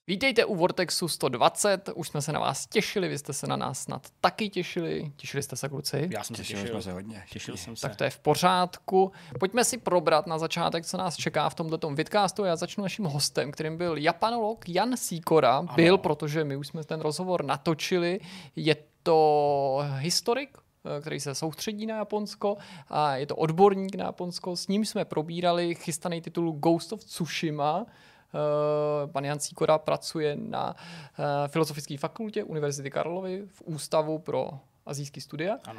Vítejte u Vortexu 120, už jsme se na vás těšili, vy jste se na nás snad taky těšili. Těšili jste se, kluci? Já jsem se těšil. Jsme se hodně. Těšil jsem se. Tak to je v pořádku. Pojďme si probrat na začátek, co nás čeká v tomhletom vidcastu. Já začnu naším hostem, kterým byl japanolog Jan Sýkora. Byl, protože my už jsme ten rozhovor natočili. Je to historik, který se soustředí na Japonsko a je to odborník na Japonsko. S ním jsme probírali chystaný titul Ghost of Tsushima. Pan Jan Sýkora pracuje na Filozofické fakultě Univerzity Karlovy v Ústavu pro asijský studia. Ano.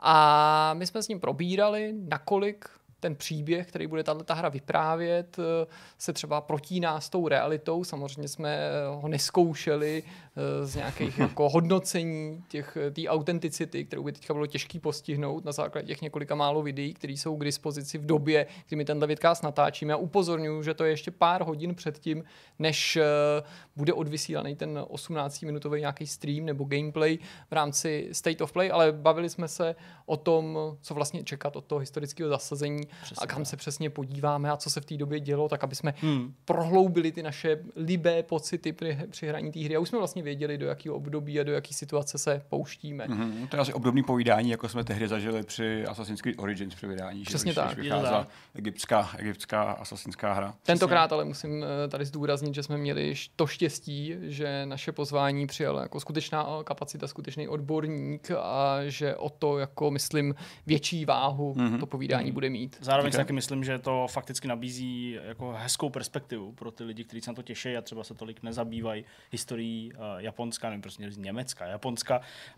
A my jsme s ním probírali, nakolik ten příběh, který bude tato hra vyprávět, se třeba protíná s tou realitou. Samozřejmě jsme ho neskoušeli z nějakých jako hodnocení té autenticity, kterou by teďka bylo těžký postihnout na základě těch několika málo videí, které jsou k dispozici v době, kdy my tenhle vidcast natáčíme. Já upozorňuji, že to je ještě pár hodin před tím, než bude odvysílaný ten 18-minutový nějaký stream nebo gameplay v rámci State of Play, ale bavili jsme se o tom, co vlastně čekat od toho historického zasazení. Přesně, a kam se přesně podíváme a co se v té době dělo, tak aby jsme prohloubili ty naše libé pocity při hraní té hry. A už jsme vlastně věděli, do jakého období a do jaké situace se pouští. To je asi obdobný povídání, jako jsme tehdy zažili při Assassin's Creed Origins při vydání. Přesně že tak. Když vycházela egyptská asasinské hra. Tentokrát ale musím tady zdůraznit, že jsme měli to štěstí, že naše pozvání přijal jako skutečná kapacita, skutečný odborník a že o to, jako myslím, větší váhu to povídání bude mít. Zároveň si taky myslím, že to fakticky nabízí jako hezkou perspektivu pro ty lidi, kteří se na to těší a třeba se tolik nezabývají historií Japonska, nebo prostě Německa, Japonska,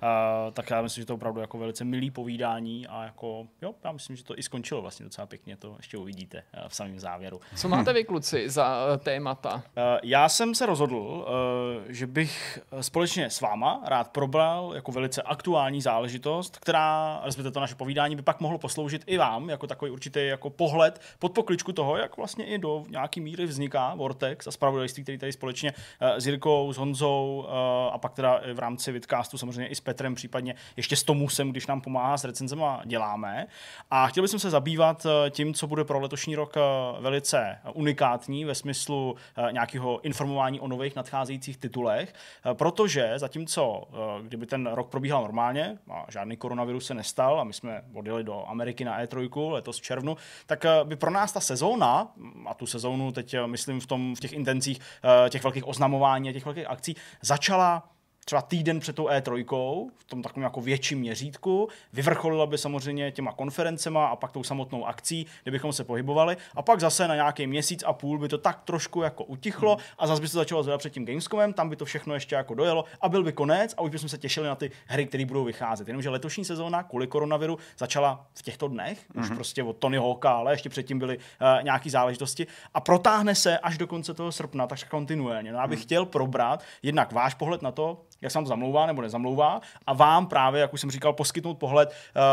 tak já myslím, že to je opravdu jako velice milý povídání a jako jo, já myslím, že to i skončilo vlastně docela pěkně, to ještě uvidíte v samém závěru. Co máte vy, kluci, za témata? Já jsem se rozhodl, že bych společně s váma rád probral jako velice aktuální záležitost, která, respektive to naše povídání, by pak mohlo posloužit i vám, jako takový určitý jako pohled pod pokličku toho, jak vlastně i do nějaký míry vzniká Vortex a zpravodajství, který tady společně s Jirkou, s Honzou a pak teda v rámci vidcastu samozřejmě i s Petrem, případně ještě s Tomusem, když nám pomáhá s recenzema, děláme. A chtěl bych se zabývat tím, co bude pro letošní rok velice unikátní ve smyslu nějakého informování o nových nadcházejících titulech, protože zatímco, kdyby ten rok probíhal normálně a žádný koronavirus se nestal a my jsme odjeli do Ameriky na E3 letos v červnu, tak by pro nás ta sezóna, a tu sezónu teď myslím v těch intencích těch velkých oznamování a těch velkých akcí, začala třeba týden před tou E3, v tom takovém jako větším měřítku, vyvrcholila by samozřejmě těma konferencema a pak tou samotnou akcí, kde bychom se pohybovali, a pak zase na nějaký měsíc a půl by to tak trošku jako utichlo a zase by se začalo zvedat před tím Gamescomem, tam by to všechno ještě jako dojelo a byl by konec a už bychom se těšili na ty hry, které budou vycházet. Jenomže letošní sezóna kvůli koronaviru začala v těchto dnech, už prostě od Tony Hawka, ale ještě předtím byly nějaké záležitosti a protáhne se až do konce toho srpna, takže kontinuálně. No, já bych chtěl probrat jednak váš pohled na to, jak se nám to zamlouvá nebo nezamlouvá, a vám právě, jak už jsem říkal, poskytnout pohled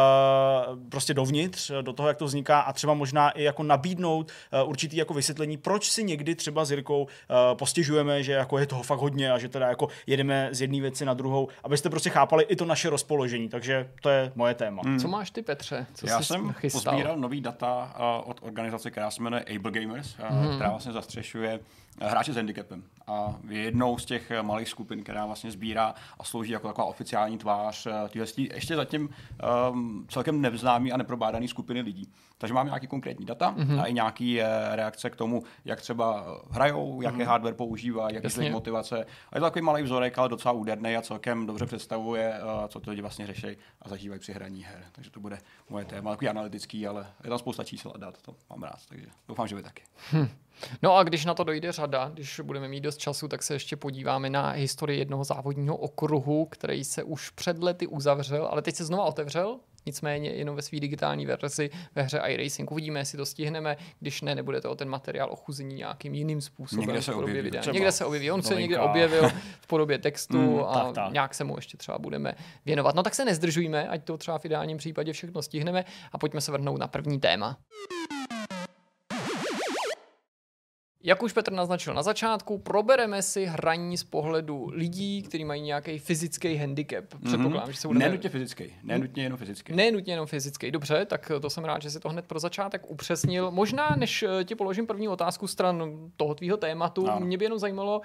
prostě dovnitř, do toho, jak to vzniká, a třeba možná i jako nabídnout určitý jako vysvětlení, proč si někdy třeba s Jirkou postěžujeme, že jako je toho fakt hodně a že teda jako jedeme z jedné věci na druhou, abyste prostě chápali i to naše rozpoložení. Takže to je moje téma. Co máš ty, Petře? Co Já jsi jsem chystal? pozbíral nový data od organizace, která se jmenuje Able Gamers, která vlastně zastřešuje hráče s handicapem a je jednou z těch malých skupin, která vlastně sbírá a slouží jako taková oficiální tvář ještě zatím celkem neznámý a neprobádaný skupiny lidí. Takže máme nějaký konkrétní data a i nějaký reakce k tomu, jak třeba hrajou, jaký hardware používají, jak je motivace. A je to takový malý vzorek, ale docela úderný a celkem dobře představuje, co to lidi vlastně řeší a zažívají při hraní her. Takže to bude moje téma, takový analytický, ale je tam spousta čísel a dat, to mám rád, takže doufám, že vy taky. No a když na to dojde řada, když budeme mít dost času, tak se ještě podíváme na historii jednoho závodního okruhu, který se už před lety uzavřel, ale teď se znova otevřel, nicméně jenom ve své digitální verzi ve hře iRacing. Uvidíme, jestli to stihneme, když ne, nebude to ten materiál ochuzení nějakým jiným způsobem. Někde se objeví. Někde se objeví. On se někde objevil v podobě textu a nějak se mu ještě třeba budeme věnovat. No tak se nezdržujme, ať to třeba v ideálním případě všechno stihneme a pojďme se vrhnout na první téma. Jak už Petr naznačil na začátku, probereme si hraní z pohledu lidí, kteří mají nějaký fyzický handicap. Předpokládám, že se budeme... Nenutně fyzický, nenutně jenom fyzický. Nenutně jenom fyzický. Dobře, tak to jsem rád, že si to hned pro začátek upřesnil. Možná, než ti položím první otázku stran toho tvýho tématu, mě by jenom zajímalo,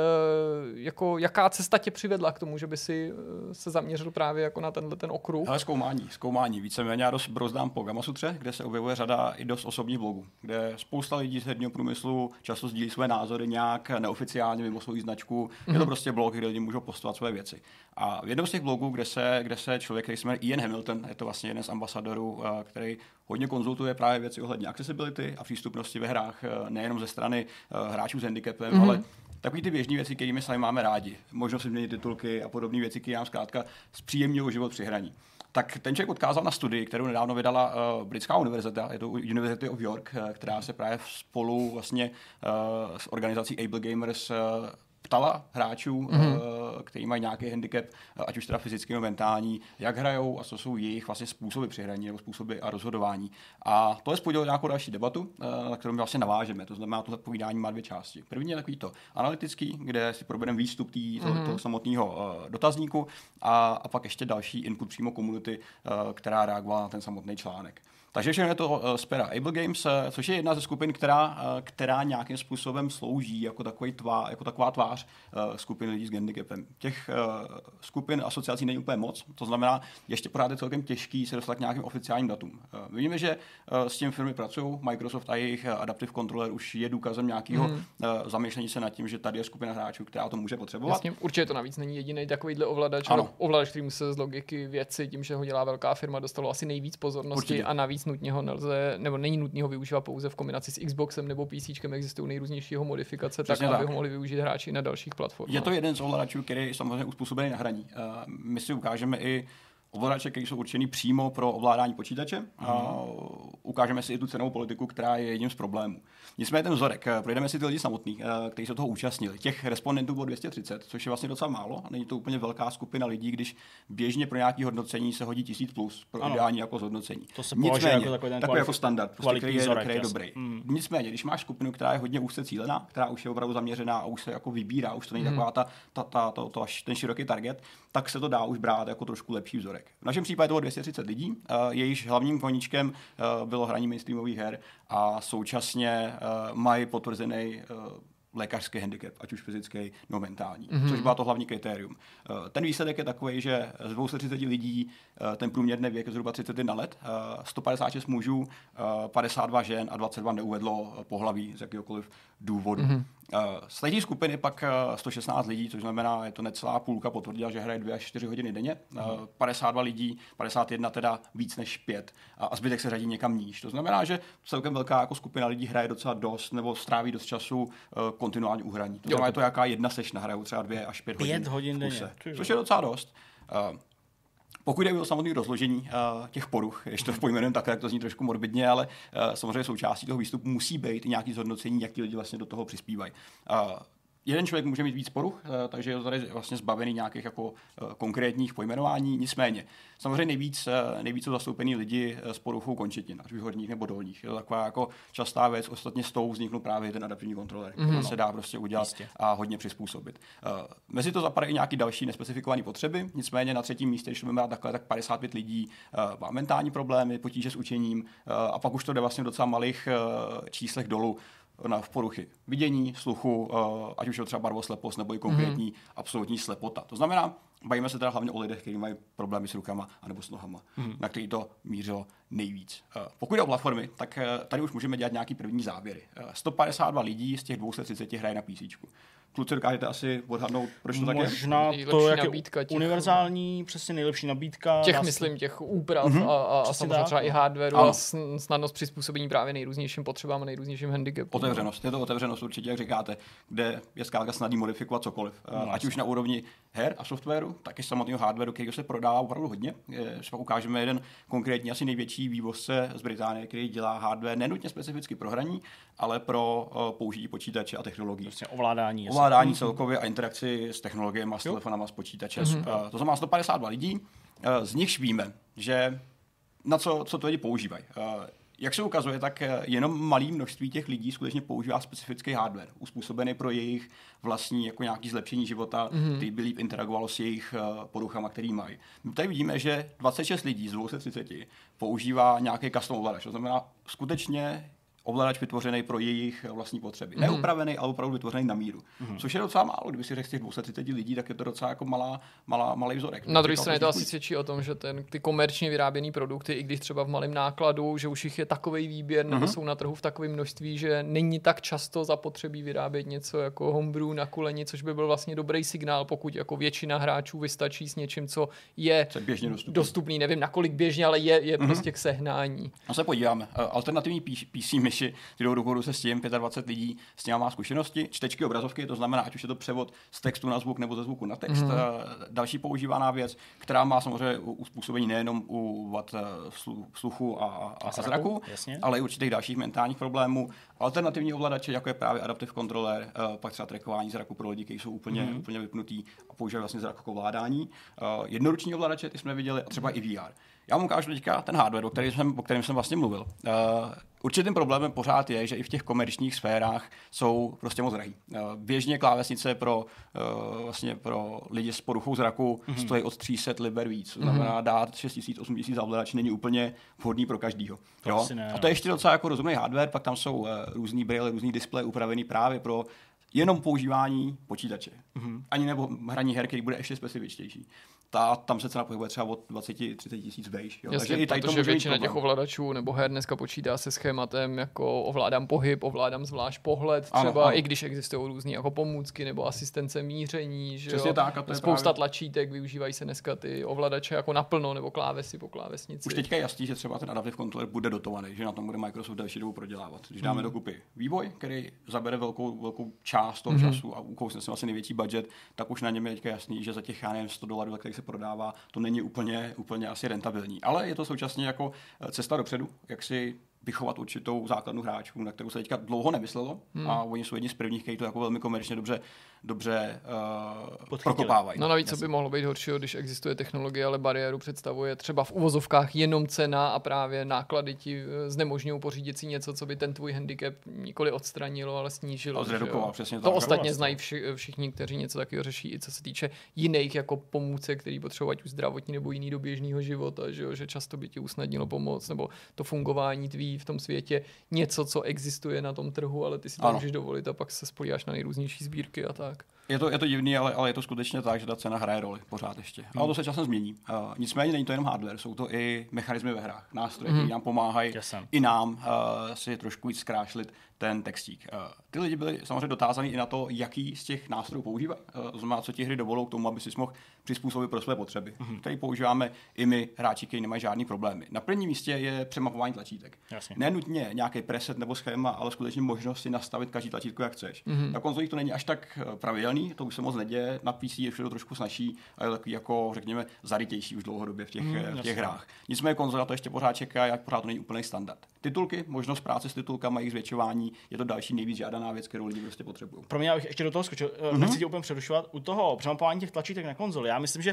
jako, jaká cesta tě přivedla k tomu, že by si se zaměřil právě jako na tenhle ten okruh. Ale zkoumání. Víceméně já dost brozdám po Gamasutře, kde se objevuje řada i dost osobních blogů, kde spousta lidí z herního průmyslu často sdílí své názory nějak neoficiálně mimo svou značku. Je to prostě blog, kde lidi můžou postovat své věci. A v jednom z těch blogů, kde se člověk, který se jmenuje Ian Hamilton, je to vlastně jeden z ambasadorů, který hodně konzultuje právě věci ohledně accessibility a přístupnosti ve hrách, nejenom ze strany hráčů s handicapem, ale takový ty běžné věci, kterými sami máme rádi. Možnost si změnit titulky a podobné věci, které nám zkrátka zpříjemňují život při hraní. Tak ten člověk odkázal na studii, kterou nedávno vydala britská univerzita, je to University of York, která se právě spolu vlastně s organizací Able Gamers ptala hráčů, kteří mají nějaký handicap, ať už teda fyzický nebo mentální, jak hrajou a co jsou jejich vlastně způsoby při hraní nebo způsoby a rozhodování. A to je spodilo nějakou další debatu, na kterou my vlastně navážeme. To znamená, to povídání má dvě části. První je takový to analytický, kde si probereme výstup toho samotného dotazníku a pak ještě další input přímo komunity, která na ten samotný článek. Takže všechno je to z pera Able Games, což je jedna ze skupin, která nějakým způsobem slouží jako taková tvář skupin lidí s handicapem. Těch skupin asociací není úplně moc, to znamená, ještě pořád je celkem těžký se dostat k nějakým oficiálním datům. My víme, že s tím firmy pracují, Microsoft a jejich Adaptive Controller už je důkazem nějakého zamýšlení se nad tím, že tady je skupina hráčů, která to může potřebovat. Jasně, určitě to navíc není jediný takovýhle ovladač, kterým se z logiky věci, tím, že ho dělá velká firma, dostalo asi nejvíc pozornosti. Určitě. A navíc nutně ho nelze, nebo není nutný ho využívat pouze v kombinaci s Xboxem nebo PCčkem, existují nejrůznějšího modifikace, tak aby ho mohli využít hráči na dalších platformách. Je to jeden z ovladačů, který je samozřejmě uspůsobený na hraní. My si ukážeme i ovladače, které jsou určený přímo pro ovládání počítače a ukážeme si i tu cenovou politiku, která je jedním z problémů. Nicméně ten vzorek, projdeme si ty lidi samotný, kteří se toho účastnili. Těch respondentů bylo 230, což je vlastně docela málo a není to úplně velká skupina lidí, když běžně pro nějaké hodnocení se hodí 1000+ pro ideální jako zhodnocení. To se považuje jako takový jako standard, prostě, který je dobrý. Nicméně, když máš skupinu, která je hodně úzce cílená, která už je opravdu zaměřená a už se jako vybírá, už to není taková ten široký target, tak se to dá už brát jako trošku lepší vzorek. V našem případě to bylo 230 lidí, jejichž hlavním koníčkem bylo hraní mainstreamových her a současně mají potvrzený lékařský handicap, ať už fyzický nebo mentální, což bylo to hlavní kritérium. Ten výsledek je takový, že z 230 lidí ten průměrný věk je zhruba 31 let, 156 mužů, 52 žen a 22 neuvedlo pohlaví z jakéhokoliv důvodu. Z té skupiny pak 116 lidí, což znamená, je to necelá půlka, potvrdila, že hraje 2 až 4 hodiny denně. 52 lidí, 51 teda víc než 5 a zbytek se řadí někam níž. To znamená, že celkem velká jako skupina lidí hraje docela dost nebo stráví dost času kontinuálně u hraní. To znamená, je to jaká jedna sešna, hrajou třeba 2 až 5 hodin. 5 hodin denně. Což je docela dost. Pokud jde o samotné rozložení těch poruch, ještě to pojmenujeme takhle, jak to zní trošku morbidně, ale samozřejmě součástí toho výstupu musí být i nějaký zhodnocení, jak ti lidi vlastně do toho přispívají. Jeden člověk může mít víc poruch, takže je tady vlastně zbavený nějakých jako konkrétních pojmenování. Nicméně, samozřejmě nejvíc jsou zastoupení lidi s poruchou končetin, ať už horních nebo dolních. Je to taková jako častá věc, ostatně s tou vzniknul právě ten adaptivní kontroler, který se dá prostě udělat a hodně přizpůsobit. Mezi to zapadají nějaké další nespecifikované potřeby, nicméně na třetím místě, když to budeme takhle, tak 55 lidí má mentální problémy, potíže s učením a pak už to jde vlastně v docela malých číslech dolů v poruchy vidění, sluchu, ať už je třeba barvoslepost nebo i konkrétní absolutní slepota. To znamená, bavíme se teda hlavně o lidech, kteří mají problémy s rukama anebo s nohama, na který to mířilo nejvíc. Pokud jde o platformy, tak tady už můžeme dělat nějaký první závěry. 152 lidí z těch 230 hraje na PC. Kluci, dokážete asi odhadnout, proč to tak je? Možná to, jak je univerzální, přesně nejlepší nabídka. Těch úprav a samozřejmě třeba i hardwareu a snadnost přizpůsobení právě nejrůznějším potřebám a nejrůznějším handicapům. Otevřenost, je to otevřenost určitě, jak říkáte, kde je zkrátka snadný modifikovat cokoliv. Ať už na úrovni her a softwaru, tak i samotného hardwareu, který se prodává opravdu hodně. Pak ukážeme jeden konkrétní, asi největší vývozce z Británie, který dělá hardware nenutně specificky pro hraní, ale pro použití počítače a technologií. Prostě ovládání celkově a interakci s technologiemi, s telefonama, s počítačem. To znamená 152 lidí, z nichž víme, že na co to lidi používají. Jak se ukazuje, tak jenom malý množství těch lidí skutečně používá specifický hardware, uspůsobený pro jejich vlastní jako nějaký zlepšení života, který by líp interagovalo s jejich poruchama, který mají. My tady vidíme, že 26 lidí z 230 používá nějaký custom ovladač, to znamená skutečně ovladač vytvořený pro jejich vlastní potřeby. Neupravený, ale opravdu vytvořený na míru. Což je docela málo. Kdyby si řekl z těch 230 lidí, tak je to docela jako malý vzorek. Na druhé straně to asi svědčí o tom, že ty komerčně vyráběné produkty, i když třeba v malém nákladu, že už jich je takovej výběr, nebo jsou na trhu v takovém množství, že není tak často zapotřebí vyrábět něco jako homebrew na kuleni, což by byl vlastně dobrý signál, pokud jako většina hráčů vystačí s něčím, co je běžně dostupný. Nevím, nakolik běžně, ale je prostě k sehnání. A se podíváme. Alternativní PC myši, ty jdou ruku se s tím, 25 lidí s tím má zkušenosti, čtečky obrazovky, to znamená, ať už je to převod z textu na zvuk nebo ze zvuku na text. Další používaná věc, která má samozřejmě uspůsobení nejenom u vad sluchu a zraku, ale i určitých dalších mentálních problémů. Alternativní ovladače, jako je právě Adaptive Controller, pak třeba trackování zraku pro lidi, kteří jsou úplně vypnutý a používají vlastně zrak k ovládání. Jednoruční ovladače, ty jsme viděli, a třeba i VR. Já vám ukážu teďka ten hardware, o kterém jsem vlastně mluvil. Určitým problémem pořád je, že i v těch komerčních sférách jsou prostě moc drahý. Běžně klávesnice pro lidi s poruchou zraku stojí od 300 liber víc. To znamená, dát 6 000, 8 000 za ovladač není úplně vhodný pro každýho. A to je ještě docela jako rozumný hardware, pak tam jsou různý brýle, různý displeje upravený právě pro jenom používání počítače. Ani nebo hraní her, který bude ještě specifičtější. Tam se cena pohybuje třeba od 20-30 tisíc vejš. Jasně, protože většina těch ovladačů nebo her dneska počítá se schématem, jako ovládám pohyb, ovládám zvlášť pohled, třeba ano. I když existují různý jako pomůcky nebo asistence míření, že jo? Tak, a to je spousta právě tlačítek, využívají se dneska ty ovladače jako naplno nebo klávesy po klávesnici. Už teďka je jasný, že třeba ten Adaptive Controller bude dotovaný, že na tom bude Microsoft další dobu prodělávat. Když dáme dokupy vývoj, který zabere velkou část toho času a ukousne se asi největší budget, tak už na něm je teďka jasný, že za těch $100, za kterých se prodává, to není úplně asi rentabilní. Ale je to současně jako cesta dopředu, jak si vychovat určitou základnu hráčů, na kterou se teďka dlouho nemyslelo a oni jsou jedni z prvních, kteří to jako velmi komerčně dobře prokopávají. No navíc, co by mohlo být horšího, když existuje technologie, ale bariéru představuje třeba v uvozovkách jenom cena a právě náklady ti znemožňují pořídit si něco, co by ten tvůj handicap nikoli odstranilo, ale snížilo. Zredukoval, přesně to tak. ostatně znají všichni, kteří něco takového řeší, i co se týče jiných jako pomůcek, který potřebují už zdravotní nebo jiný do běžného života, že často by ti usnadnilo pomoc nebo to fungování tvý v tom světě něco, co existuje na tom trhu, ale ty si to můžeš dovolit a pak se spolíháš na nejrůznější sbírky a tak. Je to divný, ale je to skutečně tak, že ta cena hraje roli pořád ještě. Ale to se časem změní. Nicméně není to jenom hardware, jsou to i mechanismy ve hrách, nástroje, které nám pomáhají i nám si trošku víc zkrášlit ten textík. Ty lidi byli samozřejmě dotázaní i na to, jaký z těch nástrojů používají. To znamená, co ti hry dovolou k tomu, aby si mohl přizpůsobit pro své potřeby. Který používáme i my, hráči, kteří nemají žádný problémy. Na prvním místě je přemapování tlačítek. Ne nutně nějaký preset nebo schéma, ale skutečně možnost si nastavit každý tlačítko, jak chceš. Na konzolích to není až tak pravidelný, to už se moc neděje. Na PC je všechno trošku snazší a je takový jako, řekněme, zarytější už dlouhodobě v těch hrách. Nicméně konzola to ještě pořád čeká, jak pořád to není úplný standard. Titulky, možnost práce s titulkama, jejich zvětšování, je to další nejvíc žádaná věc, kterou lidi prostě potřebují. Pro mě, abych ještě do toho skočil, nechci tě úplně přerušovat, u toho přemapování těch tlačítek na konzoli. Já myslím, že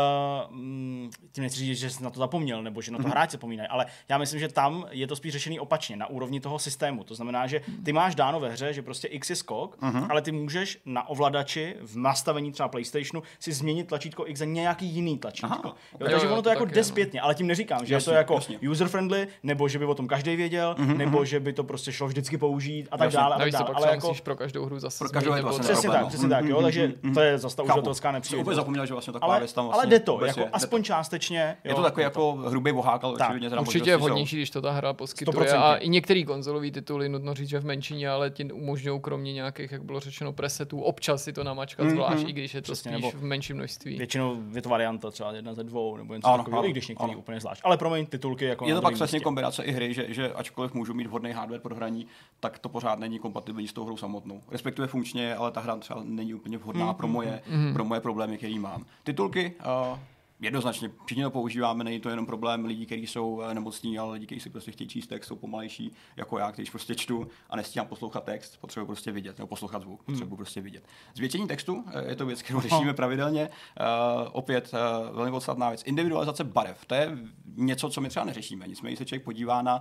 tím nechci říct, že jsi na to zapomněl, nebo že na to hráči zapomínají, ale já myslím, že tam je to spíš řešený opačně, na úrovni toho systému. To znamená, že ty máš dáno ve hře, že prostě X je skok, ale ty můžeš na ovladači v nastavení třeba PlayStationu si změnit tlačítko X za nějaký jiný tlačítko. Takže ono to jako jde zpětně, ale tím neříkám, že je to jako user friendly, nebo že by o tom každý věděl, nebo že by to prostě šlo vždycky použít a tak dále. Navíc to pak ale jako musíš pro každou hru zase změnit. Přesně tak, jo, takže to je zase ta uživatelská nepříjemnost. Úplně zapomněl, že vlastně taková věc tam vlastně. Ale jde to, jako aspoň částečně. Je to takový jako hrubý vohák, ale určitě je vhodnější, když to ta hra poskytuje. A i některý konzolový tituly, nutno říct, že v menšině, ale ti umožňují kromě nějakých, jak bylo řečeno, presetů, občas si to namačkat zvlášť, i když je to spíš v menším množství. Většinou je to varianta třeba 1 ze 2 nebo něco takového, i když některý úplně zvlášť. Ale promiň, titulky jako je to pak přesně kombinace i hry, že ačkoliv můžu mít vhodný hardware pro hraní, tak to pořád není kompatibilní s tou hrou samotnou. Respektive funkčně, ale ta hra třeba není úplně vhodná pro moje problémy, které mám. Titulky jednoznačně všichni to používáme, není to jenom problém lidí, kteří jsou nemocní, ale lidi, kteří si prostě chtějí číst text, jsou pomalejší, jako já, když prostě čtu a nestíhám poslouchat text, potřebuji prostě vidět, nebo poslouchat zvuk, potřebuji prostě vidět. Zvětšení textu je to věc, kterou řešíme pravidelně. Opět velmi podstatná věc. Individualizace barev, to je něco, co my třeba neřešíme. Nicméně se člověk podívá na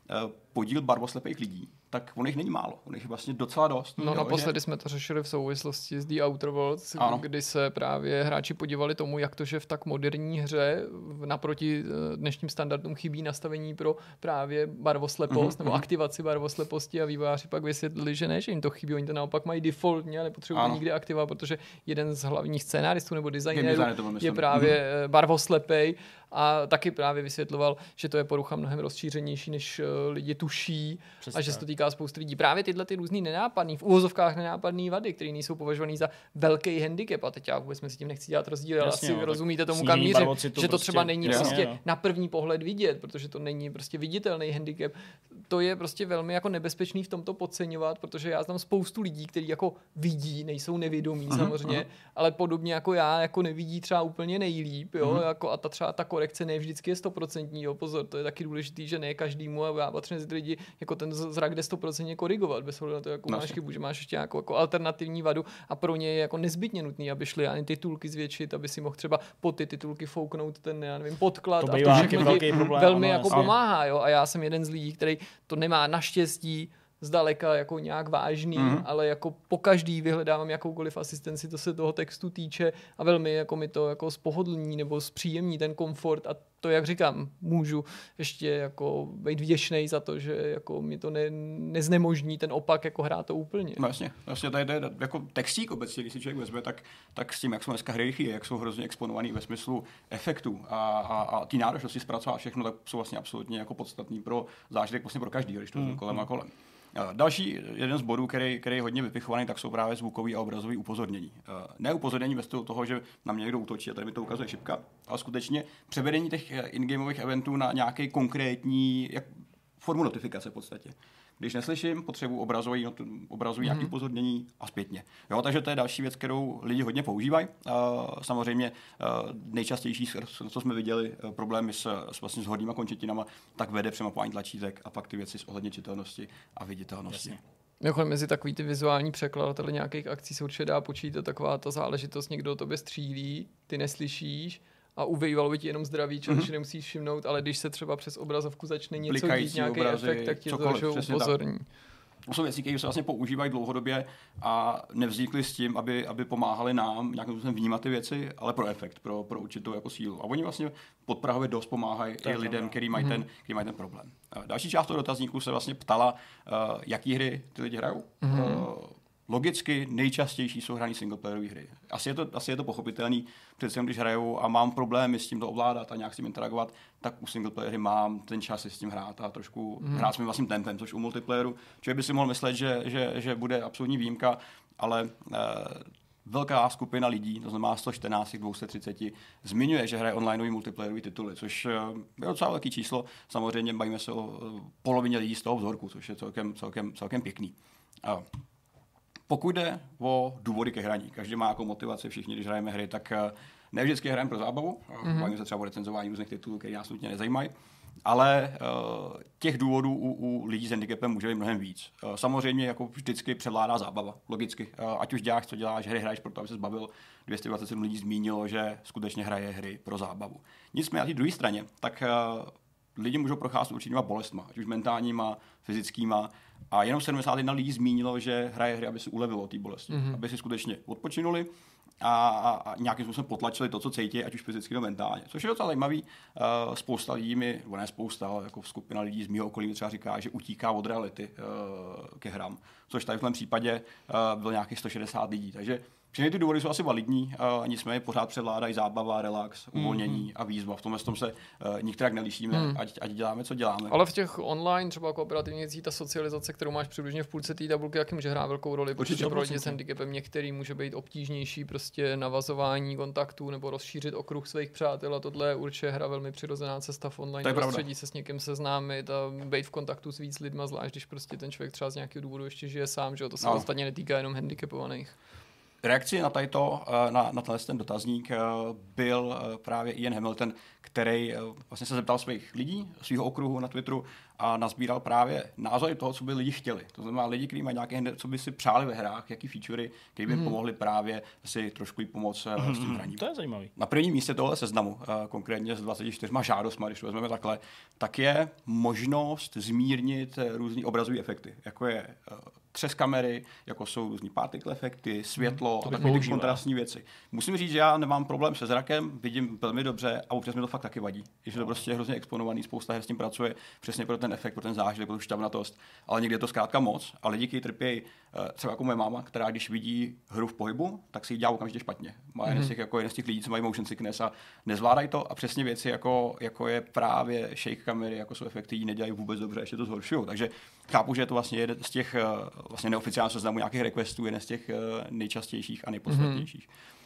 podíl barvoslepých lidí, tak on jich není málo, on jich vlastně docela dost. No naposledy jsme to řešili v souvislosti s The Outer Worlds, kdy se právě hráči podívali tomu, jak to, že v tak moderní hře naproti dnešním standardům chybí nastavení pro právě barvoslepost nebo aktivaci barvosleposti a vývojáři pak vysvětlili, že ne, že jim to chybí, oni to naopak mají defaultně, ale nepotřebují to nikdy aktivovat, protože jeden z hlavních scénáristů nebo designérů je právě barvoslepej a taky právě vysvětloval, že to je porucha mnohem rozšířenější, než lidi tuší. Přesně a že se to týká spousty lidí. Právě tyhle ty různý nenápadný, v uvozovkách nenápadný vady, které nejsou považované za velký handicap. A teď já vůbec mezi tím nechci dělat rozdíl, ale asi rozumíte tomu, kam mířím, že to třeba není prostě na první pohled vidět, protože to není prostě viditelný handicap. To je prostě velmi jako nebezpečný v tomto podceňovat, protože já znám spoustu lidí, kteří jako vidí, nejsou nevědomí samozřejmě, ale podobně jako já, jako nevidí třeba úplně nejlíp, jo, jako a ta korekce ne vždycky je 100%, jo, pozor, to je taky důležitý, že ne každému a já patřím mezi lidi, jako ten zrak jde 100% korigovat, bez ohledu na to, jakou máš chybu, že máš ještě nějakou jako alternativní vadu a pro ně je jako nezbytně nutný, aby šli ani titulky zvětšit, aby si mohl třeba pod ty titulky fouknout ten, já nevím, podklad to a to všechno ti velmi jako pomáhá, jo, a já jsem jeden z lidí, který to nemá naštěstí zdaleka jako nějak vážný, ale jako pokaždý vyhledávám jakoukoliv asistenci, to se toho textu týče a velmi jako mi to jako zpohodlní nebo zpříjemní ten komfort a to, jak říkám, můžu ještě jako být vděčnej za to, že jako mi to neznemožní ten opak jako hrát to úplně. No jasně, tady jde jako textík obecně, když si člověk vezme, tak s tím, jak jsou dneska hry rychlí, jak jsou hrozně exponovaný ve smyslu efektů a ty náročnosti zpracovat všechno, tak jsou vlastně absolutně jako podstatný pro zážitek vlastně pro každý, když to kolem a kolem. Další jeden z bodů, který je hodně vypichovaný, tak jsou právě zvukový a obrazový upozornění. Ne upozornění bez toho, že na mě někdo útočí a tady mi to ukazuje šipka, ale skutečně převedení těch in-gameových eventů na nějaký konkrétní formu notifikace v podstatě. Když neslyším, potřebuji obrazují nějaké upozornění a zpětně. Jo, takže to je další věc, kterou lidi hodně používají. Samozřejmě nejčastější, co jsme viděli, problémy vlastně s horníma končetinama, tak vede přemapování tlačítek a pak ty věci ohledně čitelnosti a viditelnosti. Mimochodem mezi takový ty vizuální překladatele nějakých akcí se určitě dá počítat taková ta záležitost, někdo o tobě střílí, ty neslyšíš, a uvejvalo by ti jenom zdraví, čehož nemusíš všimnout, ale když se třeba přes obrazovku začne něco dít, nějaký efekt, tak ti to upozorní. To jsou věci, které se vlastně používají dlouhodobě a nevznikly s tím, aby pomáhali nám nějakým způsobem vnímat ty věci, ale pro efekt, pro určitou jako sílu. A oni vlastně podprahově dost pomáhají i lidem, kteří mají ten problém. Další část toho dotazníku se vlastně ptala, jaký hry ty lidi hrajou. Logicky nejčastější jsou hraní singleplayerové hry. Asi je to pochopitelný, přece když hraju a mám problémy s tím to ovládat a nějak s tím interagovat, tak u singleplayery mám ten čas si s tím hrát a trošku hrát s mým vlastním tempem, což u multiplayeru člověk by si mohl myslet, že bude absolutní výjimka, ale velká skupina lidí, to znamená 114 230, zmiňuje, že hraje onlineový multiplayerový tituly, což je docela velký číslo. Samozřejmě bavíme se o polovině lidí z toho vzorku, což je celkem pěkný. Pokud jde o důvody ke hraní, každý má jako motivaci, všichni, když hrajeme hry, tak ne vždycky hrajeme pro zábavu, bavíme se třeba o recenzování různých titulů, které nás nutně nezajímají, ale těch důvodů u lidí s handicapem může být mnohem víc. Samozřejmě jako vždycky převládá zábava, logicky. Ať už děláš, co děláš, hry hraješ proto, aby se zbavil. 227 lidí zmínilo, že skutečně hraje hry pro zábavu. Nicméně na té druhé straně, tak lidi můžou procházet určitýma bolestma, ať už mentálníma, fyzickýma. A jenom 71 lidí zmínilo, že hraje hry, aby si ulevilo té bolesti, aby si skutečně odpočinuli a nějakým způsobem potlačili to, co cítí, ať už fyzicky nebo mentálně. Což je docela zajímavý. Spousta lidí nebo ne spousta, ale jako skupina lidí z mého okolí mi třeba říká, že utíká od reality ke hrám. Což tady v tom případě bylo nějakých 160 lidí. Takže všechny ty důvody jsou asi validní, nicméně pořád převládají zábava, relax, uvolnění a výzva. V tomhle se nikterak nelišíme, ať děláme, co děláme. Ale v těch online třeba kooperativních věcí ta socializace, kterou máš přibližně v půlce té tabulky, jaký může hrát velkou roli, protože pro lidi s handicapem některý může být obtížnější prostě navazování kontaktů nebo rozšířit okruh svých přátel a tohle je určitě hra velmi přirozená cesta v online prostředí se s někým seznámit a být v kontaktu s víc lidma, zvlášť když prostě ten člověk třeba z nějakého důvodu ještě žije sám, že to se ostatně netýká jenom handicapovaných. reakci na ten dotazník byl právě Ian Hamilton, který vlastně se zeptal svých lidí, svého okruhu na Twitteru a nazbíral právě názory toho, co by lidi chtěli. To znamená lidi, kteří mají nějaké, co by si přáli ve hrách, jaký featurey, které by jim pomohli právě si trošku pomoct s tím hraním. To je zajímavý. Na prvním místě tohle seznamu, konkrétně s 24 žádostmi, když to vezmeme takhle, tak je možnost zmírnit různý obrazové efekty, jako je třes kamery, jako jsou různý particle efekty, světlo a takové kontrastní věci. Musím říct, že já nemám problém se zrakem, vidím velmi dobře a občas mi to fakt taky vadí. Je to prostě hrozně exponovaný, spousta her s tím pracuje přesně pro ten efekt, pro ten zážitek, pro tu šťavnatost, ale někdy je to zkrátka moc a lidi, kteří trpějí, třeba jako moje máma, která když vidí hru v pohybu, tak si ji dělá okamžitě špatně. Má jeden z těch lidí, co mají motion sickness a nezvládají to a přesně věci jako je právě shake kamery, jako jsou efekty, ji nedělají vůbec dobře, ještě to zhoršují. Takže chápu, že je to vlastně jeden z těch vlastně neoficiálních seznamů nějakých requestů, jeden z těch nejčastějších a nejpodstatnějších.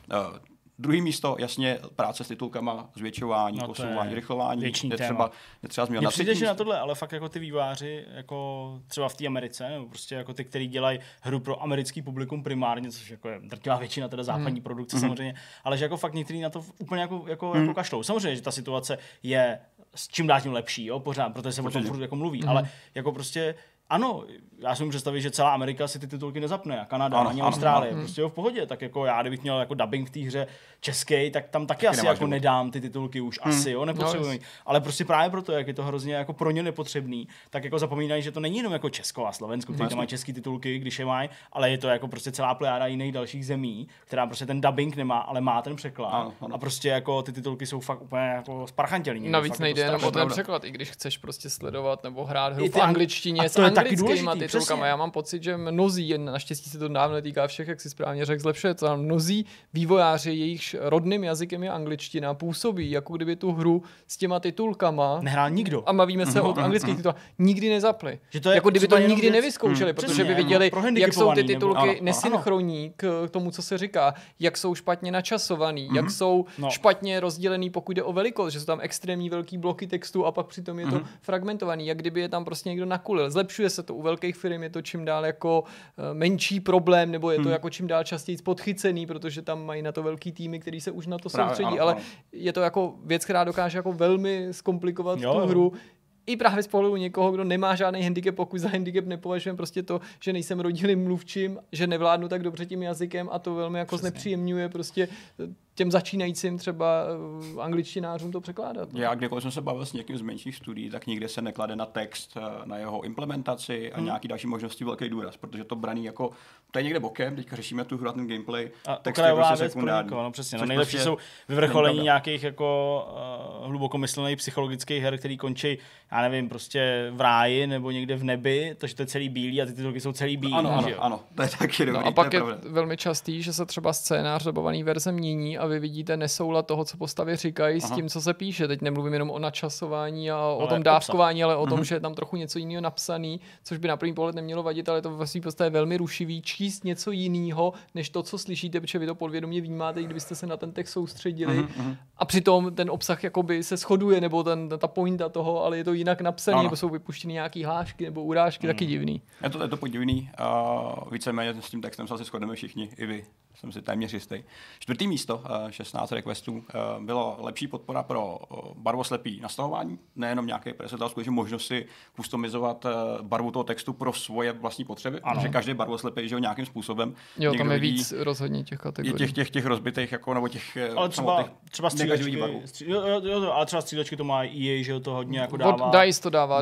Druhý místo, jasně, práce s titulkama, zvětšování, posouvání, rychlování, netřeba změnit. Mně přijde, že na tohle, ale fakt jako ty vývojáři, jako třeba v té Americe, nebo prostě jako ty, kteří dělají hru pro americký publikum primárně, což jako je drtivá většina teda západní produkce samozřejmě, ale že jako fakt někteří na to úplně jako kašlou. Samozřejmě, že ta situace je s čím dál tím lepší, jo, pořád, protože se o tom furt jako mluví, ale jako prostě ano, já si můžu představit, že celá Amerika si ty titulky nezapne, a Kanada, ani Austrálie, prostě jo, v pohodě, tak jako já, kdybych měl jako dubbing v té hře český, tak tam taky asi jako nedám ty titulky už, asi, jo, nepotřebuji. Ale prostě právě proto, jak je to hrozně jako pro ně nepotřebný, tak jako zapomínají, že to není jenom jako Česko a Slovensko, kteří tam mají český titulky, když je mají, ale je to jako prostě celá plejáda jiných dalších zemí, která prostě ten dubbing nemá, ale má ten překlad. A prostě jako ty titulky jsou fakt úplně jako sparchantělní. Navíc nejde jenom o ten překlad, i když chceš prostě sledovat nebo hrát hru v angličtině anglickýma titulkama. Já mám pocit, že mnozí, naštěstí se to dávno netýká všech, jak si správně řekl, zlepšuje to, mnozí vývojáři, jejichž rodným jazykem je angličtina, působí, jako kdyby tu hru s těma titulkama nehrál nikdo. A bavíme se o anglických titulkách, nikdy nezapli. Jako kdyby to nikdy nevyzkoušeli, protože by viděli, jak jsou ty titulky nesynchronní k tomu, co se říká, jak jsou špatně načasovaný, jak jsou špatně rozdělený, pokud jde o velikost, že jsou tam extrémní velký bloky textu a pak přitom je to fragmentovaný, jak kdyby je tam prostě někdo nakulil. Zlepšuje se to u velkých firm, je to čím dál jako menší problém, nebo je to jako čím dál častěji podchycený, protože tam mají na to velký týmy, který se už na to soustředí, ale je to jako věc, která dokáže jako velmi zkomplikovat tu hru. I právě z pohledu někoho, kdo nemá žádný handicap, pokud za handicap nepovažujeme prostě to, že nejsem rodilým mluvčím, že nevládnu tak dobře tím jazykem a to velmi jako znepříjemňuje prostě těm začínajícím třeba angličtinářům to překládat. Já kdykoliv jsem se bavil s někým z menších studií, tak nikde se neklade na text, na jeho implementaci a nějaký další možnosti velký důraz, protože to braný jako, to je někde bokem, teďka řešíme tu hru a ten gameplay, text je prostě sekundární. No přesně, nejlepší jsou vyvrcholení nějakých jako hlubokomyslných psychologických her, který končí, já nevím, prostě v ráji nebo někde v nebi, to, že to je celý bílý a ty titulky jsou celý bílý. Ano, to je taky dobrý. No a pak je velmi častý, že se třeba scénář dobovaný verze mění a vy vidíte nesoulad toho, co postavy říkají s tím, co se píše. Teď nemluvím jenom o načasování a o tom dávkování, ale o tom, že je tam trochu něco jiného napsaný, což by na první pohled nemělo vadit, ale to ve svým podstatě velmi rušivý číst něco jiného, než to, co slyšíte, protože vy to podvědomě vnímáte, i kdybyste se na ten text soustředili. A přitom ten obsah jakoby se shoduje, nebo ta pointa toho, ale je to jinak napsaný, nebo jsou vypuštěny nějaký hlášky nebo urážky, taky divný. Je to podivný. Víceméně s tím textem se asi shodneme všichni, i vy. Jsem si téměř jistý. 4. místo, 16 requestů, bylo lepší podpora pro barvoslepý nastavování, nejenom nějaké preset, ale skutečně možnost si customizovat barvu toho textu pro svoje vlastní potřeby, protože každý barvoslepý je nějakým způsobem. Jo, tam je víc rozhodně těch kategorií. Těch rozbitých, jako, nebo těch ale třeba střílečky, ale třeba střílečky to má EA, že to hodně jako dává. DICE to dává,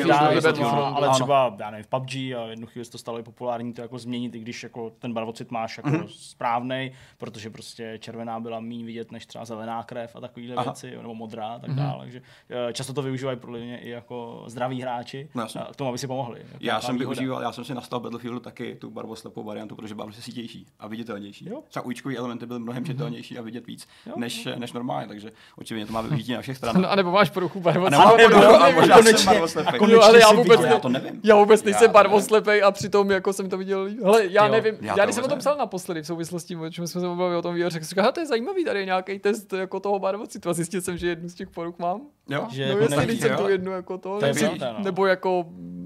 ale třeba, já nevím, v PUBG a jednu chvíli to stalo i populární to jako změnit, i když jako ten barvocit máš jako správnej, protože prostě červená byla méně vidět než třeba zelená krev a takovéhle věci, nebo modrá a tak dále. Takže často to využívají pro mě i jako zdraví hráči, k tomu, aby si pomohli. Jako já jsem si nastavil Battlefieldu taky tu barvoslepou variantu, protože byla prostě sítější a viditelnější. Třeba účkový elementy byly mnohem čitelnější a vidět víc než normálně, takže očividně to má využití na všech stranách. No, a nebo máš poruchu barvoslepej. Já vůbec nejsem barvoslepej a přitom jako jsem to viděl. Hele, já nevím. Já když jsem o tom psal naposledy v souvislosti, o čem jsme se bavili o tom vývoji, řekl jsem, to je zajímavý, tady je nějaký test jako toho barvocitu a zjistil jsem, že jednu z těch poruch mám. Jo, že no, jestli jsem tu jednu jako to, nebo jako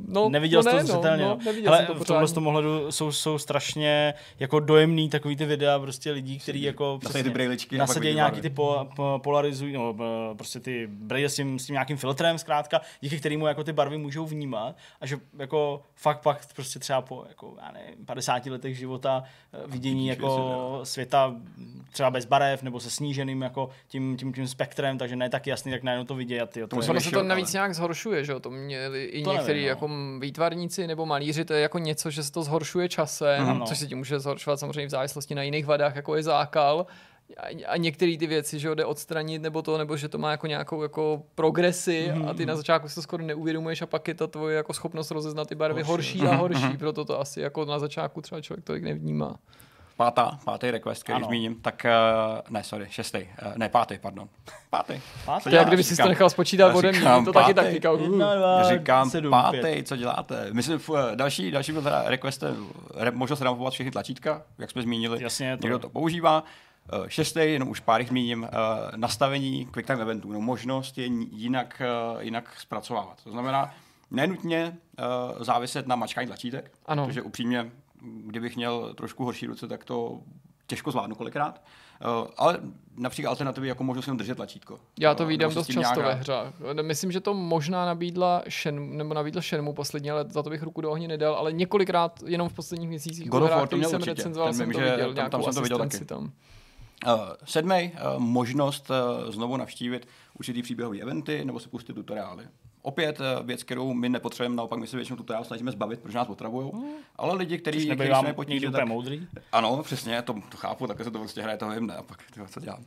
Neviděl jsi to zřetelně. Hele, v tomhle tom ohledu jsou strašně jako dojemný takový ty videa prostě lidí, kteří jako nasadí nějaký ty polarizují, no, prostě ty brejle s tím nějakým filtrem zkrátka, díky kterému jako ty barvy můžou vnímat a že jako fakt prostě třeba po jako, já nevím, 50 letech života vidění jako světa třeba bez barev nebo se sníženým jako tím spektrem, takže ne tak jasný, tak najednou to vidět. Ono se to navíc nějak zhoršuje, že jo? To měli i některý jako výtvarníci nebo malíři, to je jako něco, že se to zhoršuje časem, což se tím může zhoršovat samozřejmě v závislosti na jiných vadách, jako je zákal. A některé ty věci, že ho jde odstranit, nebo že to má jako nějakou jako progresi a ty na začátku si to skoro neuvědomuješ a pak je ta tvoje jako schopnost rozeznat ty barvy horší a horší, proto to asi jako na začátku třeba člověk tolik nevnímá. Pátý request, který zmíním, tak šestý, pátý. To jak kdyby si to nechal spočítat ode mě, to taky tak říkal. Říkám pátý, co děláte? Myslím, další byl teda request, možnost ramovat všechny tlačítka, jak jsme zmínili, někdo to používá. Šestý, jenom už pár zmíním, nastavení QuickTime eventů, možnost je jinak zpracovávat. To znamená, nenutně záviset na mačkání tlačítek, protože upřímně, kdybych měl trošku horší ruce, tak to těžko zvládnu kolikrát. Ale například alternativy jako možnost jenom držet tlačítko. Já to vídám dost často ve hře. Myslím, že to možná nabídl Shenmue posledně, ale za to bych ruku do ohně nedal, ale několikrát jenom v posledních měsících God of War to měl jsem určitě. recenzoval, jsem to viděl, nějakou asistenci tam. Sedmý, možnost znovu navštívit určitý příběhové eventy nebo si pustit tutoriály. Opět věc, kterou my nepotřebujeme, naopak my se většinou tutoriál snažíme zbavit, protože nás otravujou. Ale lidi, kteří se potíže, tak moudrý. Ano, přesně, to chápu, takhle se to vlastně hraje, toho vím, ne, a pak co dělám.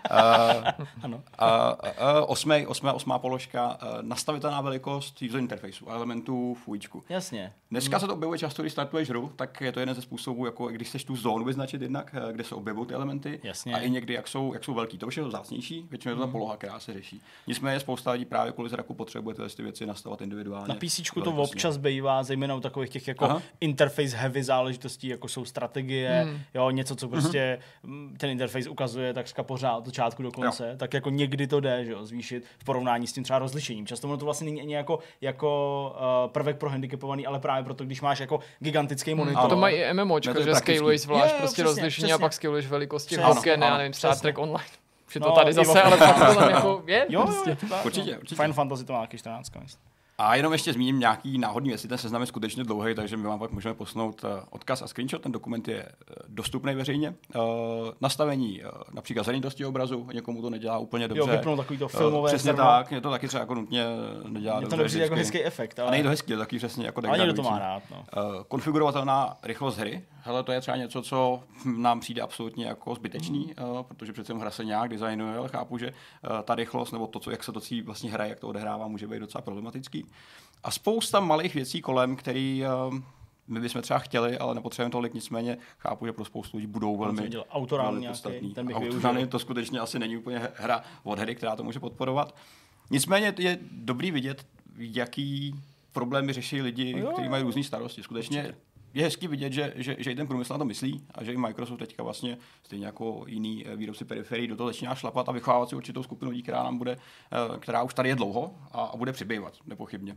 Osmá položka, nastavitelná velikost user interfaceu a elementů v UIčku. Jasně. Dneska se to objevuje často, když startuješ hru, tak je to jeden ze způsobů, jako když chceš tu zónu vyznačit jednak, kde se objevují ty elementy. Jasně. A i někdy, jak jsou velký. To už je vzácnější, většinou je to ta poloha, která se řeší. Nicméně spousta lidí právě kvůli zraku potřebuje ty věci nastavovat individuálně. Na PCčku to občas bývá, zejména u takových těch jako interface heavy záležitostí, jako jsou strategie, jo, něco, co prostě ten interface ukazuje takřka pořád od začátku do konce, tak jako někdy to jde, že jo, zvýšit v porovnání s tím třeba rozlišením. Často ono to vlastně není jako prvek pro handicapovaný, ale právě proto, když máš jako gigantický monitor. To mají i MMOčko, že scaluješ zvlášť prostě rozlišení a pak scaluješ velikosti velké, já nevím, Star Trek Online. Už je to tady zase, ale pak to tam jako je. Určitě. Final Fantasy to má nějaký 14. A jenom ještě zmíním nějaký náhodný věci, ten seznam je skutečně dlouhý, takže my vám pak můžeme posunout odkaz a screenshot, ten dokument je dostupný veřejně. Nastavení například zranitosti obrazu, někomu to nedělá úplně dobře. Jo, vypnout takový to filmové. Přesně tak, je to taky třeba jako nutně nedělá dobře. To nepřijde jako hezký efekt, ale... A není to hezký, je to taky přesně jako degradující. Ale někdo to má rád, no. Konfigurovatelná rychlost hry, hele, to je třeba něco, co nám přijde absolutně jako zbytečný, protože přece hra se nějak designuje, ale chápu, že ta rychlost nebo to, jak se to celý vlastně hraje, jak to odehrává, může být docela problematický. A spousta malých věcí kolem, který my bychom třeba chtěli, ale nepotřebujeme tolik, nicméně chápu, že pro spoustu lidí budou velmi podstatný. Autorální to skutečně asi není úplně hra od hry, která to může podporovat. Nicméně je dobrý vidět, jaký problémy řeší lidi, kteří mají různé starosti. Skutečně je hezký vidět, že i ten průmysl na to myslí a že i Microsoft teďka vlastně stejně jako jiný výrobci periferií do toho začíná šlapat a vychovávat si určitou skupinu lidí, která už tady je dlouho a bude přibývat, nepochybně.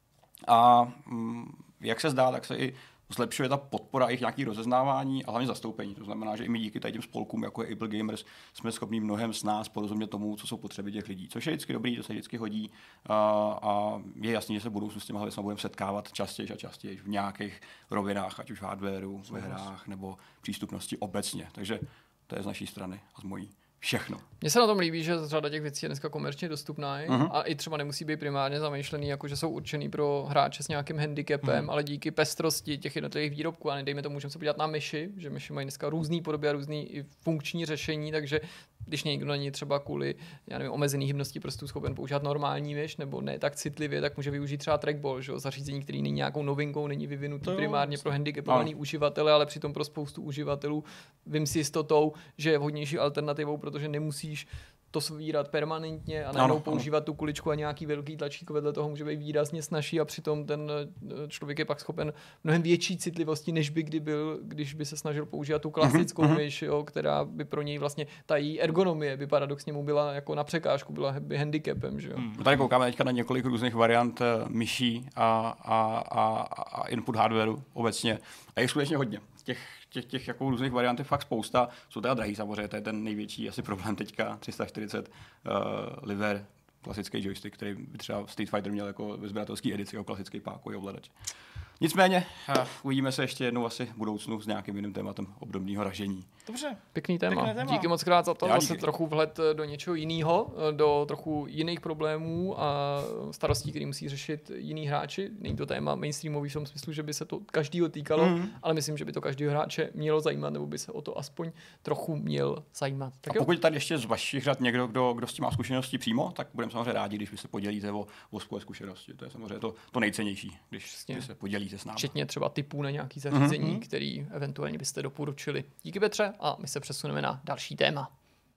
A jak se zdá, tak se i zlepšuje ta podpora jejich nějaký rozeznávání a hlavně zastoupení. To znamená, že i my díky těm spolkům, jako je Able Gamers, jsme schopni mnohem z nás porozumět tomu, co jsou potřeby těch lidí. Což je vždycky dobrý, to se vždycky hodí a je jasný, že se budou s těma věcmi budeme setkávat častěji a častěji v nějakých rovinách, ať už v hardwareu, ve hrách nebo přístupnosti obecně. Takže to je z naší strany a z mojí všechno. Mně se na tom líbí, že řada těch věcí je dneska komerčně dostupná a i třeba nemusí být primárně zamýšlený, jako že jsou určený pro hráče s nějakým handicapem, ale díky pestrosti těch jednotlivých výrobků, a dejme tomu, můžeme se podívat na myši, že myši mají dneska různý podoby a různý i funkční řešení, takže když někdo není třeba kvůli, já nevím, omezený hybností prstů schopen používat normální myš nebo ne tak citlivě, tak může využít třeba trackball, že jo, zařízení, který není nějakou novinkou, není vyvinutý primárně pro handicapovaný uživatele, ale přitom pro spoustu uživatelů vím si jistotou, že je vhodnější alternativou, protože nemusíš to svírat permanentně a najednou používat tu kuličku a nějaký velký tlačítko vedle toho může být výrazně snazší a přitom ten člověk je pak schopen mnohem větší citlivosti, než by když by se snažil používat tu klasickou myš, jo, která by pro něj vlastně ta její ergonomie by paradoxně mu byla jako na překážku, byla by handicapem. Že jo. Tady koukáme teďka na několik různých variant myší a input hardwareu obecně. A je skutečně hodně. Těch jako různých variant je fakt spousta. Jsou teda drahý samozřejmě, to je ten největší asi problém teďka. 340 liver, klasický joystick, který by třeba Street Fighter měl jako ve sběratelský edici, jako klasický pákový ovladač. Nicméně, uvidíme se ještě jednou asi v budoucnu s nějakým jiným tématem obdobného ražení. Dobře. Pěkný téma. Díky moc krát za to. Zase trochu vhled do něčeho jiného, do trochu jiných problémů a starostí, který musí řešit jiní hráči. Není to téma mainstreamový v tom smyslu, že by se to každýho týkalo, ale myslím, že by to každého hráče mělo zajímat, nebo by se o to aspoň trochu měl zajímat. Tak a pokud tady ještě z vašich řad někdo, kdo s tím má zkušenosti přímo, tak budeme samozřejmě rádi, když vy se podělíte o svoje zkušenosti. To je samozřejmě to nejcennější, když se podělíte s námi. Včetně třeba tipů na nějaký zařízení, který eventuálně byste doporučili. Díky Petře a my se přesuneme na další téma.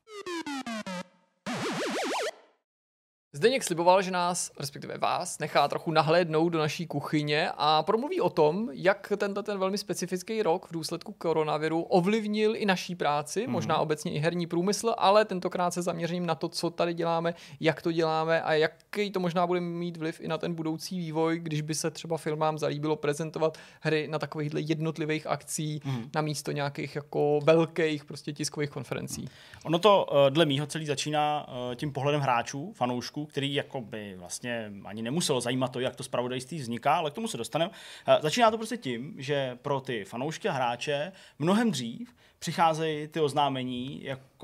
Zdeněk sliboval, že nás, respektive vás, nechá trochu nahlédnout do naší kuchyně a promluví o tom, jak ten velmi specifický rok v důsledku koronaviru ovlivnil i naší práci, možná obecně i herní průmysl, ale tentokrát se zaměřením na to, co tady děláme, jak to děláme a jaký to možná bude mít vliv i na ten budoucí vývoj, když by se třeba firmám zalíbilo prezentovat hry na takovýchhle jednotlivých akcí na místo nějakých jako velkých prostě tiskových konferencí. Ono to dle mýho celý začíná tím pohledem hráčů, fanoušků, který jakoby vlastně ani nemuselo zajímat to, jak to zpravodajství vzniká, ale k tomu se dostaneme. Začíná to prostě tím, že pro ty fanoušky a hráče mnohem dřív přicházejí ty oznámení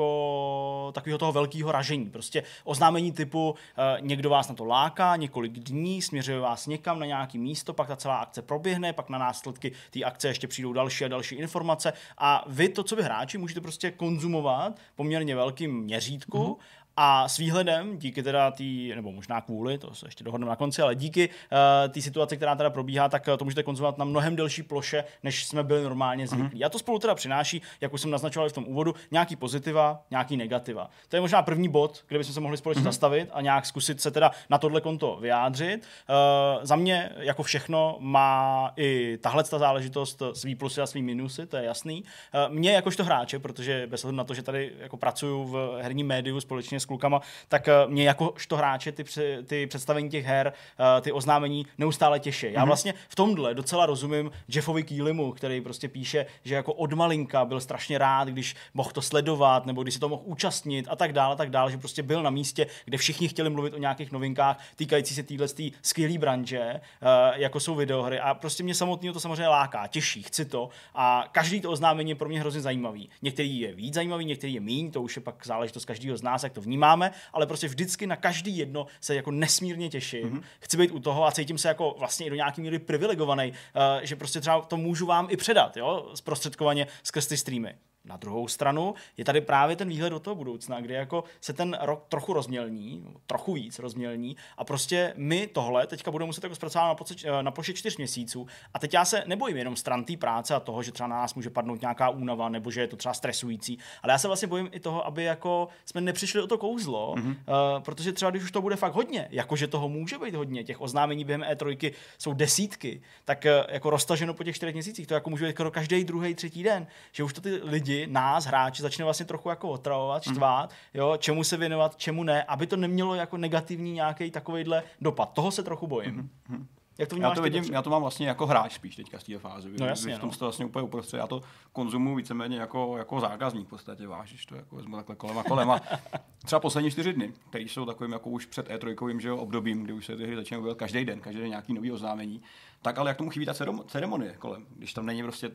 jako takového toho velkého ražení. Prostě oznámení typu někdo vás na to láká, několik dní, směřuje vás někam na nějaké místo, pak ta celá akce proběhne, pak na následky té akce ještě přijdou další a další informace a vy to, co vy hráči, můžete prostě konzumovat poměrně velkým měřítku a s výhledem, díky teda nebo možná kvůli, to se ještě dohodneme na konci, ale díky té situaci, která teda probíhá, tak to můžete konzumovat na mnohem delší ploše, než jsme byli normálně zvyklí. A to spolu teda přináší, jak už jsem naznačoval v tom úvodu, nějaký pozitiva, nějaký negativa. To je možná první bod, kde bychom se mohli společně zastavit a nějak zkusit se teda na tohle konto vyjádřit. Za mě, jako všechno, má i tahle záležitost svý plusy a svý minusy, to je jasný. Mě jakožto hráče, protože bez ohledu na to, že tady jako pracuju v herním médiu společně s klukama, tak mě jakožto hráče ty představení těch her, ty oznámení neustále těší. Já vlastně v tomhle docela rozumím Jeffovi Keelymu, který prostě píše, že jako od malinka byl strašně rád, když mohl to sledovat, nebo když se to mohl účastnit a tak dále, že prostě byl na místě, kde všichni chtěli mluvit o nějakých novinkách týkající se téhle skvělé branže, jako jsou videohry a prostě mě samotného to samozřejmě láká, těší, chci to a každý to oznámení je pro mě hrozně zajímavý. Některý je víc zajímavý, některý je míň, to už je pak záležitost každého z nás, jak to vnímáme, ale prostě vždycky na každý jedno se jako nesmírně těším. Chci být u toho a cítím se jako vlastně i do nějaký míry privilegovaný, že prostě třeba to můžu vám i předat, jo, zprostředkovaně skrz ty streamy. Na druhou stranu je tady právě ten výhled do toho budoucna, kde jako se ten rok trochu rozmělní, trochu víc rozmělní a prostě my tohle teďka budeme muset jako zpracovat na ploše 4 měsíců a teď já se nebojím jenom stran té práce a toho, že třeba na nás může padnout nějaká únava nebo že je to třeba stresující, ale já se vlastně bojím i toho, aby jako jsme nepřišli o to kouzlo, protože třeba když už to bude fakt hodně, jakože toho může být hodně, těch oznámení během E3 jsou desítky, tak jako roztaženo po těch 4 měsících, to jako může být skoro každý druhý, třetí den, že už to ty lidi nás, hráči, začne vlastně trochu jako otravovat, štvát, jo, čemu se věnovat, čemu ne, aby to nemělo jako negativní nějaký takovejhle dopad. Toho se trochu bojím. Jak to vnímáš? Já to mám vlastně jako hráč spíš teďka z té fáze. No jasně, v tom jste vlastně úplně uprostřed. Já to konzumuji víceméně jako zákazník v podstatě, vážíš to jako vezmu takhle kolem a třeba poslední 4 dny, které jsou takovým jako už před E3, že jo, obdobím, kdy už se ty hry začínají objevovat každý den nějaký nový oznámení. Tak ale jak tomu chybí ta ceremonie kolem, když tam není prostě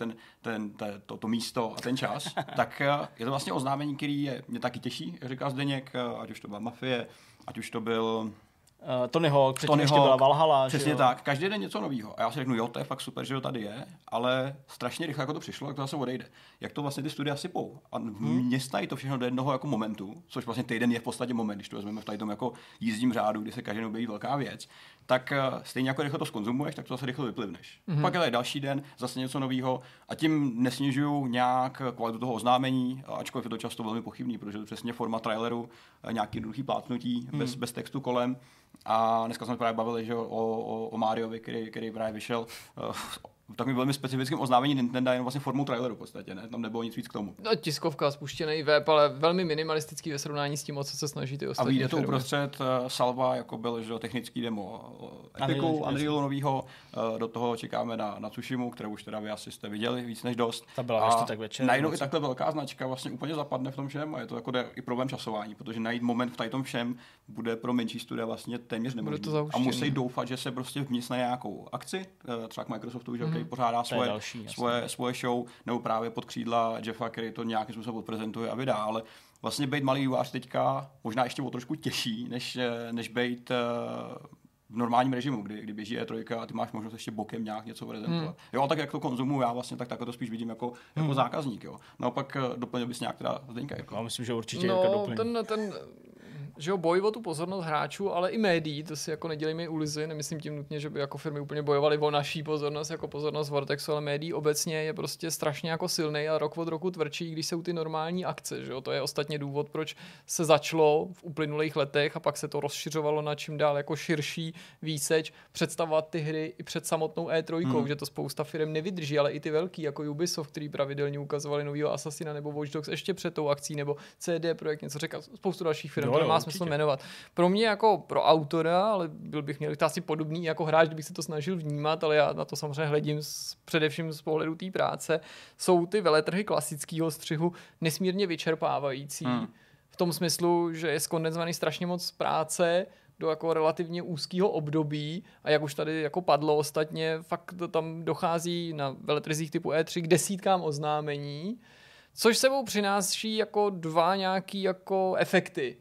to místo a ten čas, tak je to vlastně oznámení, který mě taky těší, jak říká Zdeněk, ať už to byla Mafie, ať už to byl Tony Hawk, předtím ještě byla Valhalla. Přesně tak, každý den něco nového. A já si řeknu, jo, to je fakt super, že to tady je, ale strašně rychle jako to přišlo, jak to zase odejde. Jak to vlastně ty studia sypou. A městají to všechno do jednoho jako momentu, což vlastně týden je v podstatě moment, když to vezmeme v tady tom jako jízdním řádu, kdy se každý den objeví velká věc, tak stejně jako rychle to zkonzumuješ, tak to zase rychle vyplivneš. Pak je tady další den, zase něco nového a tím nesnižuju nějak kvalitu toho oznámení, ačkoliv je to často velmi pochybný, protože to přesně forma traileru, nějaký jednoduchý plátnutí bez textu kolem. A dneska jsme právě bavili, že o Mariovi, který právě vyšel v takovým velmi specifickém oznámení Nintendo, jenom vlastně formou traileru v podstatě, ne? Tam nebylo nic víc k tomu. No, tiskovka, spuštěný web, ale velmi minimalistický ve srovnání s tím, o co se snaží ty ostatní. A vyjde to uprostřed salva, jako byl že technický demo Epiku, Unrealu novýho, do toho čekáme na Tsushimu, kterou už teda vy asi jste viděli víc než dost. Ta byla tak večer. Najednou i takhle velká značka vlastně úplně zapadne v tom všem a je to jako i problém časování, protože najít moment v tom všem bude pro menší studia vlastně téměř nemožné. A musí doufat, že se prostě vměstne nějakou akci, třeba k Microsoftu, že pořádá svoje show, nebo právě pod křídla Jeffa, který to nějakým způsobem odprezentuje a vydá, ale vlastně být malý vývojář teďka možná ještě o trošku těžší, než být v normálním režimu, kdy běží E3 a ty máš možnost ještě bokem nějak něco prezentovat. Jo, tak jak to konzumuju já vlastně, tak to spíš vidím jako zákazník, jo. Naopak doplnil bys nějak teda Zdeňka, jako. Já myslím, že určitě doplnil. ten že jo, boj o tu pozornost hráčů, ale i médií, to si jako nedělejme ulizy, nemyslím tím nutně, že by jako firmy úplně bojovaly o naší pozornost, jako pozornost Vortexu, ale médií obecně je prostě strašně jako silnej a rok od roku tvrdší, když jsou ty normální akce, že jo, to je ostatně důvod, proč se začalo v uplynulých letech a pak se to rozšiřovalo na čím dál jako širší výseč představovat ty hry i před samotnou E3, že to spousta firm nevydrží, ale i ty velký, jako Ubisoft, který pravidelně ukazovali novýho Assassina nebo Watch Dogs ještě před tou akcí, nebo CD Projekt něco řekl, spoustu dalších firm, to nemá smysl jmenovat. Pro mě jako pro autora, ale měl to asi podobný jako hráč, kdybych se to snažil vnímat, ale já na to samozřejmě hledím především z pohledu té práce, jsou ty veletrhy klasického střihu nesmírně vyčerpávající. V tom smyslu, že je skondenzovaný strašně moc práce do jako relativně úzkého období a jak už tady jako padlo ostatně, fakt tam dochází na veletrzích typu E3 k desítkám oznámení, což sebou přináší jako dva nějaký jako efekty.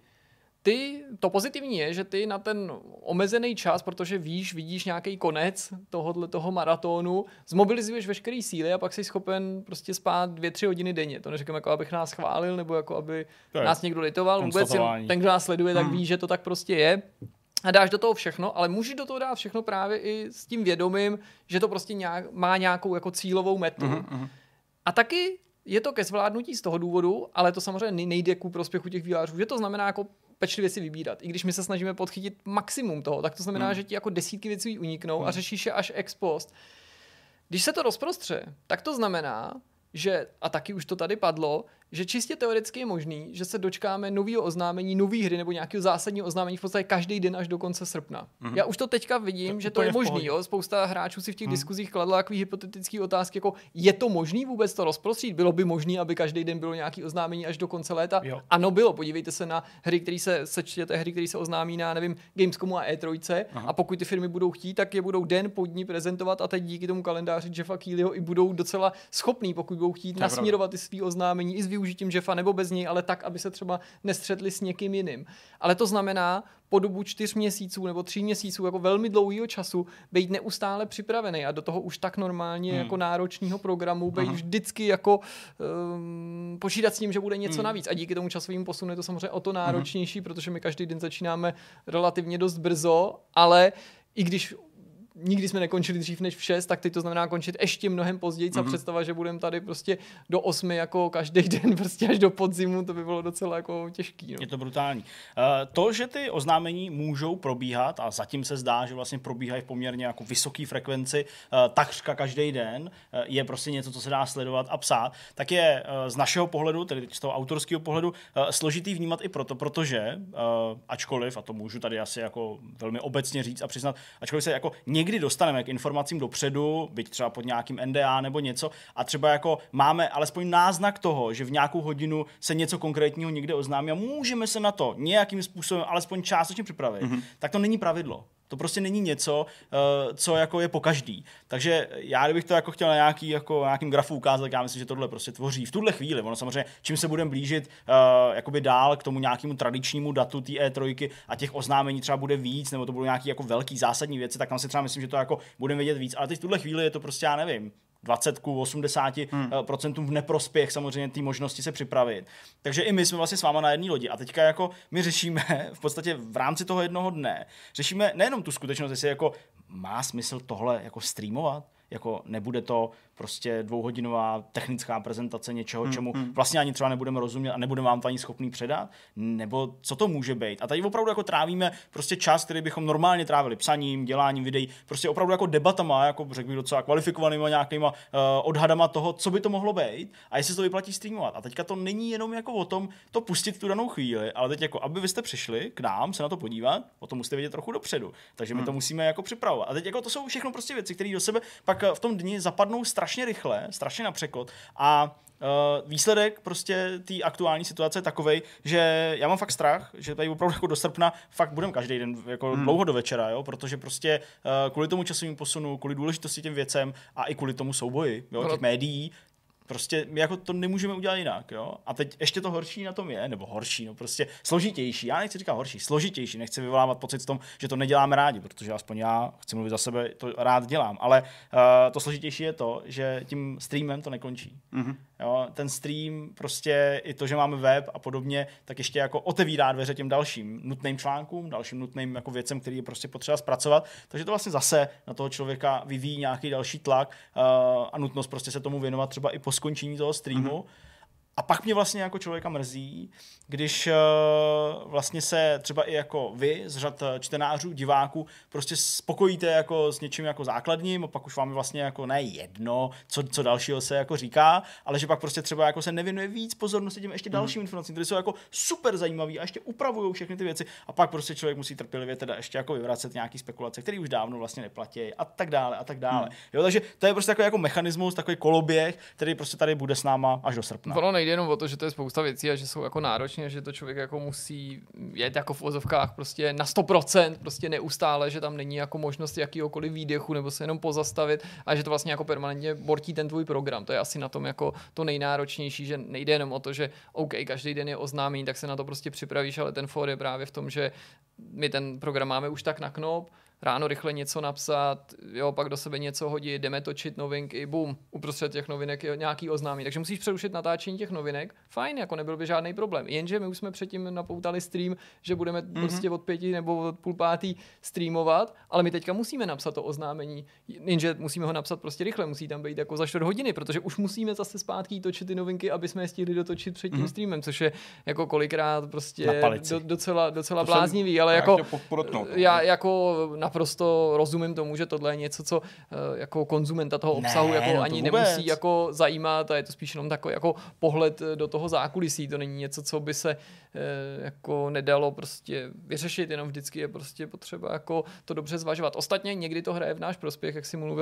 To pozitivní je, že ty na ten omezený čas, protože vidíš nějaký konec toho maratonu, zmobilizuješ veškerý síly a pak jsi schopen prostě spát 2-3 hodiny denně. To neříkám, jako abych nás chválil, nebo jako aby nás někdo litoval. Vůbec ten, kdo nás sleduje, tak ví, že to tak prostě je. A dáš do toho všechno, ale můžeš do toho dát všechno právě i s tím vědomím, že to prostě má nějakou jako cílovou metu. A taky je to ke zvládnutí z toho důvodu, ale to samozřejmě nejde ku prospěchu těch vývojářů, že to znamená jako pečlivě si vybírat. I když my se snažíme podchytit maximum toho, tak to znamená, že ti jako desítky věcí uniknou a řešíš je až ex post. Když se to rozprostře, tak to znamená, že, a taky už to tady padlo, že čistě teoreticky je možný, že se dočkáme nového oznámení, nový hry nebo nějakého zásadního oznámení v podstatě každý den až do konce srpna. Já už to teďka vidím, že to je možný. Jo? Spousta hráčů si v těch diskuzích kladla takový hypotetický otázky, jako je to možný vůbec to rozprostřít? Bylo by možný, aby každý den bylo nějaký oznámení až do konce léta? Jo. Ano, bylo. Podívejte se na hry, které se oznámí na, nevím, Gamescomu a E3 a pokud ty firmy budou chtít, tak je budou den po dní prezentovat a teď díky tomu kalendáři Jeffa Keighleyho i budou docela schopní, pokud budou chtít nasměrovat ty svý oznámení i s využitím Jeffa nebo bez něj, ale tak, aby se třeba nestřetli s někým jiným. Ale to znamená po dobu 4 měsíců nebo 3 měsíců jako velmi dlouhého času být neustále připravený a do toho už tak normálně jako náročného programu být vždycky jako počítat s tím, že bude něco navíc. A díky tomu časovému posunu je to samozřejmě o to náročnější, protože my každý den začínáme relativně dost brzo, ale i když nikdy jsme nekončili dřív než v 6, tak teď to znamená končit ještě mnohem později. A představa, že budeme tady prostě do 8 jako každý den prostě až do podzimu, to by bylo docela jako těžký. No. Je to brutální. To, že ty oznámení můžou probíhat a zatím se zdá, že vlastně probíhají v poměrně jako vysoké frekvenci takřka každý den, je prostě něco, co se dá sledovat a psát, tak je z našeho pohledu, tedy z toho autorského pohledu, složitý vnímat i proto, protože ačkoliv, a to můžu tady asi jako velmi obecně říct a přiznat, ačkoliv se jako někdy dostaneme k informacím dopředu, byť třeba pod nějakým NDA nebo něco, a třeba jako máme alespoň náznak toho, že v nějakou hodinu se něco konkrétního někde oznámí a můžeme se na to nějakým způsobem alespoň částečně připravit, tak to není pravidlo. To prostě není něco, co jako je po každý. Takže já kdybych to jako chtěl na nějakým grafu ukázat, tak já myslím, že tohle prostě tvoří v tuhle chvíli. Ono samozřejmě, čím se budeme blížit jakoby dál k tomu nějakému tradičnímu datu té E3 a těch oznámení třeba bude víc, nebo to budou nějaký jako velký zásadní věci, tak tam si třeba myslím, že to jako budeme vědět víc. Ale teď v tuhle chvíli je to prostě, já nevím, 20-80% v neprospěch samozřejmě té možnosti se připravit. Takže i my jsme vlastně s váma na jedné lodi a teďka jako my řešíme v podstatě v rámci toho jednoho dne, řešíme nejenom tu skutečnost, jestli jako má smysl tohle jako streamovat, jako nebude to prostě 2hodinová technická prezentace něčeho, čemu vlastně ani třeba nebudeme rozumět a nebudeme vám to ani schopný předat, nebo co to může být. A tady opravdu jako trávíme prostě čas, který bychom normálně trávili psaním, děláním videí, prostě opravdu jako debatama, jako řekl bych docela kvalifikovanýma nějakýma odhadama toho, co by to mohlo být a jestli se to vyplatí streamovat. A teďka to není jenom jako o tom to pustit v tu danou chvíli, ale teď jako aby vy jste přišli k nám se na to podívat, o tom musíte vědět trochu dopředu. Takže my to musíme jako připravovat. A teď jako to jsou všechno prostě věci, které do sebe pak v tom dni zapadnou strašně rychle, strašně na překot a výsledek prostě té aktuální situace je takovej, že já mám fakt strach, že tady opravdu jako do srpna fakt budeme každý den jako dlouho do večera, jo? Protože prostě kvůli tomu časovému posunu, kvůli důležitosti těm věcem a i kvůli tomu souboji, jo? Těch médií, prostě my jako to nemůžeme udělat jinak, jo? A teď ještě to horší na tom je, nebo horší, no prostě složitější. Já nechci říkat horší, složitější, nechci vyvolávat pocit v tom, že to neděláme rádi, protože aspoň já chci mluvit za sebe, to rád dělám, ale to složitější je to, že tím streamem to nekončí. Jo? Ten stream prostě i to, že máme web a podobně, tak ještě jako otevírá dveře těm dalším nutným článkům, dalším nutným jako věcem, který je prostě potřeba zpracovat. Takže to vlastně zase na toho člověka vyvíjí nějaký další tlak a nutnost prostě se tomu věnovat třeba i po skončení toho streamu. A pak mě vlastně jako člověka mrzí, když vlastně se třeba i jako vy z řad čtenářů, diváků prostě spokojíte jako s něčím jako základním a pak už vám je vlastně jako ne jedno, co dalšího se jako říká, ale že pak prostě třeba jako se nevěnuje víc pozornosti těm ještě dalším informacím, které jsou jako super zajímavý a ještě upravují všechny ty věci a pak prostě člověk musí trpělivě teda ještě jako vyvracet nějaký spekulace, které už dávno vlastně neplatí a tak dále a tak dále. Jo, takže to je prostě takový jako mechanismus, takový koloběh, který prostě tady bude s náma až do srpna. Jenom o to, že to je spousta věcí a že jsou jako náročné, že to člověk jako musí jet jako v ozovkách prostě na 100%, prostě neustále, že tam není jako možnost jakýhokoliv výdechu nebo se jenom pozastavit a že to vlastně jako permanentně bortí ten tvůj program. To je asi na tom jako to nejnáročnější, že nejde jenom o to, že OK, každý den je oznámení, tak se na to prostě připravíš, ale ten for je právě v tom, že my ten program máme už tak na knop, ráno rychle něco napsat, jo, pak do sebe něco hodit, jdeme točit novinky, bum, uprostřed těch novinek je nějaký oznámení. Takže musíš přerušit natáčení těch novinek, fajn, jako nebyl by žádný problém. Jenže my už jsme předtím napoutali stream, že budeme prostě od 5 nebo od 4:30 streamovat, ale my teďka musíme napsat to oznámení, jenže musíme ho napsat prostě rychle, musí tam být jako za 4 hodiny, protože už musíme zase zpátky točit ty novinky, aby jsme je stihli dotočit před tím streamem, což je jako kolikrát prostě docela bláznivý, ale jako já jako naprosto rozumím tomu, že tohle je něco, co jako konzumenta toho obsahu jako ani nemusí jako zajímat a je to spíš jenom takový jako pohled do toho zákulisí. To není něco, co by se jako nedalo prostě vyřešit, jenom vždycky je prostě potřeba jako to dobře zvažovat. Ostatně někdy to hraje v náš prospěch, jak jsi mluvil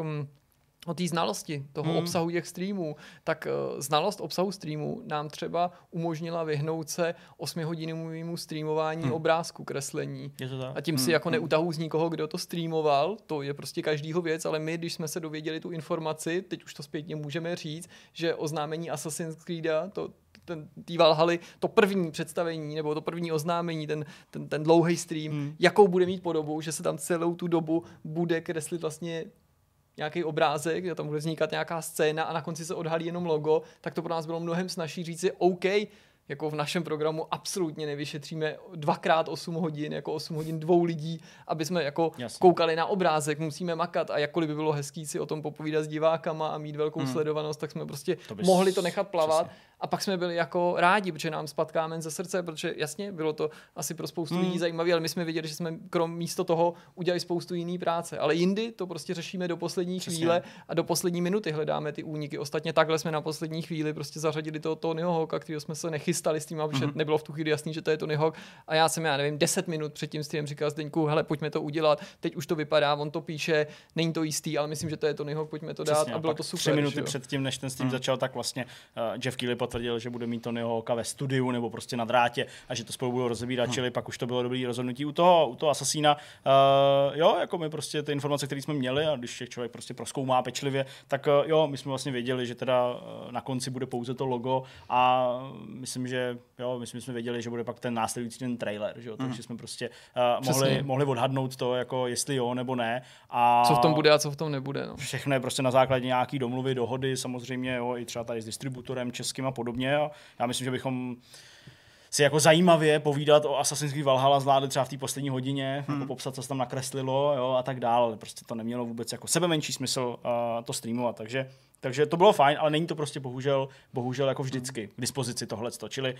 o té znalosti toho obsahu těch streamů, tak znalost obsahu streamů nám třeba umožnila vyhnout se 8hodinovému streamování obrázku, kreslení. A tím si jako neutahu z nikoho, kdo to streamoval, to je prostě každýho věc, ale my, když jsme se dověděli tu informaci, teď už to zpětně můžeme říct, že oznámení Assassin's Creeda, tý Valhaly, to první představení nebo to první oznámení, ten dlouhý stream, jakou bude mít podobu, že se tam celou tu dobu bude kreslit vlastně nějaký obrázek, kde tam bude vznikat nějaká scéna a na konci se odhalí jenom logo, tak to pro nás bylo mnohem snazší říct si OK, jako v našem programu absolutně nevyšetříme 2x8 hodin, jako 8 hodin 2 lidí, aby jsme jako koukali na obrázek, musíme makat a jakkoliv by bylo hezký si o tom popovídat s divákama a mít velkou sledovanost, tak jsme prostě mohli to nechat plavat. Přesně. A pak jsme byli jako rádi, protože nám spadl kámen ze srdce, protože jasně, bylo to asi pro spoustu lidí zajímavé, ale my jsme viděli, že jsme místo toho udělali spoustu jiný práce. Ale jindy to prostě řešíme do poslední chvíle a do poslední minuty hledáme ty úniky. Ostatně takhle jsme na poslední chvíli prostě zařadili toho Tonyho Hawka, kterého jsme se nechystali chystali s tím, protože nebylo v tu chvíli jasný, že to je Tony Hawk. A já jsem, 10 minut před tím streamem říkal Zdeňku, hele, pojďme to udělat, teď už to vypadá, on to píše, není to jistý, ale myslím, že to je Tony Hawk, pojďme to dát. Přesně, a bylo to super. 3 minuty předtím, než ten stream začal, tak vlastně Jeff Keighley potvrdil, že bude mít Tony Hawka ve studiu nebo prostě na drátě a že to spolu budou rozebírat, čili pak už to bylo dobrý rozhodnutí u toho Assassina. Jo, jako my prostě ty informace, které jsme měli, a když člověk prostě prozkoumá pečlivě, tak jo, my jsme vlastně věděli, že teda na konci bude pouze to logo a myslím, že jsme věděli, že bude pak ten následující ten trailer, že jo, takže jsme prostě mohli odhadnout to, jako jestli jo nebo ne. A co v tom bude a co v tom nebude. No. Všechno je prostě na základě nějaký domluvy, dohody, samozřejmě, jo, i třeba tady s distributorem českým a podobně. A já myslím, že bychom si jako zajímavě povídat o Assassin's Creed Valhalla zvládli třeba v té poslední hodině, jako popsat, co se tam nakreslilo, jo, a tak dále. Prostě to nemělo vůbec jako sebemenší smysl to streamovat, takže to bylo fajn, ale není to prostě bohužel jako vždycky k dispozici tohleto. Čili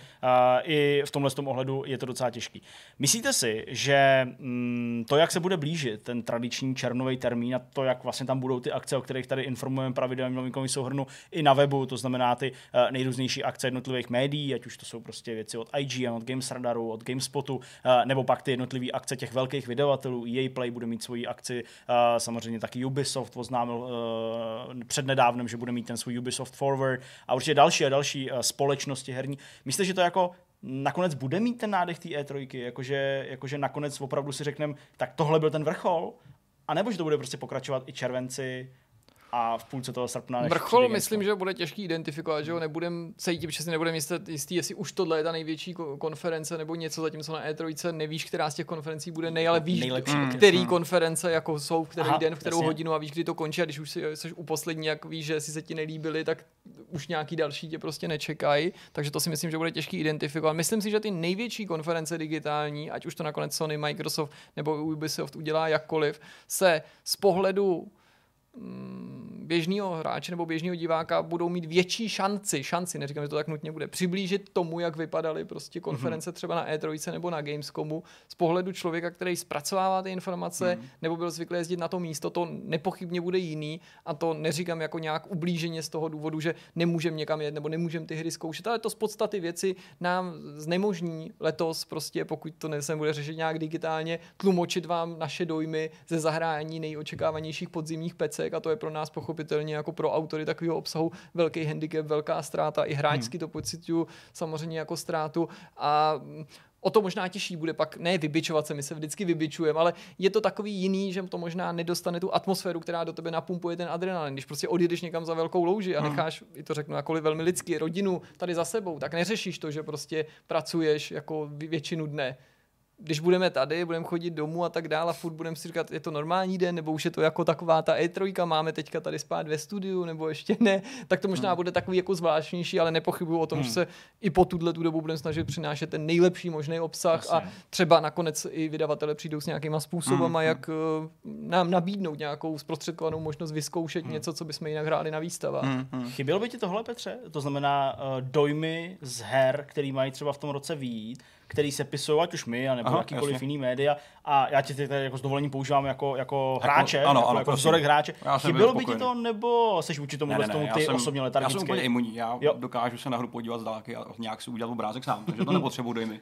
i v tomhle ohledu je to docela těžký. Myslíte si, že to, jak se bude blížit ten tradiční červnový termín a to, jak vlastně tam budou ty akce, o kterých tady informujeme pravidelně v novinkovém souhrnu i na webu, to znamená ty nejrůznější akce jednotlivých médií, ať už to jsou prostě věci od IGN, od Games Radaru, od GameSpotu, nebo pak ty jednotlivé akce těch velkých vydavatelů, EA Play bude mít svoji akci, samozřejmě taky Ubisoft oznámil přednedávnem, že bude mít ten svůj Ubisoft Forward a určitě další společnosti herní. Myslíte, že to jako nakonec bude mít ten nádech té E3, jakože nakonec opravdu si řekneme, tak tohle byl ten vrchol, anebo že to bude prostě pokračovat i červenci a v půlce toho srpna. Vrchol myslím, že bude těžký identifikovat, že ho nebudem cítit, že si nebudeme jistý, jestli už tohle je ta největší konference nebo něco, zatímco na E3 nevíš, která z těch konferencí bude ale víš, který konference jako jsou, v který den, v kterou hodinu a víš, kdy to končí a když už jsi u poslední, jak víš, že si se ti nelíbily, tak už nějaký další tě prostě nečekají, takže to si myslím, že bude těžký identifikovat. Myslím si, že ty největší konference digitální, ať už to nakonec Sony, Microsoft nebo Ubisoft udělá jakkoliv, se z pohledu běžného hráče nebo běžného diváka budou mít větší šanci, neříkám, že to tak nutně bude, přiblížit tomu, jak vypadaly prostě konference třeba na E3 nebo na Gamescomu z pohledu člověka, který zpracovává ty informace nebo byl zvyklý jezdit na to místo, to nepochybně bude jiný a to neříkám jako nějak ublíženě z toho důvodu, že nemůžeme někam jet nebo nemůžeme ty hry zkoušet, ale to z podstaty věci nám znemožní letos prostě, pokud to se bude řešit nějak digitálně, tlumočit vám naše dojmy ze zahrání nejočekávanějších podzimních pecek a to je pro nás pochopitelně jako pro autory takového obsahu velký handicap, velká ztráta, i hráčsky to pociťuju samozřejmě jako ztrátu a o to možná těžší bude pak ne vybičovat se, my se vždycky vybičujeme, ale je to takový jiný, že to možná nedostane tu atmosféru, která do tebe napumpuje ten adrenalin. Když prostě odjedeš někam za velkou louži a necháš, i to řeknu jakkoliv velmi lidsky, rodinu tady za sebou, tak neřešíš to, že prostě pracuješ jako většinu dne. Když budeme tady, budeme chodit domů a tak dále a furt budeme si říkat, je to normální den, nebo už je to jako taková ta E3, máme teďka tady spát ve studiu, nebo ještě ne, tak to možná bude takový jako zvláštnější, ale nepochybuju o tom, že se i po tuhle tu dobu budeme snažit přinášet ten nejlepší možný obsah a třeba nakonec i vydavatele přijdou s nějakýma způsobama, jak nám nabídnout nějakou zprostředkovanou možnost vyzkoušet něco, co bychom jinak hráli na výstavách. Chybělo by ti tohle, Petře? To znamená dojmy z her, který mají třeba v tom roce vyjít, který se pisují, ať už my, nebo jakýkoliv jiný média. A já tě tady jako s dovolením používám jako hráče, jako vzorek hráče. Chybělo by ti to, nebo seš vůči tomu ty osobně letargický? Já jsem úplně imunní, já dokážu se na hru podívat z dálky a nějak si udělat obrázek sám, takže to nepotřebuji dojmy.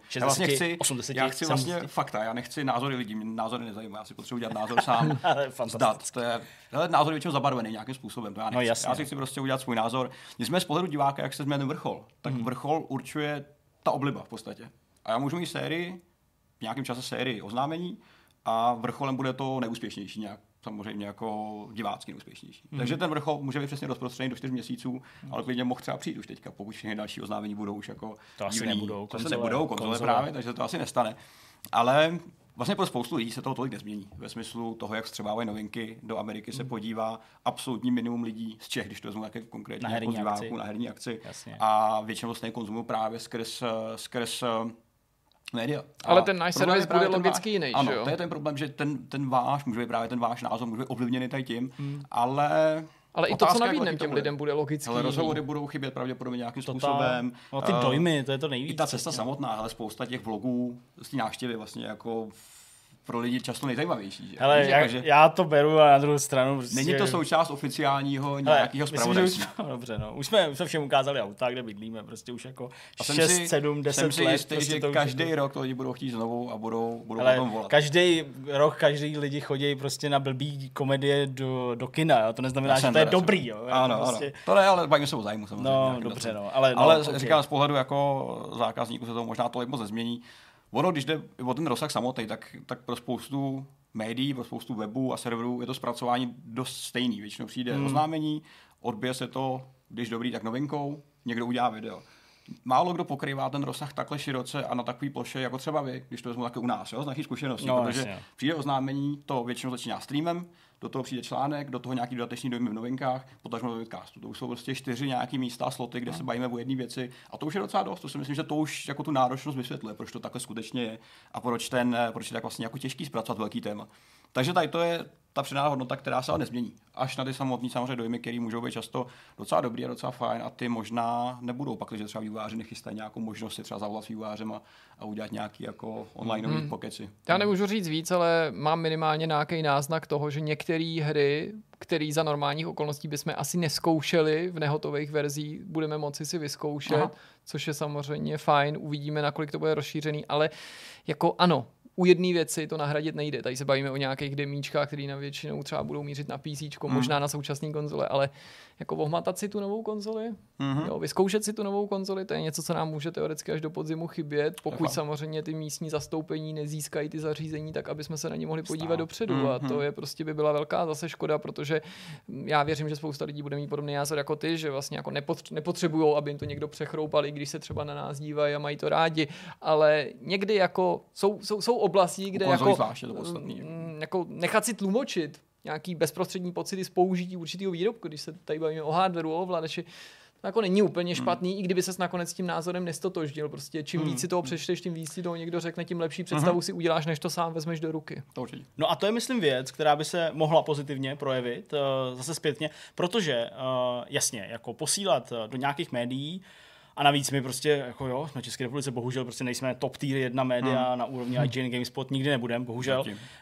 Já chci vlastně fakta, já nechci názory lidí, mě názory nezajímají, já si potřebuji dělat názor sám. Zdat, to je názor většinou zabarvený nějakým způsobem, to já nechci. Já si chci prostě udělat svůj názor. Nicméně z pohledu diváka, jak se změní vrchol, tak vrchol určuje ta obliba v podstatě. A já můžu mít sérii, v nějakém čase sérii oznámení a vrcholem bude to nejúspěšnější nějak, samozřejmě jako divácky nejúspěšnější. Takže ten vrchol může být přesně rozprostřený do 4 měsíců, ale klidně mohl třeba přijít už teďka, pokud všechny další oznámení budou už jako to divný. Asi nebudou. To se nebudou, konzole právě, takže to asi nestane. Ale vlastně pro spoustu lidí se toho tolik nezmění. Ve smyslu toho, jak vstřebávají novinky, do Ameriky se podívá absolutní minimum lidí z Čech, když to vezmu také konkrétně jako diváků na herní akci. Jasně. A většinou vlastně konzumují právě skrz média. Ale ten náš servis bude logicky jiný, ano, že jo? To je ten problém, že ten váš, může být právě ten váš názor, může být ovlivněný tady tím, ale i to, co nabídneme těm lidem, bude logicky. Ale rozhovory budou chybět pravděpodobně nějakým způsobem. No ty dojmy, to je to nejvíc. I ta cesta samotná, ale spousta těch vlogů z té návštěvy vlastně jako pro lidi často nejzajímavější. Že? Hele, já to beru a na druhou stranu prostě... Není to součást oficiálního nějakého zpravodajství. Dobře, no. Už jsme všem ukázali auta, kde bydlíme, prostě už jako 6, 7, 10 let. Jsem si jistý, prostě že každý rok to lidi budou chtít znovu a budou potom volat. Každý rok, každý lidi chodí prostě na blbý komedie do kina, jo? To neznamená, že to je dobrý, jo? Ano, prostě... To ne, ale bavíme se o zájmu samozřejmě. No, dobře, no. Ale říkám, z pohledu jako zákazníků se to možná tolik moc nezmění. Ono, když jde o ten rozsah samotný, tak pro spoustu médií, pro spoustu webů a serverů je to zpracování dost stejný. Většinou přijde oznámení, odbije se to, když dobrý, tak novinkou, někdo udělá video. Málo kdo pokrývá ten rozsah takhle široce a na takový ploše, jako třeba vy, když to vezmu taky u nás, jo, z naší zkušenosti, protože jasně. Přijde oznámení, to většinou začíná streamem, do toho přijde článek, do toho nějaký dodatečný dojmy v novinkách, potažmo v podcastu. To už jsou prostě 4 nějaký místa, sloty, kde se bavíme o jedné věci a to už je docela dost. To si myslím, že to už jako tu náročnost vysvětluje, proč to takhle skutečně je a proč je tak vlastně jako těžký zpracovat velký téma. Takže tady to je ta přidaná hodnota, která se ale nezmění. Až na ty samotné samozřejmě dojmy, které můžou být často docela dobrý a docela fajn a ty možná nebudou, pak, že třeba vývojáři nechystají nějakou možnost si třeba zavolat s vývojářem a udělat nějaký jako onlineový pokeci. Já nemůžu říct víc, ale mám minimálně nějaký náznak toho, že některé hry, které za normálních okolností bychom asi neskoušeli v nehotových verzích, budeme moci si vyzkoušet, což je samozřejmě fajn, uvidíme, nakolik to bude rozšířený, ale jako ano, u jedné věci to nahradit nejde. Tady se bavíme o nějakých demíčkách, které na většinou třeba budou mířit na PC, možná na současné konzole, ale jako ohmatat si tu novou konzoli, jo, vyzkoušet si tu novou konzoli, to je něco, co nám může teoreticky až do podzimu chybět, pokud samozřejmě ty místní zastoupení nezískají ty zařízení, tak aby jsme se na ně mohli podívat dopředu. A to je prostě by byla velká zase škoda, protože já věřím, že spousta lidí bude mít podobný názor jako ty, že vlastně jako nepotřebujou, aby jim to někdo přechroupal, i když se třeba na nás dívají a mají to rádi, ale někdy jako jsou oblasti, kde jako nechat si tlumočit nějaký bezprostřední pocity z použití určitého výrobku, když se tady bavíme o hardwareu, o ovladači, to jako není úplně špatný, i kdyby ses nakonec s tím názorem nestotožnil. Prostě čím víc si toho přečteš, tím víc si toho někdo řekne, tím lepší představu si uděláš, než to sám vezmeš do ruky. No a to je, myslím, věc, která by se mohla pozitivně projevit, zase zpětně, protože jasně, jako posílat do nějakých médií. A navíc my prostě, jako jo, na České republice bohužel prostě nejsme top tier 1 média na úrovni IGN GameSpot, nikdy nebudeme, bohužel.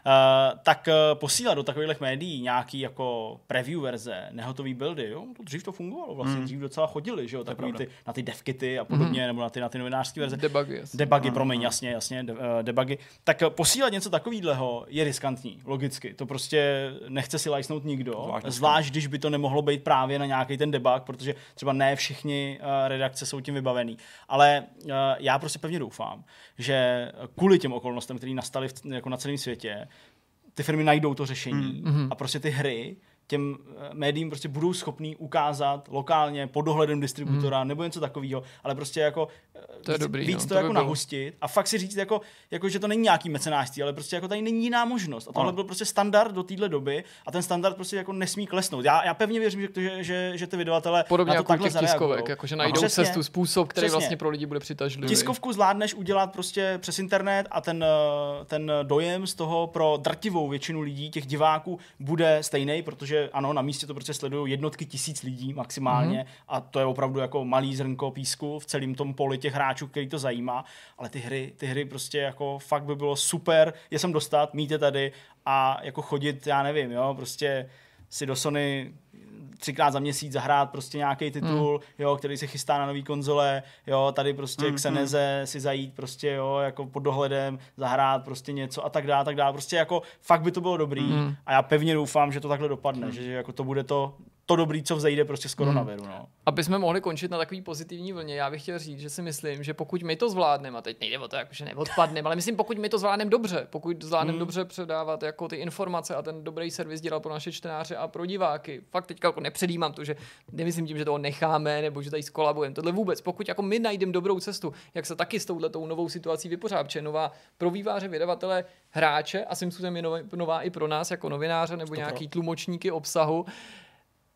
Tak posílat do takových médií nějaký jako preview verze, nehotový buildy, jo, to dřív to fungovalo, vlastně dřív docela chodili, že jo, takový na ty devkity a podobně, nebo na ty novinářské verze. Debugy, promiň, jasně, debugy. Tak posílat něco takového je riskantní, logicky. To prostě nechce si lajsnout nikdo, zvlášť když by to nemohlo být právě na nějaký ten debug, protože třeba ne všichni redakce jsou tím vybavený. Ale já prostě pevně doufám, že kvůli těm okolnostem, které nastaly jako na celém světě, ty firmy najdou to řešení a prostě ty hry těm médiím prostě budou schopný ukázat lokálně pod dohledem distributora nebo něco takového, ale prostě jako to je dobrý, víc to jako nahustit a fakt si říct jako že to není nějaký mecenářství, ale prostě jako tady není jiná možnost. A tohle byl prostě standard do téhle doby a ten standard prostě jako nesmí klesnout. Já pevně věřím, že ty vydavatelé podobně na to jako takhle těch tiskovek, jakože najdou cestu, způsob, který vlastně pro lidi bude přitažlivý. Tiskovku zvládneš udělat prostě přes internet a ten dojem z toho pro drtivou většinu lidí, těch diváků, bude stejný, protože ano, na místě to prostě sledují jednotky tisíc lidí maximálně a to je opravdu jako malý zrnko písku v celém tom poli těch hráčů, který to zajímá, ale ty hry prostě jako fakt by bylo super je sem dostat, mít je tady a jako chodit, já nevím, jo, prostě si do Sony 3krát za měsíc zahrát prostě nějaký titul, jo, který se chystá na nový konzole, jo, tady prostě k Seneze si zajít prostě, jo, jako pod dohledem, zahrát prostě něco a tak dále, prostě jako fakt by to bylo dobrý a já pevně doufám, že to takhle dopadne, že jako to bude to dobrý, co vzejde prostě z koronaviru, no. Aby jsme mohli končit na takový pozitivní vlně, já bych chtěl říct, že si myslím, že pokud my to zvládneme, a teď nejde o to, jakože neodpadneme, ale myslím, pokud my to zvládneme dobře, pokud zvládneme dobře předávat jako ty informace a ten dobrý servis dělat pro naše čtenáře a pro diváky. Fakt teďka jako nepředjímám to, že nemyslím tím, že toho necháme nebo že tady skolabujeme. Tohle vůbec, pokud jako my najdeme dobrou cestu, jak se taky s touhletou novou situací vypořádat, že nová pro výváře, vydavatele, hráče a svým způsobem je nová i pro nás jako novináře nebo nějaký tlumočníky obsahu.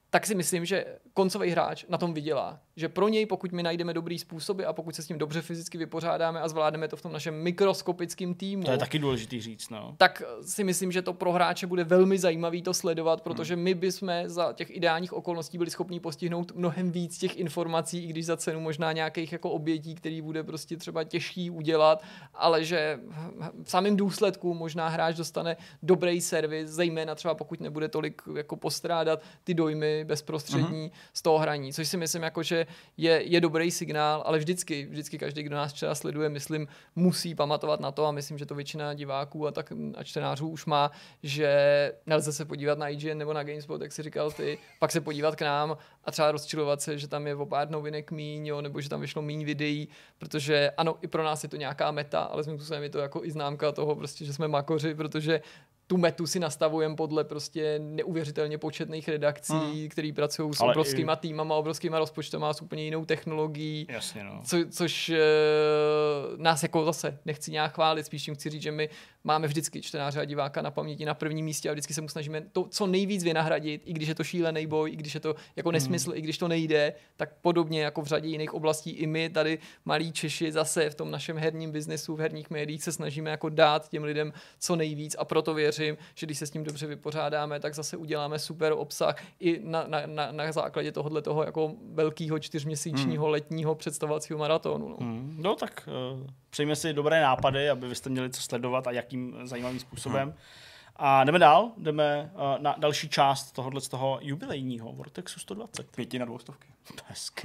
tak si myslím, že koncový hráč na tom vydělá. Že pro něj, pokud my najdeme dobrý způsoby a pokud se s tím dobře fyzicky vypořádáme a zvládneme to v tom našem mikroskopickém týmu. To je taky důležitý říct, no. Tak si myslím, že to pro hráče bude velmi zajímavý to sledovat, protože my bychom za těch ideálních okolností byli schopni postihnout mnohem víc těch informací, i když za cenu možná nějakých jako obětí, který bude prostě třeba těžký udělat, ale že v samém důsledku možná hráč dostane dobrý servis, zejména třeba pokud nebude tolik jako postrádat ty dojmy bezprostřední z toho hraní, což si myslím, jako, že je dobrý signál, ale vždycky každý, kdo nás třeba sleduje, myslím, musí pamatovat na to a myslím, že to většina diváků a čtenářů už má, že nelze se podívat na IGN nebo na GameSpot, jak si říkal ty, pak se podívat k nám a třeba rozčilovat se, že tam je o pár novinek míň, jo, nebo že tam vyšlo míň videí, protože ano, i pro nás je to nějaká meta, ale svým způsobem je to jako i známka toho, prostě, že jsme makoři, protože tu metu si nastavujeme podle prostě neuvěřitelně početných redakcí, který pracují s obrovskýma týmama, obrovskýma rozpočtama, s úplně jinou technologií. Jasně, no. Což nás jako zase nechci nějak chválit, spíš tím chci říct, že my máme vždycky čtenáře a diváka na paměti na prvním místě a vždycky se mu snažíme to co nejvíc vynahradit, i když je to šílený boj, i když je to jako nesmysl, i když to nejde, tak podobně jako v řadě jiných oblastí i my tady malí Češi zase v tom našem herním biznesu, v herních médiích se snažíme jako dát těm lidem co nejvíc a proto věřím, že když se s tím dobře vypořádáme, tak zase uděláme super obsah i na základě toho jako velkého 4měsíčního letního představovacího maratonu. No tak přejme si dobré nápady, aby vy jste měli co sledovat a jakým zajímavým způsobem. A jdeme dál, jdeme na další část tohohle z toho jubilejního Vortexu 120. 5 na 200. Hezky.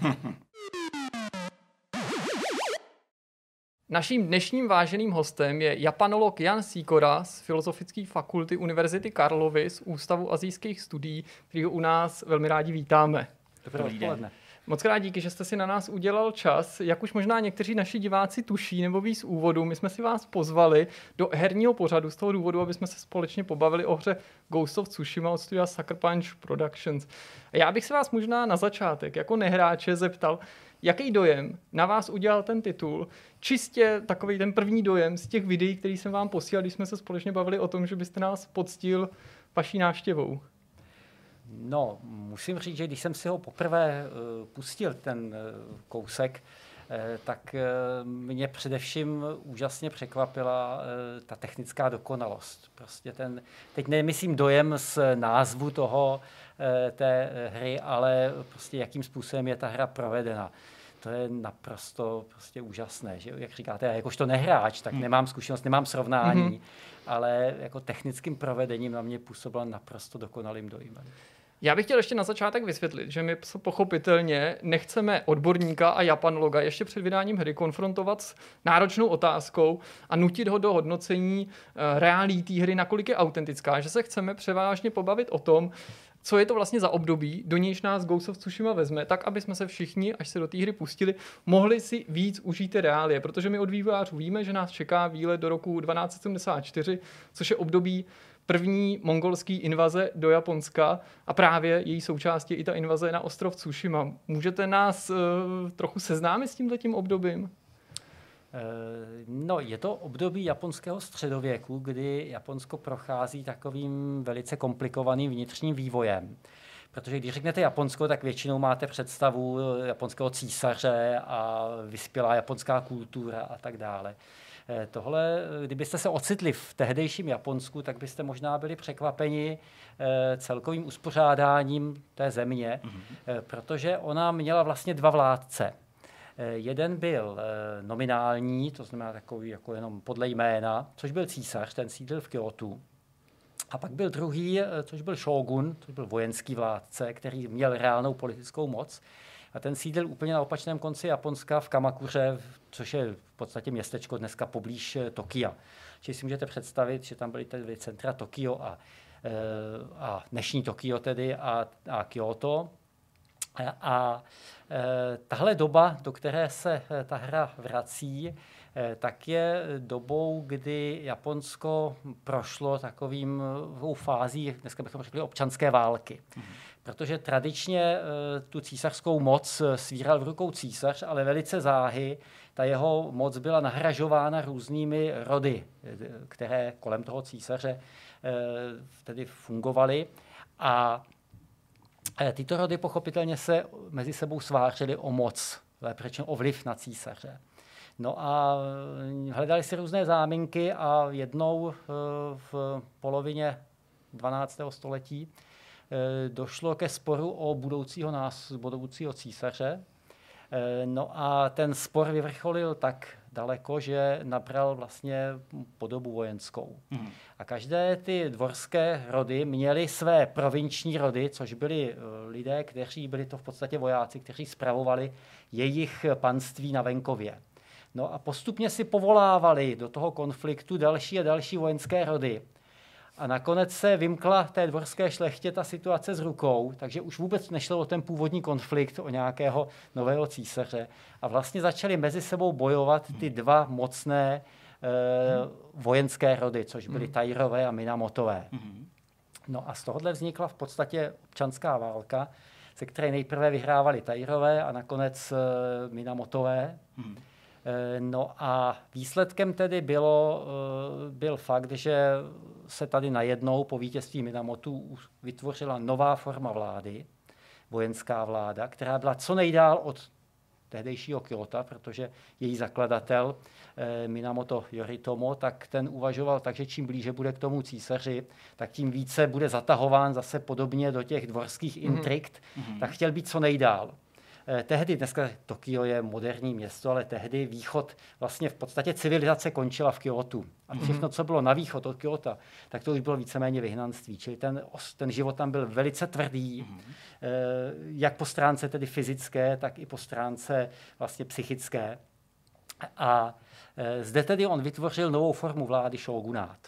Naším dnešním váženým hostem je japanolog Jan Sýkora z Filozofické fakulty Univerzity Karlovy z Ústavu asijských studií, kterýho u nás velmi rádi vítáme. Dobré odpoledne. Moc krát díky, že jste si na nás udělal čas. Jak už možná někteří naši diváci tuší nebo ví z úvodu, my jsme si vás pozvali do herního pořadu z toho důvodu, aby jsme se společně pobavili o hře Ghost of Tsushima od studia Sucker Punch Productions. A já bych se vás možná na začátek jako nehráče zeptal, jaký dojem na vás udělal ten titul? Čistě takový ten první dojem z těch videí, který jsem vám posílal, když jsme se společně bavili o tom, že byste nás poctil vaší návštěvou. No, musím říct, že když jsem si ho poprvé pustil, ten kousek, tak mě především úžasně překvapila ta technická dokonalost. Prostě teď nemyslím dojem z názvu té hry, ale prostě jakým způsobem je ta hra provedena. To je naprosto prostě úžasné, že jak říkáte, já jakožto nehráč, tak nemám zkušenost, nemám srovnání, ale jako technickým provedením na mě působila naprosto dokonalým dojmem. Já bych chtěl ještě na začátek vysvětlit, že my pochopitelně nechceme odborníka a japanologa ještě před vydáním hry konfrontovat s náročnou otázkou a nutit ho do hodnocení reálí té hry, nakolik je autentická, že se chceme převážně pobavit o tom, co je to vlastně za období, do nějž nás Ghost of Tsushima vezme, tak aby jsme se všichni, až se do té hry pustili, mohli si víc užít ty reálie, protože my od vývojářů víme, že nás čeká výlet do roku 1274, což je období první mongolský invaze do Japonska a právě její součástí je i ta invaze na ostrov Tsushima. Můžete nás trochu seznámit s tímhletím obdobím? No, je to období japonského středověku, kdy Japonsko prochází takovým velice komplikovaným vnitřním vývojem. Protože když řeknete Japonsko, tak většinou máte představu japonského císaře a vyspělá japonská kultura a tak dále. Tohle, kdybyste se ocitli v tehdejším Japonsku, tak byste možná byli překvapeni celkovým uspořádáním té země, protože ona měla vlastně dva vládce. Jeden byl nominální, to znamená takový jako jenom podle jména, což byl císař, ten sídlil v Kjótu. A pak byl druhý, což byl šógun, což byl vojenský vládce, který měl reálnou politickou moc. A ten sídlil úplně na opačném konci Japonska v Kamakuře, což je v podstatě městečko dneska poblíž Tokia. Čili si můžete představit, že tam byly tedy centra Tokio a dnešní Tokio tedy a Kyoto. A tahle doba, do které se ta hra vrací, tak je dobou, kdy Japonsko prošlo takovou fází, dneska bychom řekli, občanské války. Protože tradičně tu císařskou moc svíral v rukou císař, ale velice záhy ta jeho moc byla nahražována různými rody, které kolem toho císaře tedy fungovaly. A Tyto rody pochopitelně se mezi sebou svářily o moc, lépe řečeno o vliv na císaře. No a hledali si různé záminky a jednou v polovině 12. století došlo ke sporu o budoucího císaře. No a ten spor vyvrcholil tak daleko, že nabral vlastně podobu vojenskou. A každé ty dvorské rody měly své provinční rody, což byli lidé, kteří byli to v podstatě vojáci, kteří spravovali jejich panství na venkově. No a postupně si povolávali do toho konfliktu další a další vojenské rody. A nakonec se vymkla té dvorské šlechtě ta situace z rukou, takže už vůbec nešlo o ten původní konflikt, o nějakého nového císaře. A vlastně začaly mezi sebou bojovat ty dva mocné vojenské rody, což byly Tairové a Minamotové. No a z tohohle vznikla v podstatě občanská válka, se které nejprve vyhrávali Tairové a nakonec Minamotové. No a výsledkem tedy byl fakt, že se tady najednou po vítězství Minamotů vytvořila nová forma vlády, vojenská vláda, která byla co nejdál od tehdejšího Kyota, protože její zakladatel Minamoto Yoritomo, tak ten uvažoval tak, že čím blíže bude k tomu císaři, tak tím více bude zatahován zase podobně do těch dvorských intrik, tak chtěl být co nejdál. Tehdy, dneska Tokio je moderní město, ale tehdy východ, vlastně v podstatě civilizace končila v Kyotu. A všechno, co bylo na východ od Kyota, tak to už bylo víceméně vyhnanství. Čili ten život tam byl velice tvrdý, jak po stránce tedy fyzické, tak i po stránce vlastně psychické. A zde tedy on vytvořil novou formu vlády šógunát.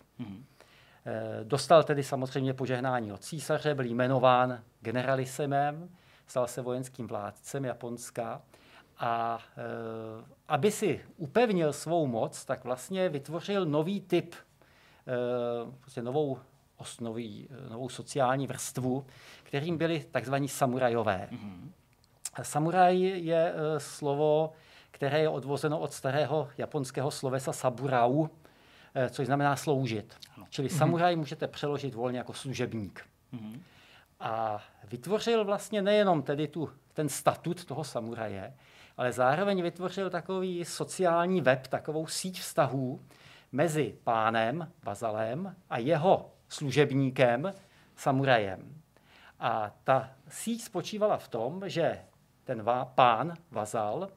Dostal tedy samozřejmě požehnání od císaře, byl jmenován generalisimem, stal se vojenským vládcem Japonska a aby si upevnil svou moc, tak vlastně vytvořil nový typ, prostě novou sociální vrstvu, kterým byli takzvaní samurajové. Samuraj je slovo, které je odvozeno od starého japonského slovesa saburau, což znamená sloužit. Čili samuraj můžete přeložit volně jako služebník. A vytvořil vlastně nejenom tedy ten statut toho samuraje, ale zároveň vytvořil takový sociální web, takovou síť vztahů mezi pánem, vazalem a jeho služebníkem, samurajem. A ta síť spočívala v tom, že ten pán, vazal,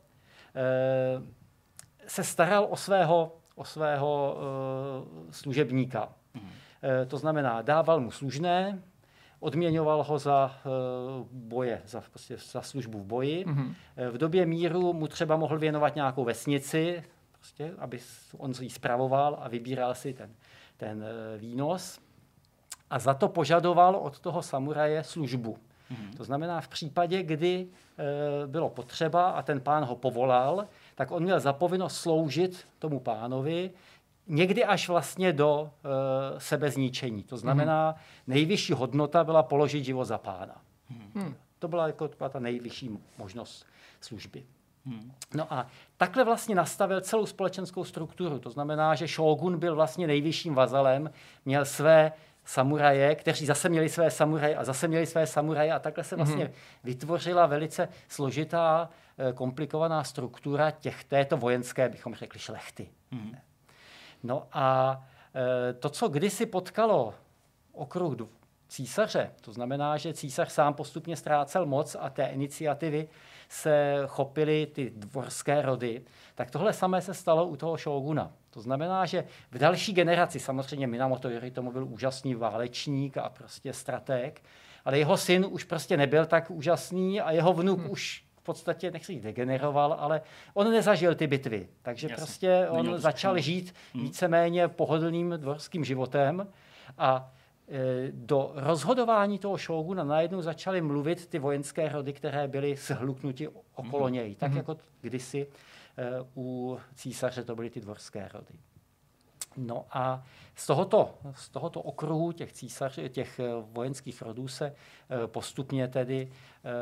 se staral o svého služebníka. To znamená, dával mu služné, odměňoval ho za boje, za službu v boji. V době míru mu třeba mohl věnovat nějakou vesnici, prostě, aby on ji spravoval a vybíral si ten výnos. A za to požadoval od toho samuraje službu. To znamená, v případě, kdy bylo potřeba a ten pán ho povolal, tak on měl za povinnost sloužit tomu pánovi, někdy až vlastně do sebezničení. To znamená, nejvyšší hodnota byla položit život za pána. To byla ta nejvyšší možnost služby. No a takhle vlastně nastavil celou společenskou strukturu. To znamená, že šógun byl vlastně nejvyšším vazalem, měl své samuraje, kteří zase měli své samuraje a zase měli své samuraje a takhle se vlastně vytvořila velice složitá, komplikovaná struktura této vojenské, bychom řekli, šlechty. No a to, co kdysi potkalo okruh císaře, to znamená, že císař sám postupně ztrácel moc a té iniciativy se chopily ty dvorské rody, tak tohle samé se stalo u toho šóguna. To znamená, že v další generaci, samozřejmě Minamoto Yoritomo byl úžasný válečník a prostě stratég, ale jeho syn už prostě nebyl tak úžasný a jeho vnuk už v podstatě, nechci jich degeneroval, ale on nezažil ty bitvy. Takže prostě on začal žít víceméně pohodlným dvorským životem a do rozhodování toho šóguna najednou začaly mluvit ty vojenské rody, které byly shluknuty okolo něj. Tak jako kdysi u císaře to byly ty dvorské rody. No a z tohoto okruhu těch vojenských rodů se postupně tedy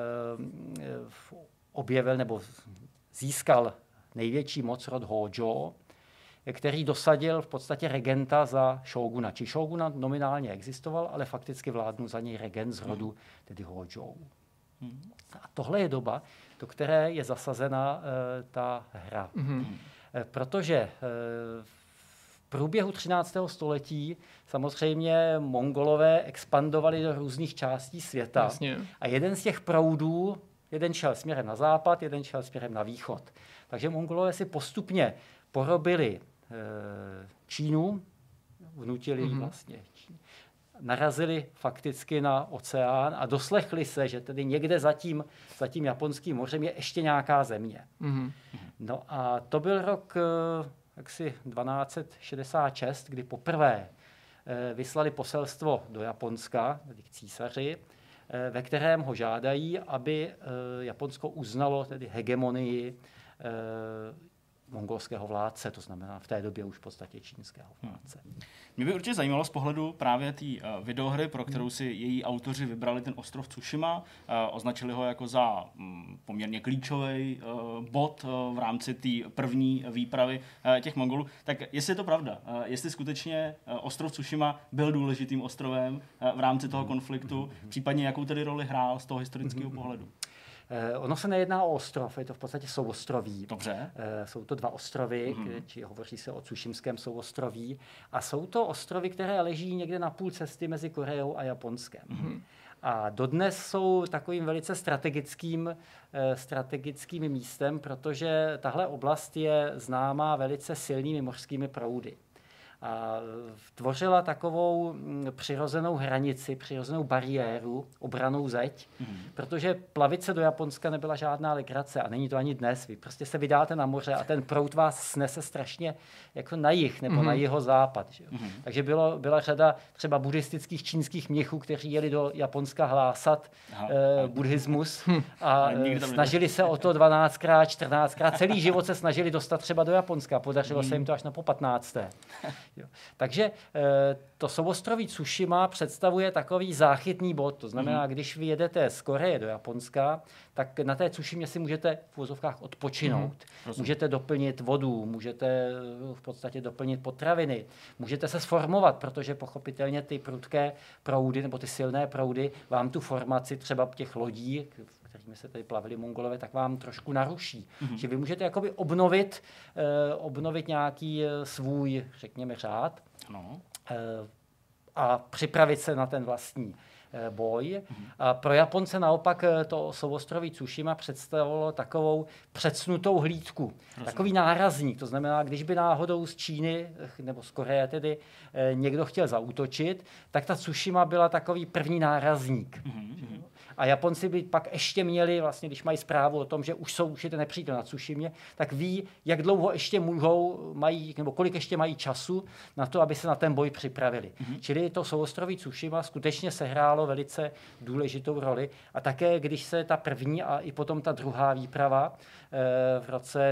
objevil nebo získal největší moc rod Hojo, který dosadil v podstatě regenta za šóguna. Či šóguna nominálně existoval, ale fakticky vládnul za něj regent z rodu, tedy Hojo. A tohle je doba, do které je zasazena ta hra. Protože v průběhu 13. století samozřejmě Mongolové expandovali do různých částí světa. Jasně. A jeden z těch proudů, jeden šel směrem na západ, jeden šel směrem na východ. Takže Mongolové si postupně porobili Čínu, vnutili vlastně Čínu. Narazili fakticky na oceán a doslechli se, že tedy někde za tím Japonským mořem je ještě nějaká země. No a to byl rok 1266, kdy poprvé vyslali poselstvo do Japonska, tedy k císaři, ve kterém ho žádají, aby Japonsko uznalo tedy hegemonii mongolského vládce, to znamená v té době už v podstatě čínského vládce. Mě by určitě zajímalo z pohledu právě té videohry, pro kterou si její autoři vybrali ten ostrov Tsushima, označili ho jako za poměrně klíčový bod v rámci té první výpravy těch Mongolů. Tak jestli je to pravda, jestli skutečně ostrov Tsushima byl důležitým ostrovem v rámci toho konfliktu, případně jakou tedy roli hrál z toho historického pohledu? Ono se nejedná o ostrov, je to v podstatě souostroví. Dobře. Jsou to dva ostrovy, či hovoří se o Tsušimském souostroví. A jsou to ostrovy, které leží někde na půl cesty mezi Koreou a Japonskem. A dodnes jsou takovým velice strategickým místem, protože tahle oblast je známá velice silnými mořskými proudy. A tvořila takovou přirozenou hranici, přirozenou bariéru, obrannou zeď, protože plavit se do Japonska nebyla žádná legrace a není to ani dnes. Vy prostě se vydáte na moře a ten proud vás snese strašně jako na jih nebo na jihozápad. Že? Takže byla řada třeba buddhistických čínských mnichů, kteří jeli do Japonska hlásat buddhismus a snažili se o to 12krát, 14krát. Celý život se snažili dostat třeba do Japonska. Podařilo se jim to až na po 15. Jo. Takže to souostroví Tsushima představuje takový záchytný bod. To znamená, když vy jedete z Koreje do Japonska, tak na té Tsushimě si můžete v uvozovkách odpočinout. Můžete doplnit vodu, můžete v podstatě doplnit potraviny, můžete se sformovat, protože pochopitelně ty prudké proudy nebo ty silné proudy vám tu formaci třeba těch lodí, kterými se tady plavili Mongolové, tak vám trošku naruší. Že vy můžete jakoby obnovit nějaký svůj, řekněme, řád a připravit se na ten vlastní boj. A pro Japonce naopak to souostroví Tsushima představovalo takovou předsnutou hlídku. Takový nárazník. To znamená, když by náhodou z Číny nebo z Koreje tedy někdo chtěl zaútočit, tak ta Tsushima byla takový první nárazník. A Japonci by pak ještě měli, vlastně, když mají zprávu o tom, že už je ten nepřítel na Tsushimě, tak ví, jak dlouho ještě mají, nebo kolik ještě mají času na to, aby se na ten boj připravili. Čili to souostroví Tsushima skutečně sehrálo velice důležitou roli. A také, když se ta první a i potom ta druhá výprava v roce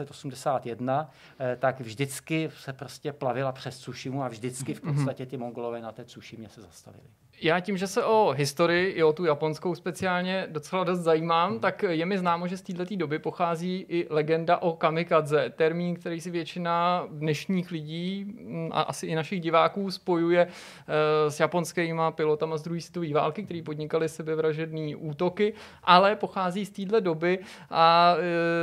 1281, tak vždycky se prostě plavila přes Tsushimu a vždycky v podstatě ty Mongolové na té Tsushimě se zastavili. Já tím, že se o historii i o tu japonskou speciálně docela dost zajímám, tak je mi známo, že z této doby pochází i legenda o kamikadze. Termín, který si většina dnešních lidí a asi i našich diváků spojuje s japonskýma pilotama z druhé světové války, kteří podnikali sebevražedné útoky, ale pochází z této doby a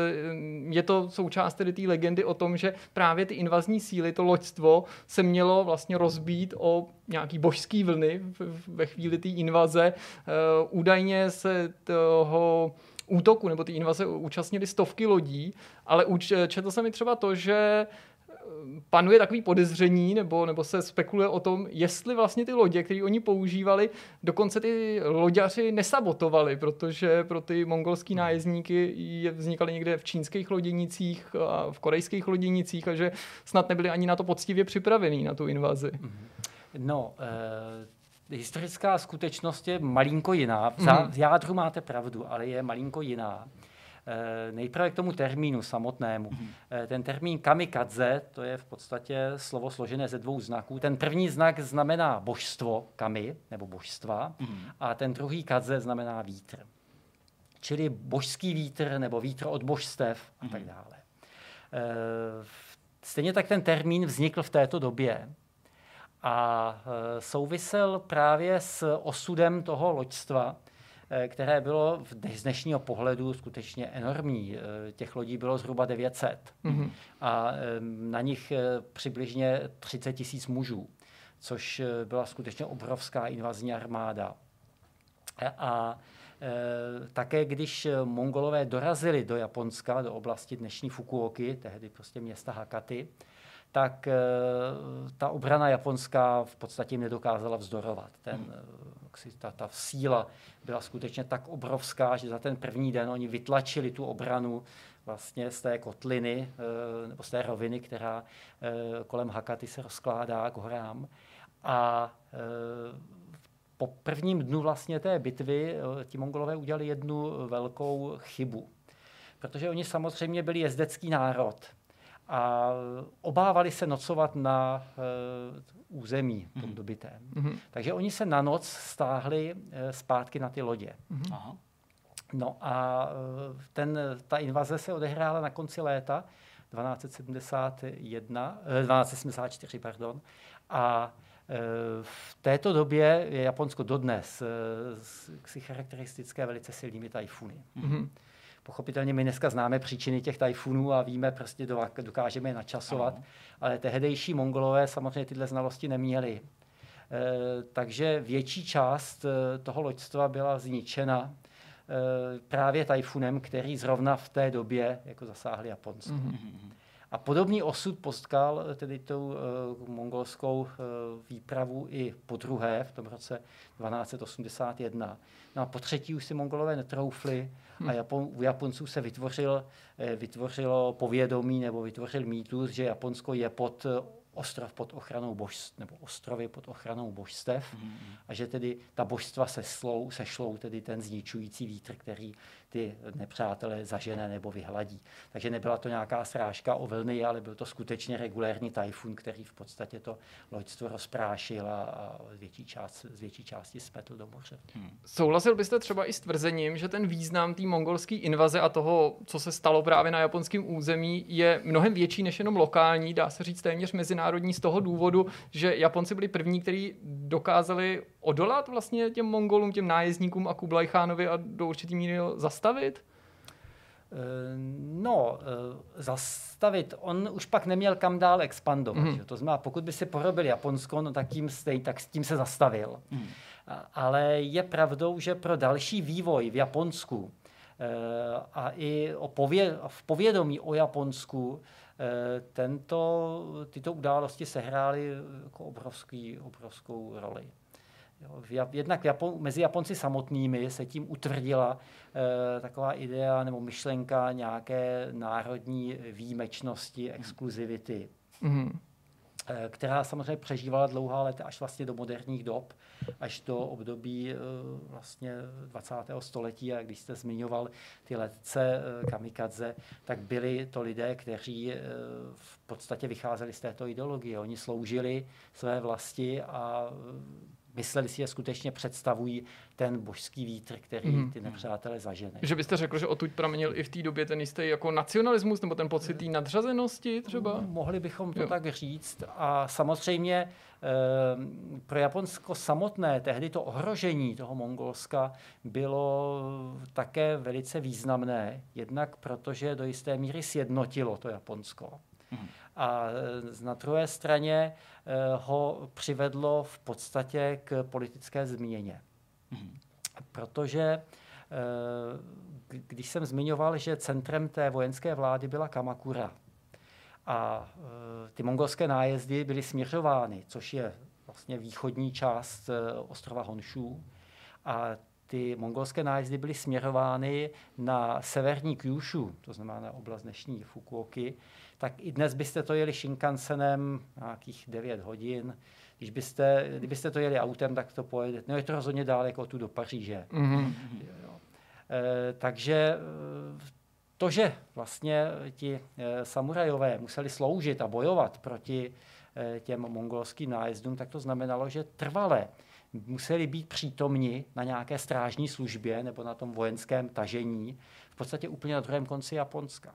je to součást tedy té legendy o tom, že právě ty invazní síly, to loďstvo se mělo vlastně rozbít o nějaký božský vlny ve chvíli té invaze. Údajně se toho útoku nebo té invaze účastnili stovky lodí, ale četl jsem mi třeba to, že panuje takový podezření, nebo se spekuluje o tom, jestli vlastně ty lodě, které oni používali, dokonce ty loďaři nesabotovali, protože pro ty mongolský nájezdníky vznikaly někde v čínských loděnicích a v korejských loděnicích a že snad nebyli ani na to poctivě připravení, na tu invazi. No, historická skutečnost je malinko jiná. V jádru máte pravdu, ale je malinko jiná. Nejprve k tomu termínu samotnému. Ten termín kamikadze, to je v podstatě slovo složené ze dvou znaků. Ten první znak znamená božstvo, kami, nebo božstva, a ten druhý kadze znamená vítr. Čili božský vítr, nebo vítr od božstev a tak dále. Stejně tak ten termín vznikl v této době a souvisel právě s osudem toho loďstva, které bylo z dnešního pohledu skutečně enormní. Těch lodí bylo zhruba 900 a na nich přibližně 30 000 mužů, což byla skutečně obrovská invazní armáda. A také když Mongolové dorazili do Japonska, do oblasti dnešní Fukuoky, tehdy prostě města Hakati, tak ta obrana japonská v podstatě jim nedokázala vzdorovat. Ta síla byla skutečně tak obrovská, že za ten první den oni vytlačili tu obranu vlastně z té kotliny, nebo z té roviny, která kolem Hakaty se rozkládá k horám. A po prvním dnu vlastně té bitvy ti Mongolové udělali jednu velkou chybu. Protože oni samozřejmě byli jezdecký národ a obávali se nocovat na území tom dobytém. Takže oni se na noc stáhli zpátky na ty lodě. No a ta invaze se odehrála na konci léta 1274, pardon, a v této době je Japonsko dodnes charakteristické velice silnými tajfuny. Pochopitelně my dneska známe příčiny těch tajfunů a víme, prostě dokážeme je načasovat, ale tehdejší Mongolové samozřejmě tyhle znalosti neměli. Takže větší část toho loďstva byla zničena právě tajfunem, který zrovna v té době jako zasáhl Japonsko. A podobný osud potkal tedy tou mongolskou výpravu i po druhé, v tom roce 1281. No a po třetí už si Mongolové netroufli a u Japonců se vytvořilo povědomí nebo vytvořil mýtus, že Japonsko je pod ostrov pod ochranou božstev, nebo ostrovy pod ochranou božstev a že tedy ta božstva sešlou tedy ten zničující vítr, který ty nepřátelé zažene nebo vyhladí. Takže nebyla to nějaká srážka o vlny, ale byl to skutečně regulérní tajfun, který v podstatě to loďstvo rozprášil a z větší části smetl do moře. Souhlasil byste třeba i s tvrzením, že ten význam té mongolské invaze a toho, co se stalo právě na japonském území, je mnohem větší než jenom lokální, dá se říct téměř mezinárodní z toho důvodu, že Japonci byli první, kteří dokázali odolat vlastně těm Mongolům, těm nájezdníkům a Kublai Khanovi a do určitý míry zastavit? Zastavit. On už pak neměl kam dál expandovat. To znamená, pokud by si porobil Japonsko, no tak s tím se zastavil. Ale je pravdou, že pro další vývoj v Japonsku a i v povědomí o Japonsku tyto události sehrály jako obrovskou roli. Jednak mezi Japonci samotnými se tím utvrdila taková idea nebo myšlenka nějaké národní výjimečnosti, exkluzivity, která samozřejmě přežívala dlouhá léta až vlastně do moderních dob, až do období vlastně 20. století. A když jste zmiňoval ty letce kamikadze, tak byli to lidé, kteří v podstatě vycházeli z této ideologie. Oni sloužili své vlasti a mysleli si, že skutečně představují ten božský vítr, který ty nepřátelé zažene. Že byste řekl, že odtud pramenil i v té době ten jistý jako nacionalismus nebo ten pocit té nadřazenosti třeba? Mohli bychom to tak říct. A samozřejmě pro Japonsko samotné tehdy to ohrožení toho Mongolska bylo také velice významné. Jednak protože do jisté míry sjednotilo to Japonsko. A na druhé straně ho přivedlo v podstatě k politické změně. Protože když jsem zmiňoval, že centrem té vojenské vlády byla Kamakura a ty mongolské nájezdy byly směřovány, což je vlastně východní část ostrova Honshu, a ty mongolské nájezdy byly směrovány na severní Kyushu, to znamená na oblast dnešní Fukuoky, tak i dnes byste to jeli Shinkansenem nějakých 9 hodin. Kdybyste to jeli autem, tak to pojede. No je to rozhodně daleko tu do Paříže. Takže to, že vlastně ti samurajové museli sloužit a bojovat proti těm mongolským nájezdům, tak to znamenalo, že trvale museli být přítomni na nějaké strážní službě nebo na tom vojenském tažení, v podstatě úplně na druhém konci Japonska.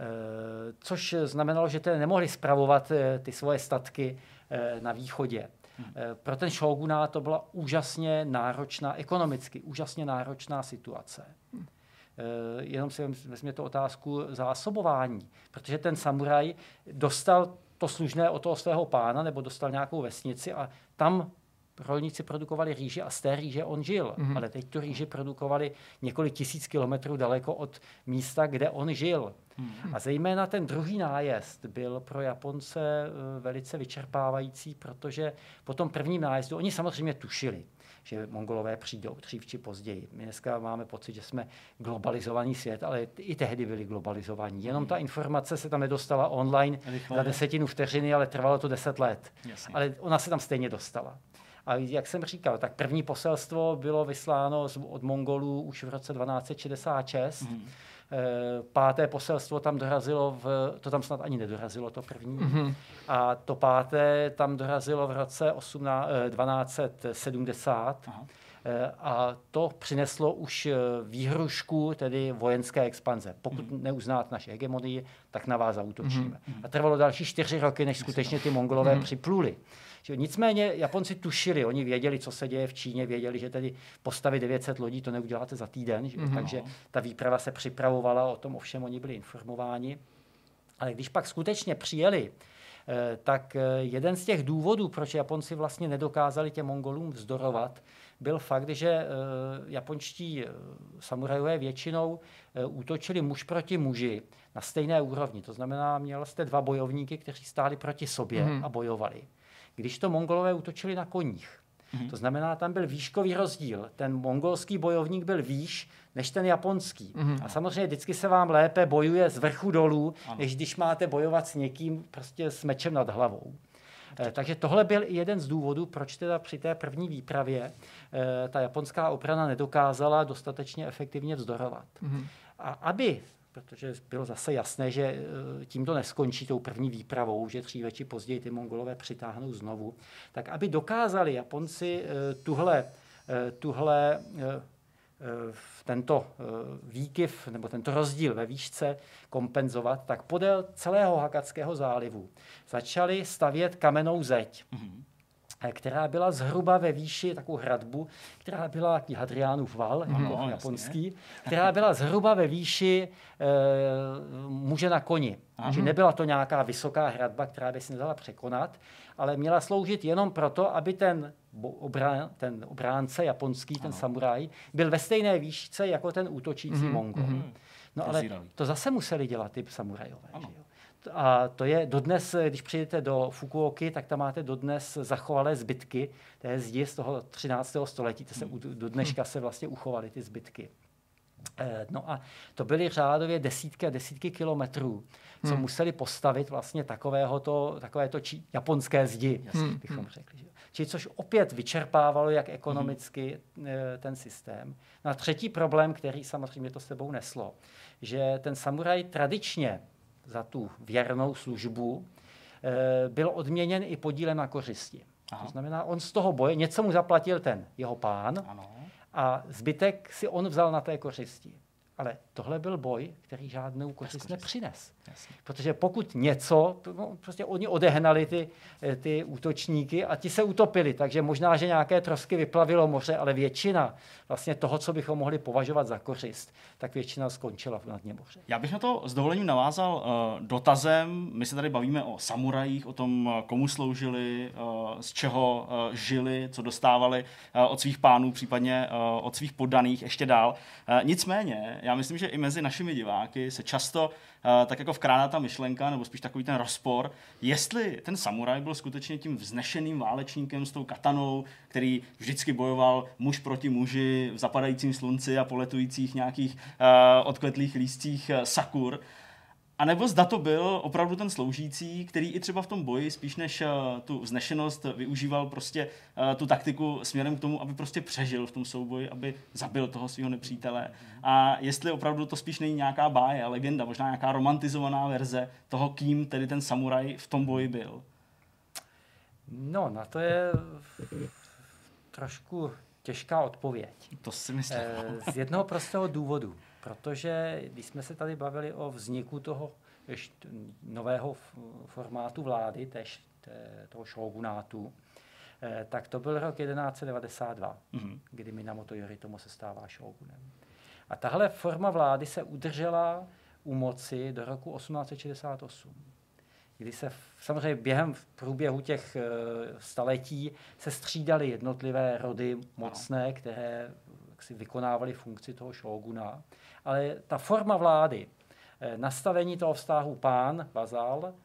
Což znamenalo, že nemohli spravovat ty svoje statky na východě. Pro ten šógunát to byla úžasně náročná, ekonomicky úžasně náročná situace. Jenom si vezměte otázku zásobování, protože ten samuraj dostal to služné od toho svého pána nebo dostal nějakou vesnici a tam rolníci produkovali rýži a z té rýže on žil. Ale teď tu rýži produkovali několik tisíc kilometrů daleko od místa, kde on žil. A zejména ten druhý nájezd byl pro Japonce velice vyčerpávající, protože po tom prvním nájezdu oni samozřejmě tušili, že Mongolové přijdou dřív či později. My dneska máme pocit, že jsme globalizovaný svět, ale i tehdy byli globalizovaní. Jenom ta informace se tam nedostala online na 10 vteřiny, ale trvalo to 10 let. Jasně. Ale ona se tam stejně dostala. A jak jsem říkal, tak první poselstvo bylo vysláno od Mongolů už v roce 1266. Páté poselstvo tam dorazilo, to tam snad ani nedorazilo, to první. A to páté tam dorazilo v roce 1270. A to přineslo už výhrušku, tedy vojenské expanze. Pokud neuznáte naši hegemonii, tak na vás zaútočíme. A trvalo další 4 roky, než skutečně ty Mongolové připluli. Nicméně Japonci tušili, oni věděli, co se děje v Číně, věděli, že tedy postavit 900 lodí to neuděláte za týden, takže ta výprava se připravovala, o tom ovšem oni byli informováni. Ale když pak skutečně přijeli, tak jeden z těch důvodů, proč Japonci vlastně nedokázali těm Mongolům vzdorovat, byl fakt, že japonští samurajové většinou útočili muž proti muži na stejné úrovni. To znamená, měl jste 2 bojovníky, kteří stáli proti sobě a bojovali. Když to Mongolové útočili na koních. To znamená, tam byl výškový rozdíl. Ten mongolský bojovník byl výš než ten japonský. A samozřejmě vždycky se vám lépe bojuje z vrchu dolů, než když máte bojovat s někým prostě s mečem nad hlavou. Takže tohle byl i jeden z důvodů, proč teda při té první výpravě ta japonská obrana nedokázala dostatečně efektivně vzdorovat. A protože bylo zase jasné, že tím to neskončí tou první výpravou, že dříve či později ty Mongolové přitáhnou znovu, tak aby dokázali Japonci tento výkyv nebo tento rozdíl ve výšce kompenzovat, tak podél celého Hakatského zálivu začali stavět kamennou zeď, která byla zhruba ve výši, takovou hradbu, která byla jaký Hadriánův val, jako japonský, která byla zhruba ve výši muže na koni. Takže nebyla to nějaká vysoká hradba, která by se nedala překonat, ale měla sloužit jenom proto, aby ten obránce japonský, ten samuraj, byl ve stejné výšce jako ten útočící Mongol. No ale to zase museli dělat ty samurajové. A to je dodnes, když přijdete do Fukuoky, tak tam máte dodnes zachovalé zbytky té zdi z toho 13. století. Do dneška se vlastně uchovaly ty zbytky. No a to byly řádově desítky a desítky kilometrů, co museli postavit vlastně takovéto japonské zdi, bychom řekli. Čili což opět vyčerpávalo jak ekonomicky ten systém. No a třetí problém, který samozřejmě to s sebou neslo, že ten samuraj tradičně za tu věrnou službu byl odměněn i podílem na kořisti. To znamená, on z toho boje, něco mu zaplatil ten jeho pán a zbytek si on vzal na té kořisti. Ale tohle byl boj, který žádnou kořist nepřines. Protože pokud něco, prostě oni odehnali ty útočníky a ti se utopili, takže možná, že nějaké trosky vyplavilo moře, ale většina vlastně toho, co bychom mohli považovat za kořist, tak většina skončila na dně moře. Já bych na to s dovolením navázal dotazem. My se tady bavíme o samurajích, o tom, komu sloužili, z čeho žili, co dostávali od svých pánů, případně od svých poddaných ještě dál. Nicméně, já myslím, že i mezi našimi diváky se často tak jako vkrádá ta myšlenka, nebo spíš takový ten rozpor, jestli ten samuraj byl skutečně tím vznešeným válečníkem s tou katanou, který vždycky bojoval muž proti muži v zapadajícím slunci a poletujících nějakých odkvetlých lístcích sakur, a nebo zda to byl opravdu ten sloužící, který i třeba v tom boji spíš než tu vznešenost využíval prostě tu taktiku směrem k tomu, aby prostě přežil v tom souboji, aby zabil toho svého nepřítele. A jestli opravdu to spíš není nějaká báje, legenda, možná nějaká romantizovaná verze toho, kým tedy ten samuraj v tom boji byl. No, na to je trošku těžká odpověď. To si myslím. Z jednoho prostého důvodu. Protože když jsme se tady bavili o vzniku toho nového formátu vlády, toho šógunátu, tak to byl rok 1192, kdy Minamoto Yoritomo se stává šógunem. A tahle forma vlády se udržela u moci do roku 1868, kdy se samozřejmě během v průběhu těch staletí se střídaly jednotlivé rody mocné, které si vykonávaly funkci toho šóguna. Ale ta forma vlády, nastavení toho vztahu pán, vazal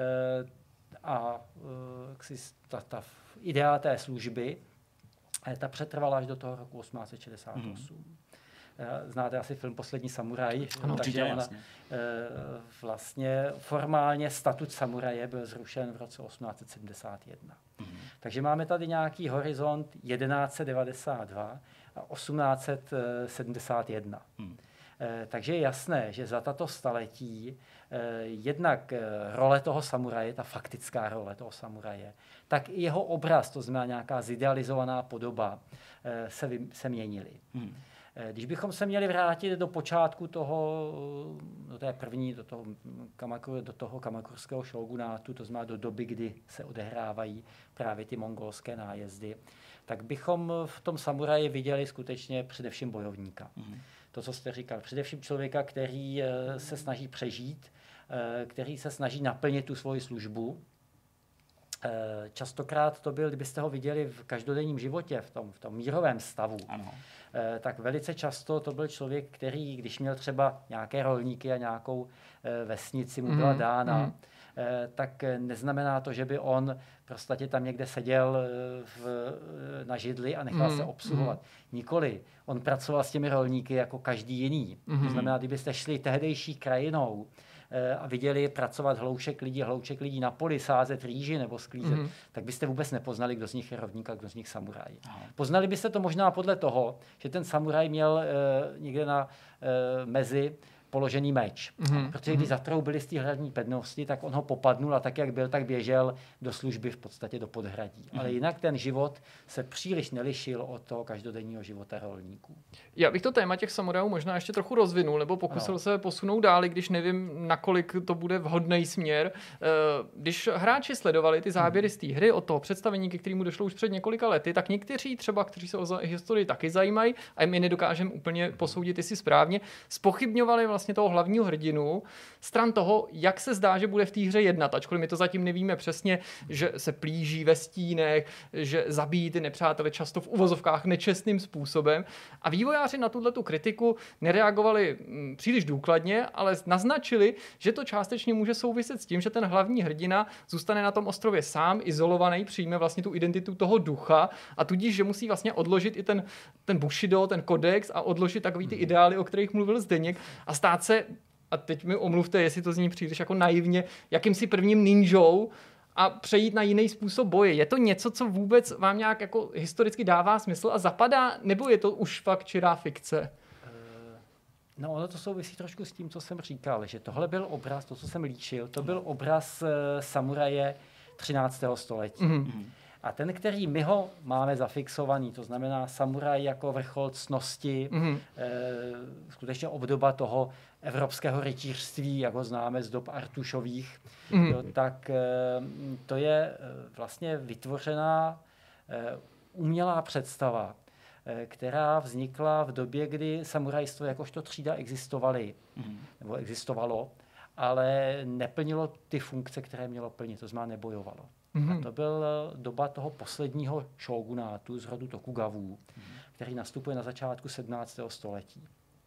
a ta idea té služby, ta přetrvala až do toho roku 1868. Znáte asi film Poslední samuraj, takže ona vlastně formálně statut samuraje byl zrušen v roce 1871. Takže máme tady nějaký horizont 1192 a 1871. Takže je jasné, že za tato staletí jednak role toho samuraje, ta faktická role toho samuraje, tak i jeho obraz, to znamená nějaká zidealizovaná podoba, se měnily. Když bychom se měli vrátit do počátku do toho kamakurského šógunátu, to znamená do doby, kdy se odehrávají právě ty mongolské nájezdy, tak bychom v tom samuraji viděli skutečně především bojovníka. To, co jste říkal, především člověka, který se snaží přežít, který se snaží naplnit tu svoji službu. Častokrát to byl, kdybyste ho viděli v každodenním životě, v tom mírovém stavu, tak velice často to byl člověk, který, když měl třeba nějaké rolníky a nějakou vesnici mu byla dána, tak neznamená to, že by on prostě tam někde seděl na židli a nechal se obsluhovat. Nikoli. On pracoval s těmi rolníky jako každý jiný. To znamená, kdybyste šli tehdejší krajinou a viděli pracovat hlouček lidí na poli, sázet rýži nebo sklízet, tak byste vůbec nepoznali, kdo z nich je rovník a kdo z nich samuraj. Poznali byste to možná podle toho, že ten samuraj měl někde na mezi položený meč. Protože když zatroubili z té hradní pevnosti, tak on ho popadnul a tak, jak byl, tak běžel do služby v podstatě do podhradí. Ale jinak ten život se příliš nelišil od toho každodenního života rolníků. Já bych to téma těch samurajů možná ještě trochu rozvinul, nebo pokusil se posunout dál, když nevím, nakolik to bude vhodný směr. Když hráči sledovali ty záběry z té hry od toho představení, ke kterému došlo už před několika lety, tak někteří třeba, kteří se o historii taky zajímají, a my nedokážeme úplně posoudit, jestli správně, zpochybňovali vlastně toho hlavního hrdinu stran toho, jak se zdá, že bude v té hře jednat, ačkoliv my to zatím nevíme přesně, že se plíží ve stínech, že zabíjí ty nepřátele často v uvozovkách nečestným způsobem. A vývojáři na tuhletu kritiku nereagovali příliš důkladně, ale naznačili, že to částečně může souviset s tím, že ten hlavní hrdina zůstane na tom ostrově sám, izolovaný, přijme vlastně tu identitu toho ducha a tudíž, že musí vlastně odložit i ten Bushido, ten kodex a odložit takový ty ideály, o kterých mluvil Zdeněk a stát se, a teď mi omluvte, jestli to zní příliš jako naivně, jakýmsi prvním ninjou a přejít na jiný způsob boje. Je to něco, co vůbec vám nějak jako historicky dává smysl a zapadá, nebo je to už fakt čirá fikce? No, ono to souvisí trošku s tím, co jsem říkal, že tohle byl obraz, to, co jsem líčil, to byl obraz samuraje 13. století. A ten, který my ho máme zafixovaný, to znamená samuraj jako vrchol ctnosti, skutečně obdoba toho evropského rytířství, jak ho známe z dob Artušových, tak to je vlastně vytvořená umělá představa, která vznikla v době, kdy samurajstvo jakožto třída nebo existovalo, ale neplnilo ty funkce, které mělo plnit, to znamená nebojovalo. A to byl doba toho posledního šógunátu z rodu Tokugavů, který nastupuje na začátku 17. století.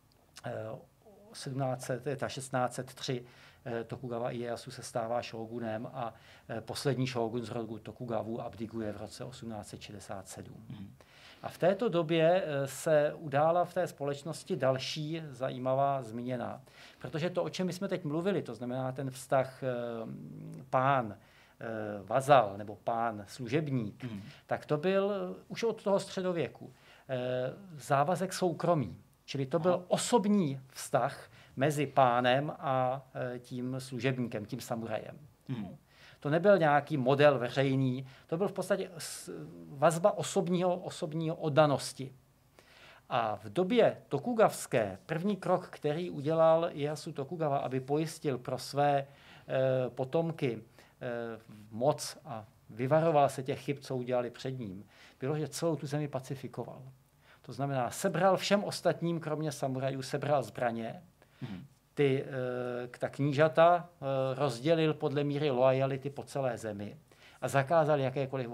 1603 Tokugawa Ieyasu se stává šógunem a poslední šógun z rodu Tokugavů abdikuje v roce 1867. A v této době se udála v té společnosti další zajímavá změna. Protože to, o čem my jsme teď mluvili, to znamená ten vztah pán, vazal nebo pán služebník, tak to byl už od toho středověku závazek soukromí. Čili to byl osobní vztah mezi pánem a tím služebníkem, tím samurajem. To nebyl nějaký model veřejný, to byl v podstatě vazba osobního oddanosti. A v době tokugavské první krok, který udělal Ieyasu Tokugawa, aby pojistil pro své potomky moc a vyvaroval se těch chyb, co udělali před ním, bylo, že celou tu zemi pacifikoval. To znamená, sebral všem ostatním, kromě samurajů, sebral zbraně, ta knížata rozdělil podle míry loajality po celé zemi a zakázal jakékoliv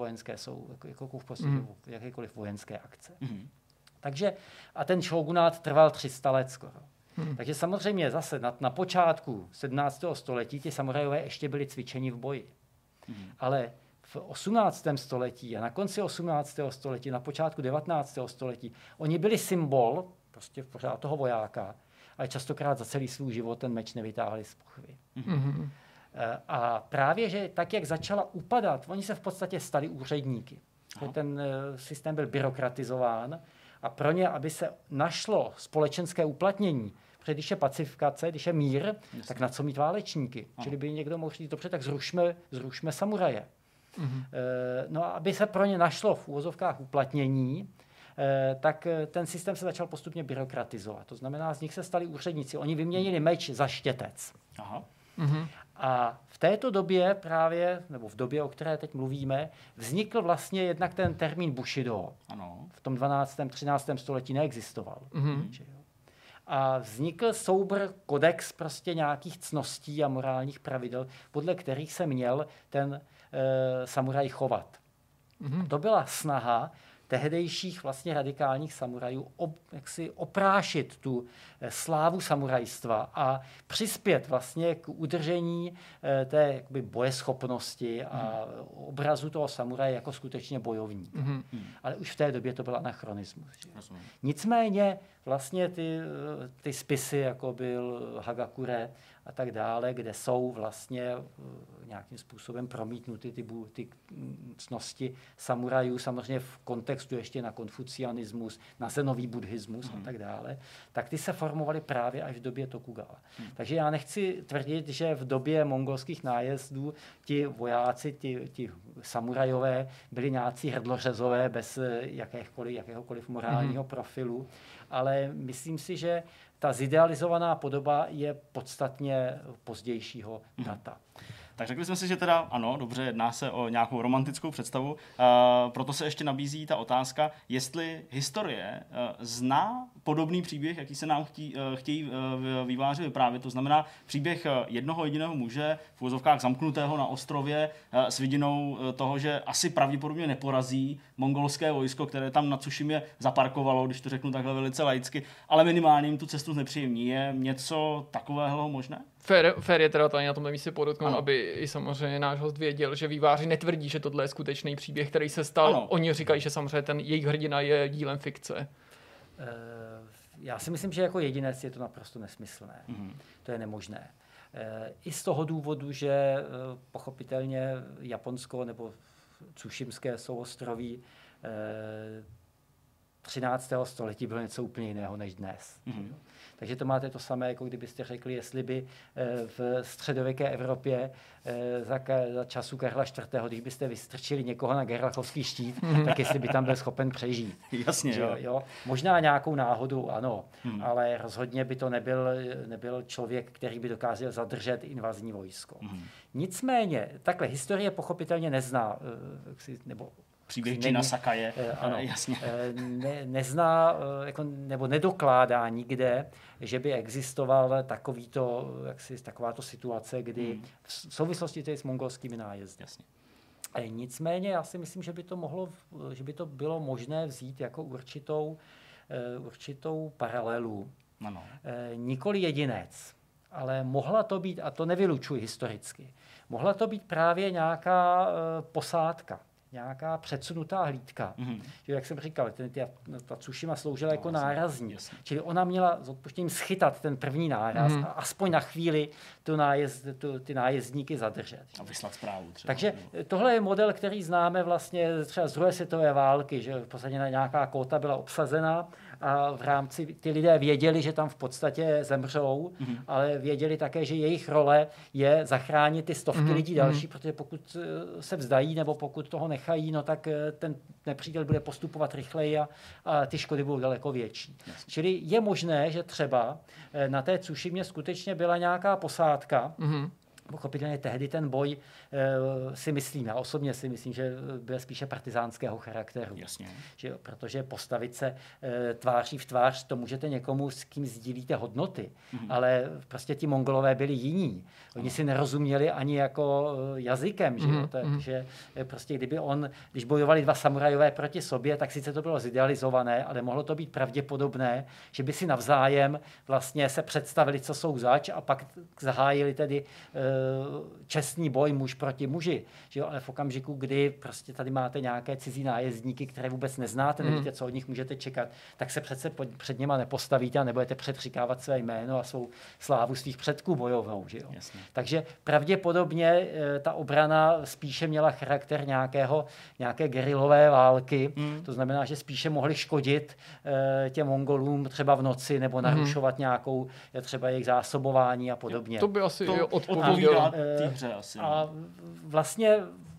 vojenské akce. Takže a ten šógunát trval 300 let skoro. Takže samozřejmě zase na počátku 17. století ti samurajové ještě byli cvičeni v boji. Ale v 18. století a na konci 18. století, na počátku 19. století, oni byli symbol prostě pořád toho vojáka, ale častokrát za celý svůj život ten meč nevytáhli z pochvy. A právě, že tak, jak začala upadat, oni se v podstatě stali úředníky. Ten systém byl byrokratizován a pro ně, aby se našlo společenské uplatnění, protože když je pacifikace, když je mír, tak na co mít válečníky? Čili by někdo mohl říct, dobře, tak zrušme samuraje. No a aby se pro ně našlo v úvozovkách uplatnění, tak ten systém se začal postupně byrokratizovat. To znamená, z nich se stali úředníci. Oni vyměnili meč za štětec. A v této době právě, nebo v době, o které teď mluvíme, vznikl vlastně jednak ten termín Bushido. V tom 12. 13. století neexistoval. A vznikl soubor kodex prostě nějakých cností a morálních pravidel, podle kterých se měl ten samuraj chovat. To byla snaha tehdejších vlastně radikálních samurajů jaksi oprášit tu slávu samurajstva a přispět vlastně k udržení té jakoby bojeschopnosti a obrazu toho samuraje jako skutečně bojovník. Ale už v té době to byl anachronismus. Nicméně vlastně ty spisy, jako byl Hagakure a tak dále, kde jsou vlastně nějakým způsobem promítnuty ty cnosti samurajů, samozřejmě v kontextu ještě na konfucianismus, na zenový buddhismus a tak dále, tak ty se formovaly právě až v době Tokugawa. Takže já nechci tvrdit, že v době mongolských nájezdů ti vojáci, ti samurajové byli nějací hrdlořezové bez jakéhokoliv morálního profilu, ale myslím si, že ta zidealizovaná podoba je podstatně pozdějšího data. Tak řekli jsme si, že teda ano, dobře, jedná se o nějakou romantickou představu, proto se ještě nabízí ta otázka, jestli historie zná podobný příběh, jaký se nám chtějí vývojáři vyprávět, to znamená příběh jednoho jediného muže v uvozovkách zamknutého na ostrově s vidinou toho, že asi pravděpodobně neporazí mongolské vojsko, které tam na Tsušimě zaparkovalo, když to řeknu takhle velice laicky, ale minimálně jim tu cestu znepříjemní. Je něco takového možné? Fér je teda tady na tomhle místě podotknout, aby i samozřejmě náš host věděl, že výváři netvrdí, že tohle je skutečný příběh, který se stal. Ano. Oni říkají, že samozřejmě ten jejich hrdina je dílem fikce. Já si myslím, že jako jedinec je to naprosto nesmyslné. To je nemožné. I z toho důvodu, že pochopitelně Japonsko nebo Tsušimské souostroví 13. století bylo něco úplně jiného než dnes. Takže to máte to samé, jako kdybyste řekli, jestli by v středověké Evropě za času Karla IV., když byste vystrčili někoho na Gerlachovský štít, tak jestli by tam byl schopen přežít. Jasně, jo. Možná nějakou náhodou, ano, ale rozhodně by to nebyl člověk, který by dokázal zadržet invazní vojsko. Nicméně, takhle historie pochopitelně nezná, nebo příběh Jina Sakaje, jasně. Nezná nebo nedokládá nikde, že by existoval takováto situace, kdy v souvislosti s mongolskými nájezdy. Jasně. Nicméně já si myslím, že by to bylo možné vzít jako určitou paralelu. Ano. Nikoli jedinec, ale mohla to být, a to nevylučuji historicky, mohla to být právě nějaká posádka, nějaká předsunutá hlídka. Že, jak jsem říkal, ta Tsushima sloužila jako nárazník. Jasně. Čili ona měla s odpuštěním schytat ten první náraz a aspoň na chvíli ty nájezdníky zadržet. A vyslat zprávu třeba. Takže tohle je model, který známe vlastně třeba z druhé světové války, že v podstatě nějaká kóta byla obsazena a v rámci ty lidé věděli, že tam v podstatě zemřou, ale věděli také, že jejich role je zachránit ty stovky lidí další, protože pokud se vzdají nebo pokud toho nechají, no tak ten nepřítel bude postupovat rychleji a ty škody budou daleko větší. Jasně. Čili je možné, že třeba na té Tsušimě skutečně byla nějaká posádka, Pochopitelně tehdy ten boj si myslím, já osobně si myslím, že byl spíše partizánského charakteru. Jasně. Že jo, protože postavit se tváří v tvář, to můžete někomu, s kým sdílíte hodnoty, ale prostě ti Mongolové byli jiní. Oni si nerozuměli ani jako jazykem, že jo? Takže prostě když bojovali dva samurajové proti sobě, tak sice to bylo zidealizované, ale mohlo to být pravděpodobné, že by si navzájem vlastně se představili, co jsou zač, a pak zahájili tedy čestný boj muž proti muži. Že jo? Ale v okamžiku, kdy prostě tady máte nějaké cizí nájezdníky, které vůbec neznáte, nevíte, co od nich můžete čekat, tak se přece před něma nepostavíte a nebudete předříkávat své jméno a svou slávu svých předků bojovou. Že jo? Takže pravděpodobně ta obrana spíše měla charakter nějaké gerilové války. To znamená, že spíše mohli škodit těm Mongolům třeba v noci nebo narušovat nějakou třeba jejich zásobování a podobně. To by asi odpovídá té hře asi. A vlastně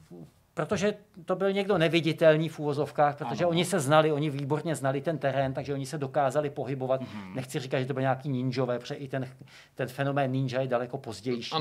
protože to byl někdo neviditelný v úvozovkách, protože oni se znali, oni výborně znali ten terén, takže oni se dokázali pohybovat. Nechci říkat, že to byl nějaký ninjové, protože i ten fenomén ninja je daleko pozdější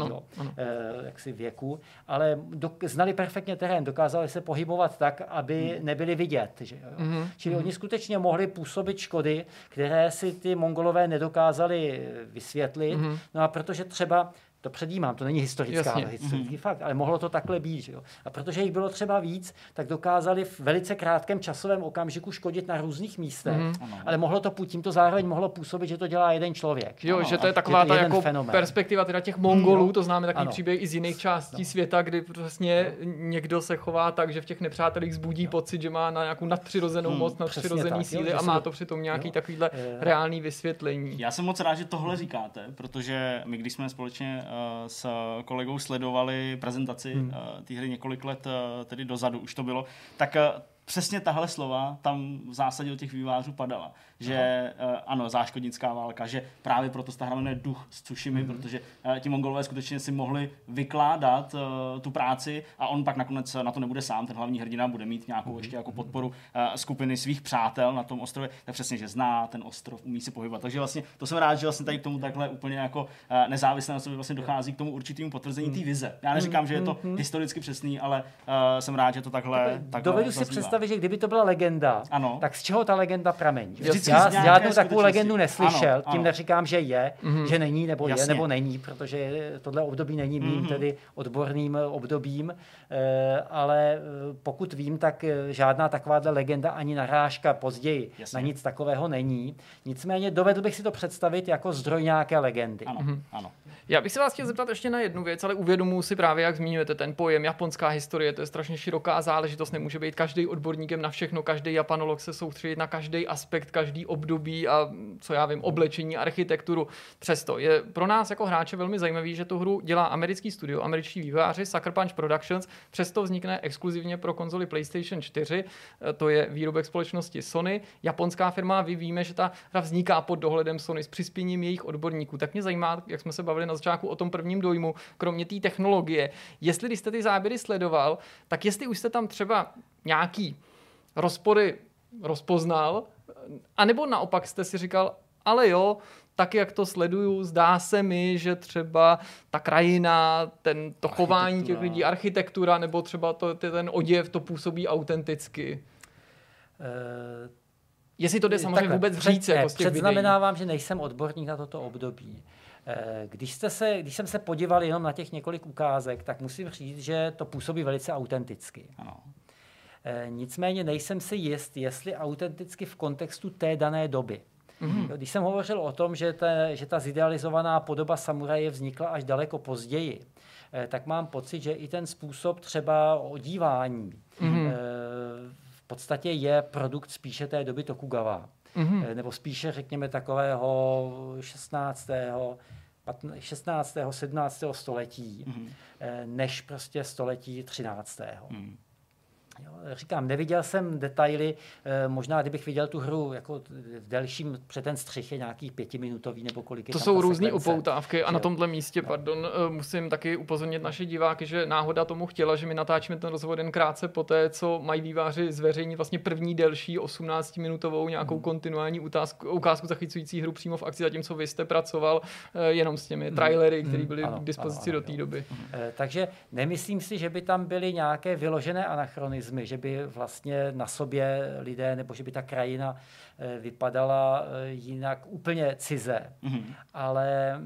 jaksi věku, ale znali perfektně terén, dokázali se pohybovat tak, aby nebyli vidět. Že jo? Čili oni skutečně mohli působit škody, které si ty Mongolové nedokázali vysvětlit. No a protože třeba to předjímám, to není historický fakt, ale mohlo to takhle být. Že jo? A protože jich bylo třeba víc, tak dokázali v velice krátkém časovém okamžiku škodit na různých místech, ale tímto zároveň mohlo působit, že to dělá jeden člověk. Jo, že to je taková ta jako perspektiva teda těch Mongolů, to známe takový příběh i z jiných částí světa, kdy vlastně někdo se chová tak, že v těch nepřátelích zbudí pocit, že má na nějakou nadpřirozenou moc, nadpřirozený síly a má to přitom nějaký takovýhle reálný vysvětlení. Já jsem moc rád, že tohle říkáte, protože my, když jsme společně s kolegou sledovali prezentaci té hry několik let tedy dozadu, už to bylo, tak přesně tahle slova tam v zásadě od těch vývojářů padala. Že ano, záškodnická válka, že právě proto se ta hra jmenuje Duch z Tsushimy, protože ti Mongolové skutečně si mohli vykládat tu práci a on pak nakonec na to nebude sám, ten hlavní hrdina bude mít nějakou ještě jako podporu skupiny svých přátel na tom ostrově, tak přesně, že zná ten ostrov, umí se pohybovat. Takže vlastně to jsem rád, že vlastně tady k tomu takhle úplně jako nezávisle na sobě vlastně dochází k tomu určitému potvrzení té vize. Já neříkám, že je to historicky přesný, ale jsem rád, že to takhle dovedu si představit, že kdyby to byla legenda, tak z čeho ta legenda pramení? Já žádnou takovou legendu neslyšel, tím neříkám, že je, že není, nebo je, nebo není, protože tohle období není mým tedy odborným obdobím, ale pokud vím, tak žádná takováhle legenda ani narážka později na nic takového není. Nicméně dovedl bych si to představit jako zdroj nějaké legendy. Ano. Já bych se vás chtěl zeptat ještě na jednu věc, ale uvědomuji si právě, jak zmiňujete ten pojem japonská historie, to je strašně široká záležitost, nemůže být každý odborníkem na všechno, každý japanolog se soustředit na každý aspekt, každý období a co já vím, oblečení, architekturu. Přesto je pro nás jako hráče velmi zajímavý, že tu hru dělá americký studio, američtí vývojáři Sucker Punch Productions, přesto vznikne exkluzivně pro konzoli PlayStation 4, to je výrobek společnosti Sony. Japonská firma, vy víme, že ta hra vzniká pod dohledem Sony s přispěním jejich odborníků. Tak mě zajímá, jak jsme se bavili na začátku o tom prvním dojmu, kromě té technologie. Jestli když jste ty záběry sledoval, tak jestli už jste tam třeba nějaký rozpory rozpoznal, anebo naopak jste si říkal, ale jo, tak jak to sleduju, zdá se mi, že třeba ta krajina, to chování těch lidí, architektura, nebo třeba ten oděv, to působí autenticky. Jestli to jde samozřejmě vůbec říct. Jako předznamenávám, že nejsem odborník na toto období. Když jsem se podíval jenom na těch několik ukázek, tak musím říct, že to působí velice autenticky. Ano. Nicméně nejsem si jist, jestli autenticky v kontextu té dané doby. Když jsem hovořil o tom, že ta zidealizovaná podoba samuraje vznikla až daleko později, tak mám pocit, že i ten způsob třeba odívání v podstatě je produkt spíše té doby Tokugawa. Nebo spíše, řekněme, takového 16. 17. století, než prostě století 13. Jo, říkám, neviděl jsem detaily, možná kdybych viděl tu hru jako v delším, před ten střih je nějakých 5minutový nebo kolik je to tam jsou ta různý sekvence. upoutávky a na tomhle místě, musím taky upozornit naše diváky, že náhoda tomu chtěla, že my natáčíme ten rozhovor jen krátce poté, co mají výváři zveřejnit vlastně první delší 18-minutovou nějakou kontinuální ukázku zachycující hru přímo v akci, zatímco vy jste pracoval jenom s těmi trailery, které byly k dispozici do té doby. Takže nemyslím si, že by tam byly nějaké vyložené anachronizmy, že by vlastně na sobě lidé, nebo že by ta krajina vypadala jinak úplně cize. Ale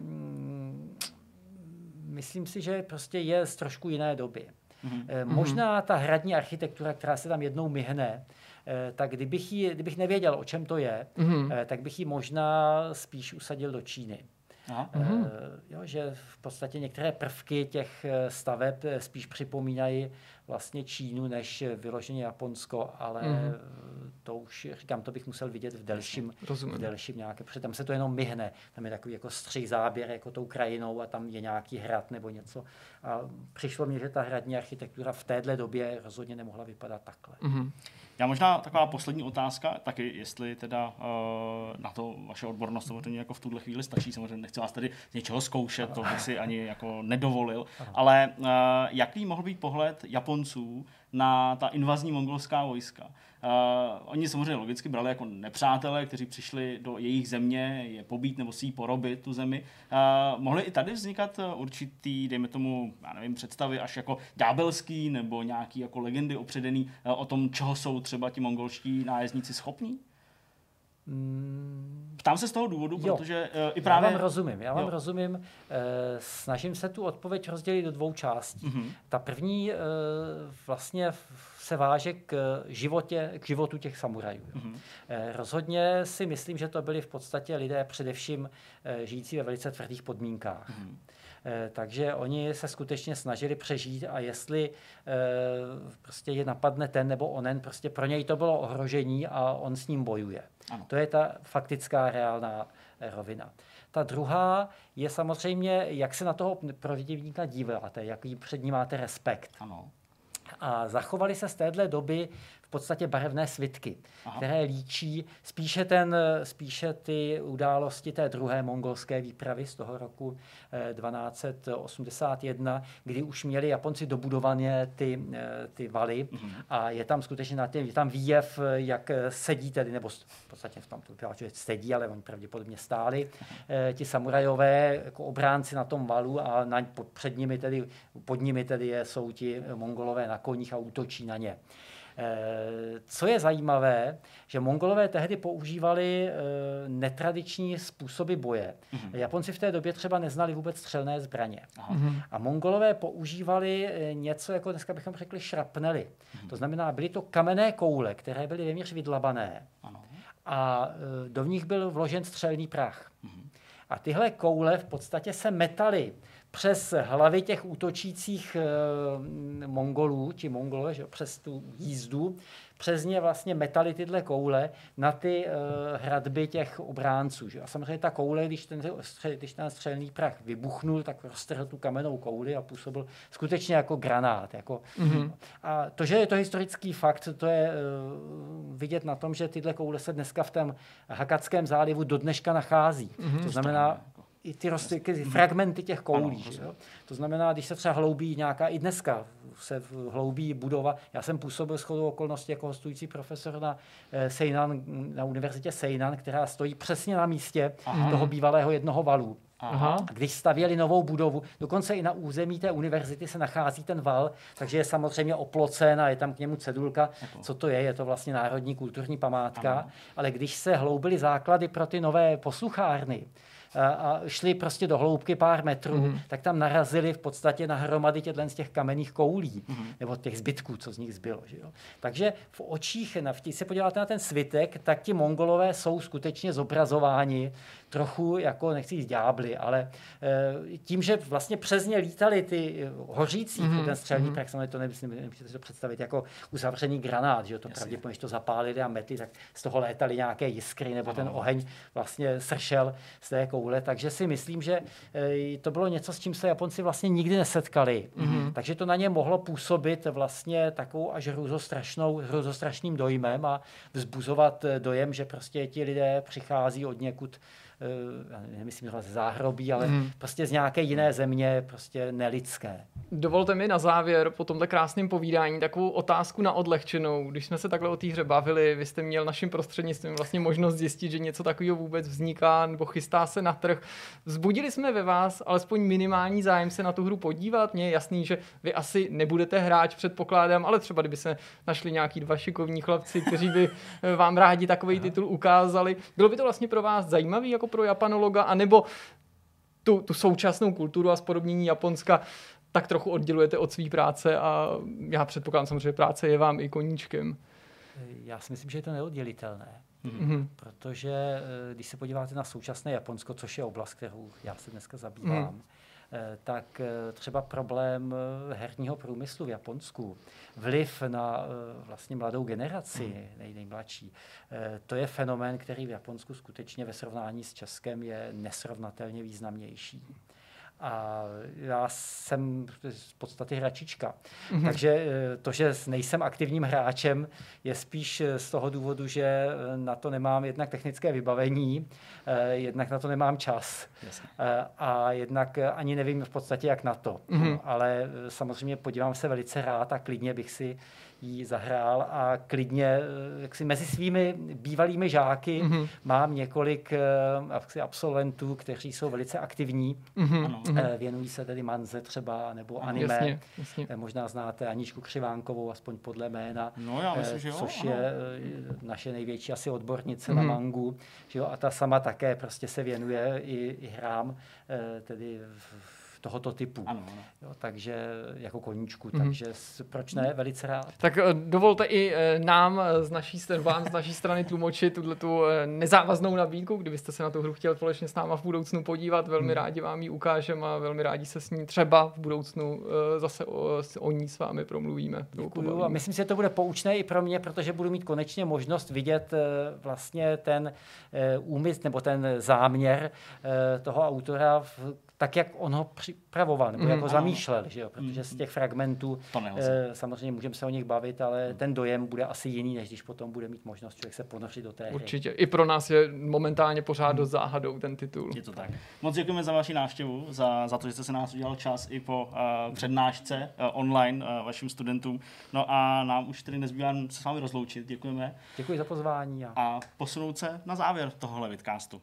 myslím si, že prostě je z trošku jiné doby. Možná ta hradní architektura, která se tam jednou myhne, tak kdybych nevěděl, o čem to je, tak bych ji možná spíš usadil do Číny. Jo, že v podstatě některé prvky těch staveb spíš připomínají vlastně Čínu než vyloženě Japonsko, ale to už, říkám, to bych musel vidět v delším nějaké, protože tam se to jenom myhne. Tam je takový jako střih záběr jako tou krajinou a tam je nějaký hrad nebo něco. A přišlo mně, že ta hradní architektura v téhle době rozhodně nemohla vypadat takhle. Já možná taková poslední otázka, taky jestli teda na to vaše odbornost samozřejmě jako v tuhle chvíli stačí, samozřejmě nechci vás tady něčeho zkoušet, to bych si ani jako nedovolil, ale jaký mohl být pohled Japonců na ta invazní mongolská vojska? Oni samozřejmě logicky brali jako nepřátelé, kteří přišli do jejich země je pobít nebo si ji porobit tu zemi. Mohly i tady vznikat určitý, dejme tomu, já nevím, představy až jako ďábelský nebo nějaký jako legendy opředený o tom, čeho jsou třeba ti mongolští nájezdníci schopní? Ptám se z toho důvodu, protože i právě... Já vám rozumím. Snažím se tu odpověď rozdělit do dvou částí. Ta první vlastně se váže k životu těch samurajů. Rozhodně si myslím, že to byli v podstatě lidé především žijící ve velice tvrdých podmínkách. Takže oni se skutečně snažili přežít a jestli prostě je napadne ten nebo onen, prostě pro něj to bylo ohrožení a on s ním bojuje. Ano. To je ta faktická reálná rovina. Ta druhá je samozřejmě, jak se na toho protivníka díváte, jaký před ním máte respekt. Ano. A zachovali se z téhle doby v podstatě barevné svitky, které líčí spíše ty události té druhé mongolské výpravy z toho roku 1281, kdy už měli Japonci dobudované ty valy a je tam skutečně je tam výjev, jak sedí tedy, nebo v podstatě v tom to vypadá, že sedí, ale oni pravděpodobně stáli, ti samurajové jako obránci na tom valu a pod nimi tedy jsou ti Mongolové na koních a útočí na ně. Co je zajímavé, že Mongolové tehdy používali netradiční způsoby boje. Japonci v té době třeba neznali vůbec střelné zbraně. A Mongolové používali něco, jako dneska bychom řekli šrapnely. To znamená, byly to kamenné koule, které byly věměř vydlabané. A do nich byl vložen střelný prach. A tyhle koule v podstatě se metaly přes hlavy těch útočících Mongolů, ti Mongolové, že, přes tu jízdu, přes ně vlastně metali tyhle koule na ty hradby těch obránců. Že? A samozřejmě ta koule, když ten střelný prach vybuchnul, tak roztrhl tu kamennou kouli a působil skutečně jako granát. A to, že je to historický fakt, to je vidět na tom, že tyhle koule se dneska v tom Hakatském zálivu do dneška nachází. To znamená, i ty fragmenty těch koulí. Ano, to znamená, když se třeba hloubí nějaká, i dneska se hloubí budova. Já jsem působil shodou okolností jako hostující profesor na univerzitě Seinan, která stojí přesně na místě toho bývalého jednoho valu. Když stavěli novou budovu, dokonce i na území té univerzity se nachází ten val, takže je samozřejmě oplocen a je tam k němu cedulka, co to je to vlastně národní kulturní památka, ale když se hloubily základy pro ty nové posluchárny, a šli prostě do hloubky pár metrů, tak tam narazili v podstatě na hromady z těch kamenných koulí, nebo těch zbytků, co z nich zbylo. Že jo? Takže v očích, když se podíváte na ten svitek, tak ti Mongolové jsou skutečně zobrazováni trochu jako, nechci říct ďábli, ale tím, že vlastně přes ně lítali ty hořící, ten střelný prach, samozřejmě to nemůžete si to představit jako uzavřený granát, že jo? To pravděpodobně, když to zapálili a metli, tak z toho létaly nějaké jiskry, nebo ten oheň vlastně sršel z té koule. koule, takže si myslím, že to bylo něco, s čím se Japonci vlastně nikdy nesetkali. Takže to na ně mohlo působit vlastně takovou až hruzostrašným dojmem a vzbuzovat dojem, že prostě ti lidé přichází od někud, nemyslím ze záhrobí, ale prostě z nějaké jiné země, prostě nelidské. Dovolte mi na závěr po tomhle krásném povídání takovou otázku na odlehčenou. Když jsme se takhle o té hře bavili, vy jste měl naším prostřednictvím vlastně možnost zjistit, že něco takového vůbec vzniká nebo chystá se na trh. Vzbudili jsme ve vás alespoň minimální zájem se na tu hru podívat? Mně je jasný, že vy asi nebudete hráč, předpokládám, ale třeba kdyby se našli nějaký dva šikovní chlapci, kteří by vám rádi takový titul ukázali. Bylo by to vlastně pro vás zajímavý jako pro japanologa, anebo tu současnou kulturu a spodobnění Japonska tak trochu oddělujete od své práce a já předpokládám samozřejmě, že práce je vám i koníčkem. Já si myslím, že je to neoddělitelné. Protože když se podíváte na současné Japonsko, což je oblast, kterou já se dneska zabývám, tak třeba problém herního průmyslu v Japonsku, vliv na vlastně mladou generaci, nejmladší, to je fenomén, který v Japonsku skutečně ve srovnání s Českem je nesrovnatelně významnější. A já jsem z podstaty hračička. Takže to, že nejsem aktivním hráčem, je spíš z toho důvodu, že na to nemám jednak technické vybavení, jednak na to nemám čas. A jednak ani nevím v podstatě, jak na to. Ale samozřejmě podívám se velice rád a klidně bych si ji zahrál a klidně jaksi mezi svými bývalými žáky mám několik absolventů, kteří jsou velice aktivní. Věnují se tedy manze třeba, nebo anime. Jasně. Možná znáte Aničku Křivánkovou, aspoň podle jména, já myslím, že což je naše největší asi odbornice na mangu. Že jo? A ta sama také prostě se věnuje i hrám, tedy tohoto typu. Ano. Jo, takže jako koníčku, takže proč ne, velice rád. Tak dovolte i nám z naší strany tlumočit tu nezávaznou nabídku, kdybyste se na tu hru chtěl společně s náma v budoucnu podívat, velmi rádi vám ji ukážeme a velmi rádi se s ní třeba v budoucnu zase o ní s vámi promluvíme. Děkuju a myslím si, že to bude poučné i pro mě, protože budu mít konečně možnost vidět vlastně ten úmysl nebo ten záměr toho autora tak, jak on ho připravoval, nebo jak ho zamýšlel, že jo? Protože z těch fragmentů samozřejmě můžeme se o nich bavit, ale ten dojem bude asi jiný, než když potom bude mít možnost člověk se ponořit do té hry. Určitě. I pro nás je momentálně pořád dost záhadou ten titul. Je to tak. Moc děkujeme za vaši návštěvu, za to, že jste se nás udělal čas i po přednášce online vašim studentům. No a nám už tedy nezbývá se s vámi rozloučit. Děkujeme. Děkuji za pozvání. A posunout se na závěr tohohle vidcastu.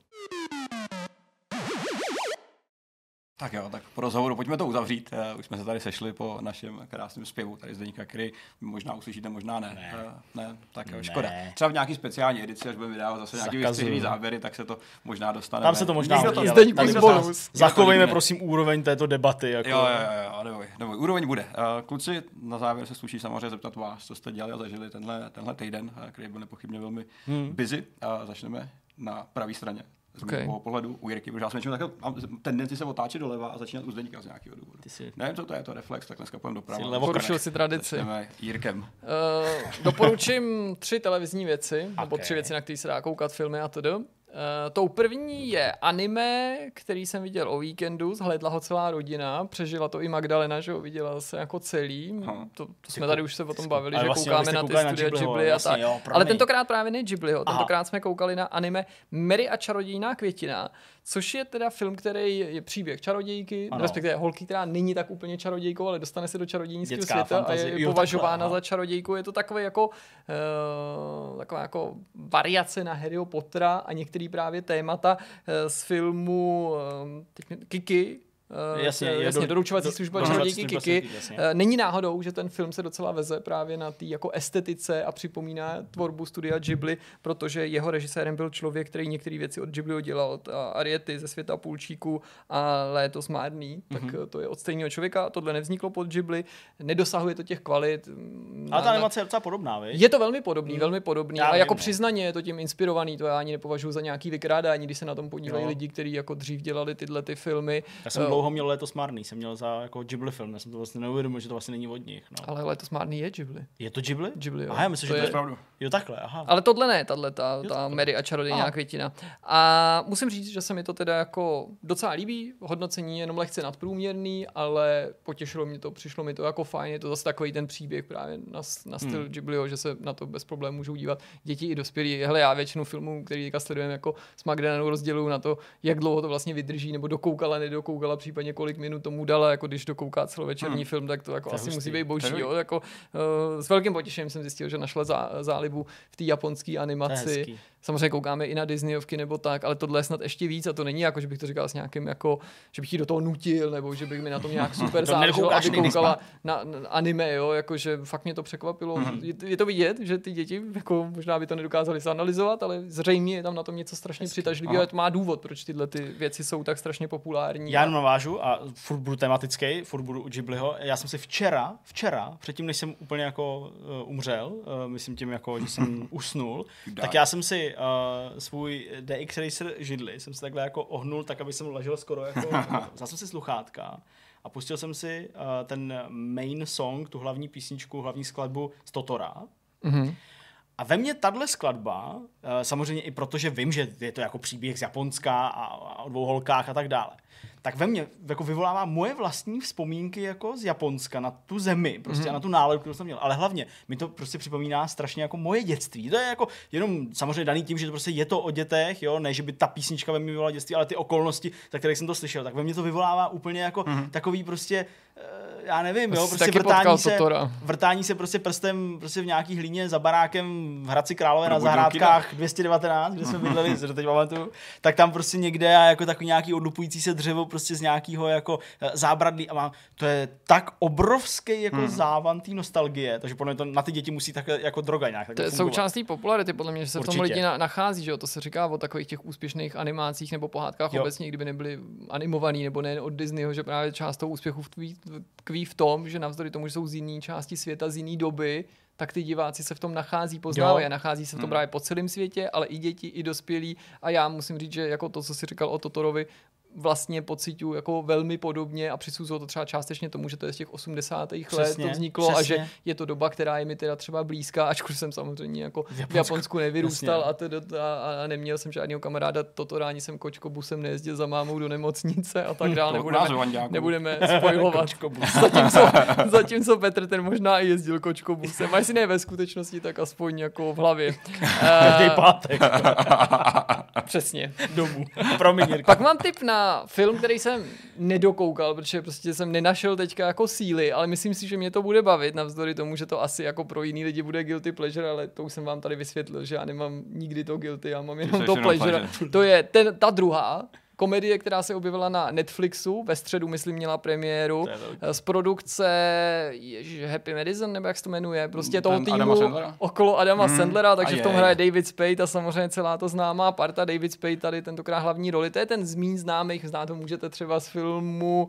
Tak jo, tak po rozhovoru pojďme to uzavřít. Už jsme se tady sešli po našem krásném zpěvu tady Zdeňka, který možná uslyšíte, možná ne. Ne, tak jo, škoda. Třeba v nějaký speciální edici, až budeme vydávat zase nějaký vystřižený záběry, tak se to možná dostane. Tam se to možná zachovejme prosím úroveň této debaty. Jako... Jo, neboj. Úroveň bude. Kluci, na závěr se sluší samozřejmě zeptat vás, co jste dělali a zažili tenhle týden, který byl nepochybně velmi busy. Začneme na pravé straně. Z mého pohledu u Jirky, protože já jsem mám tendenci se otáčet doleva a začínat u Zdeňka z nějakého důvodu. Nevím, co to je, to reflex, tak dneska půjdeme doprava. Porušil si tradici. Začneme Jirkem. Doporučím 3 televizní věci, nebo 3 věci, na které se dá koukat, filmy a td. Tou první je anime, který jsem viděl o víkendu, zhlédla ho celá rodina, přežila to i Magdalena, že ho viděla se jako celý. To jsme tady už se o tom bavili, že vlastně koukáme na ty studia Ghibli a tak. Ale tentokrát právě ne Ghibliho, tentokrát jsme koukali na anime Mary a čarodějná květina, což je teda film, který je příběh čarodějky, respektive holky, která není tak úplně čarodějkou, ale dostane se do čarodějnického světa a je považována za čarodějku. Je to takové jako taková jako variace na Harryho Pottera a některý právě témata z filmu Kiki. Jasně, doručovací služba čarodějky Kiki. Není náhodou, že ten film se docela veze právě na té jako estetice a připomíná tvorbu studia Ghibli, protože jeho režisérem byl člověk, který některé věci od Ghibliho dělal, od Ariety ze Světa půlčíků a Léto smárný, tak to je od stejného člověka, tohle nevzniklo pod Ghibli, nedosahuje to těch kvalit. Ale ta animace je docela podobná, viď? Je to velmi podobný a jako přiznaně je to tím inspirovaný, to já ani nepovažuji za nějaký vykrádání, když se na tom podívají lidi, kteří jako dřív dělali tyhle ty filmy. dlouho měl Léto smárný, jsem měl za jako Ghibli film, já jsem to vlastně neuvědomil, že to vlastně není od nich. No. Ale Léto smárný je Ghibli. Je to Ghibli? Ghibli, jo. Aha, já myslím, že to je pravdu. Jo, takhle, aha. Ale tohle ne, ta Mary a čarodějná květina. A musím říct, že se mi to teda jako docela líbí, hodnocení je jenom lehce nadprůměrný, ale potěšilo mě to, přišlo mi to jako fajn, je to zase takový ten příběh právě na styl Ghibliho, že se na to bez problémů můžou dívat děti i dospělí. Hele, já většinu filmů, který teďka sledujeme jako s Magdalenou, rozděluju na to, jak dlouho to vlastně vydrží, nebo dokoukala, nedokoukala, případně kolik minut tomu dala, jako když dokouká celovečerní film, tak to jako asi musí být boží, jo, jako s velkým potěšením jsem zjistil, že našla zálibu v té japonské animaci. Samozřejmě koukáme i na Disneyovky nebo tak, ale tohle je snad ještě víc a to není jako, že bych to říkal s nějakým jako, že bych jí do toho nutil, nebo že bych mi na tom nějak super záleželo, aby koukala na anime, jo, jakože fakt mě to překvapilo. Je to vidět, že ty děti jako možná by to nedokázali zanalyzovat, ale zřejmě je tam na tom něco strašně přitažlivého, to má důvod, proč tyhle ty věci jsou tak strašně populární. Já navážu a furt budu tematický, furt budu u Ghibliho. Já jsem si včera, předtím než jsem úplně jako umřel, myslím tím jako, že jsem usnul, tak já jsem si svůj DX Racer židli, jsem si takhle jako ohnul, tak aby jsem ležel skoro jako, vzal jsem si sluchátka a pustil jsem si ten main song, tu hlavní písničku, hlavní skladbu z Totora. A ve mně tahle skladba, samozřejmě i protože vím, že je to jako příběh z Japonska a o dvou holkách a tak dále, tak ve mně jako vyvolává moje vlastní vzpomínky jako z Japonska na tu zemi, prostě a na tu náladu, kterou jsem měl. Ale hlavně mi to prostě připomíná strašně jako moje dětství. To je jako jenom samozřejmě daný tím, že to prostě je to o dětech, jo, ne, že by ta písnička ve mně vyvolala dětství, ale ty okolnosti, za které jsem to slyšel, tak ve mně to vyvolává úplně jako takový prostě já nevím, jo, prostě vrtání se prostě prstem prostě v nějaký hlíně za barákem v Hradci Králové na zahrádkách 219, kde jsme bydleli, se teď pamatuju, tak tam prostě někde a jako takový nějaký odlupující se dřevo prostě z nějakého jako zábradlí a to je tak obrovský jako závan té nostalgie, takže podle mě to na ty děti musí tak jako droga nějak tak to je fungovat. součástí popularity, podle mě, že se v tom lidi nachází, že jo, to se říká o takových těch úspěšných animácích nebo pohádkách obecně, kdyby nebyly animovaný nebo ne od Disneyho, že právě část toho úspěchu tkví v tom, že navzdory tomu, že jsou z jiné části světa, z jiné doby, tak ty diváci se v tom nachází, poznávají a nachází se v tom právě po celém světě, ale i děti, i dospělí a já musím říct, že jako to, co jsi říkal o Totorovi, vlastně pociťuji jako velmi podobně a přisuzuju to třeba částečně tomu, že to je z těch 80. let to vzniklo a že je to doba, která je mi teda třeba blízká, ačkoliv jsem samozřejmě jako v Japonsku nevyrůstal a neměl jsem žádného kamaráda Totoráni, jsem kočkobusem nejezdil za mámou do nemocnice a tak dále, nebudeme spojovat. zatímco Petr ten možná i jezdil kočkobusem, a jestli ne ve skutečnosti, tak aspoň jako v hlavě. Každý pátek. Přesně. Domů. Promiň, pak mám tip na film, který jsem nedokoukal, protože prostě jsem nenašel teďka jako síly, ale myslím si, že mě to bude bavit, navzdory tomu, že to asi jako pro jiný lidi bude guilty pleasure, ale to už jsem vám tady vysvětlil, že já nemám nikdy to guilty, já mám jenom to pleasure. To je ta druhá komedie, která se objevila na Netflixu, ve středu, myslím, měla premiéru, z produkce Happy Madison, nebo jak se to jmenuje, prostě toho týmu okolo Adama Sandlera, takže v tom hraje David Spade a samozřejmě celá to známá parta. David Spade tady tentokrát hlavní roli, to je ten z míň známých, znát ho můžete třeba z filmu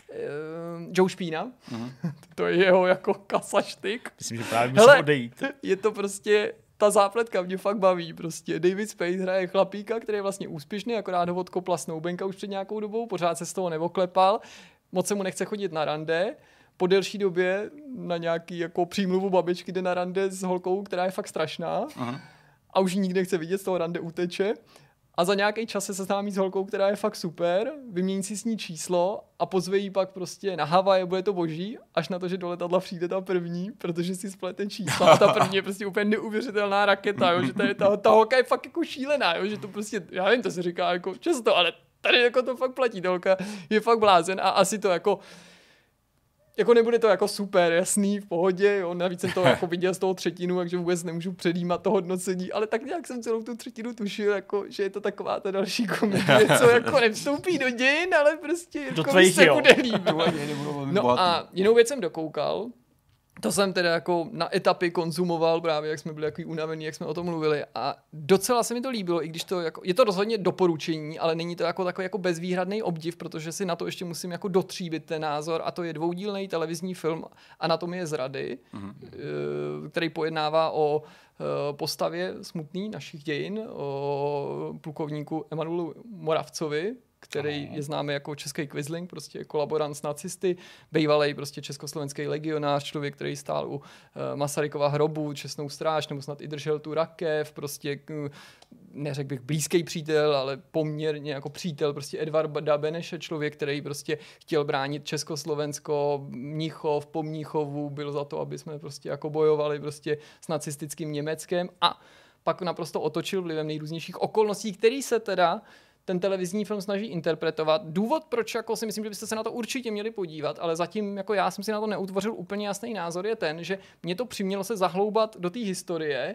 Joe Špína, to je jeho jako kasaštyk. Myslím, že právě musím odejít. Je to prostě ta zápletka mě fakt baví prostě. David Spade hraje chlapíka, který je vlastně úspěšný, akorát ho odkopla snoubenka už před nějakou dobou, pořád se z toho neoklepal, moc se mu nechce chodit na rande, po delší době na nějaký jako přímluvu babičky jde na rande s holkou, která je fakt strašná a už nikdy nechce vidět, z toho rande uteče. A za nějaký čas se seznámí s holkou, která je fakt super, vymění si s ní číslo a pozve jí pak prostě na Havaje, bude to boží, až na to, že do letadla přijde ta první, protože si splete číslo a ta první je prostě úplně neuvěřitelná raketa, jo, že ta holka je fakt jako šílená, jo, že to prostě, já vím, to se říká jako často, ale tady jako to fakt platí, ta holka je fakt blázen a asi to jako nebude to jako super jasný, v pohodě, jo, navíc jsem to jako viděl z toho třetinu, takže vůbec nemůžu předjímat to hodnocení, ale tak nějak jsem celou tu třetinu tušil, jako, že je to taková ta další komedie, co jako nevstoupí do dějin, ale prostě jako se bude líbit. No a jinou věc jsem dokoukal, to jsem teda jako na etapy konzumoval právě, jak jsme byli takový unavený, jak jsme o tom mluvili a docela se mi to líbilo, i když to jako, je to rozhodně doporučení, ale není to jako takový jako bezvýhradný obdiv, protože si na to ještě musím jako dotříbit ten názor a to je dvoudílný televizní film Anatomie zrady, který pojednává o postavě smutný našich dějin, o plukovníku Emanuelu Moravcovi, který je známý jako český Quisling, prostě kolaborant s nacisty, bývalej prostě československý legionář, člověk, který stál u Masarykova hrobu, čestnou stráž, nebo snad i držel tu rakev, prostě neřekl bych blízký přítel, ale poměrně jako přítel prostě Edvarda Beneše, člověk, který prostě chtěl bránit Československo, Mnichov, po Mnichovu, byl za to, aby jsme prostě jako bojovali prostě s nacistickým Německem a pak naprosto otočil vlivem nejrůznějších okolností, který se teda ten televizní film snaží interpretovat. Důvod, proč jako si myslím, že byste se na to určitě měli podívat, ale zatím jako já jsem si na to neutvořil úplně jasný názor, je ten, že mě to přimělo se zahloubat do té historie,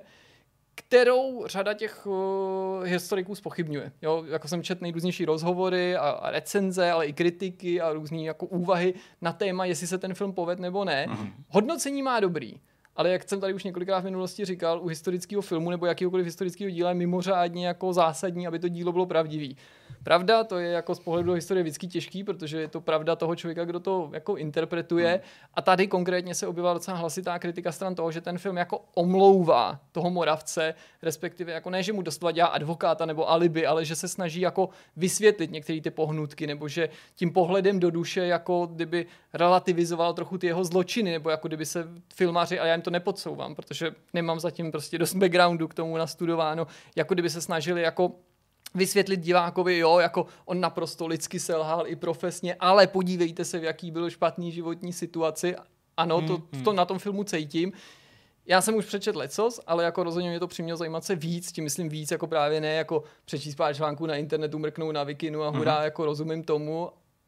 kterou řada těch historiků zpochybňuje. Jo, jako jsem četl nejrůznější rozhovory a recenze, ale i kritiky a různé jako úvahy na téma, jestli se ten film povede nebo ne. Hodnocení má dobrý. Ale jak jsem tady už několikrát v minulosti říkal, u historického filmu nebo jakýhokoliv historického díla je mimořádně jako zásadní, aby to dílo bylo pravdivý. Pravda, to je jako z pohledu do historie vždycky těžký, protože je to pravda toho člověka, kdo to jako interpretuje. A tady konkrétně se objevila docela hlasitá kritika stran toho, že ten film jako omlouvá toho Moravce, respektive jako ne, že mu doslova dělá advokáta nebo alibi, ale že se snaží jako vysvětlit některé ty pohnutky, nebo že tím pohledem do duše jako kdyby relativizoval trochu ty jeho zločiny, nebo jako kdyby se filmaři, a já jim to nepodsouvám, protože nemám zatím prostě dost backgroundu k tomu nastudováno, jako kdyby se snažili jako vysvětlit divákovi, jo, jako on naprosto lidsky selhal i profesně, ale podívejte se, v jaký byl špatný životní situaci. Ano, to na tom filmu cítím. Já jsem už přečetl lecos, ale jako rozhodně mě to přimělo zajímat se víc, tím myslím víc, jako právě ne jako přečíst pár článků na internetu, mrknout na Wikinu a hurá, jako rozumím tomu.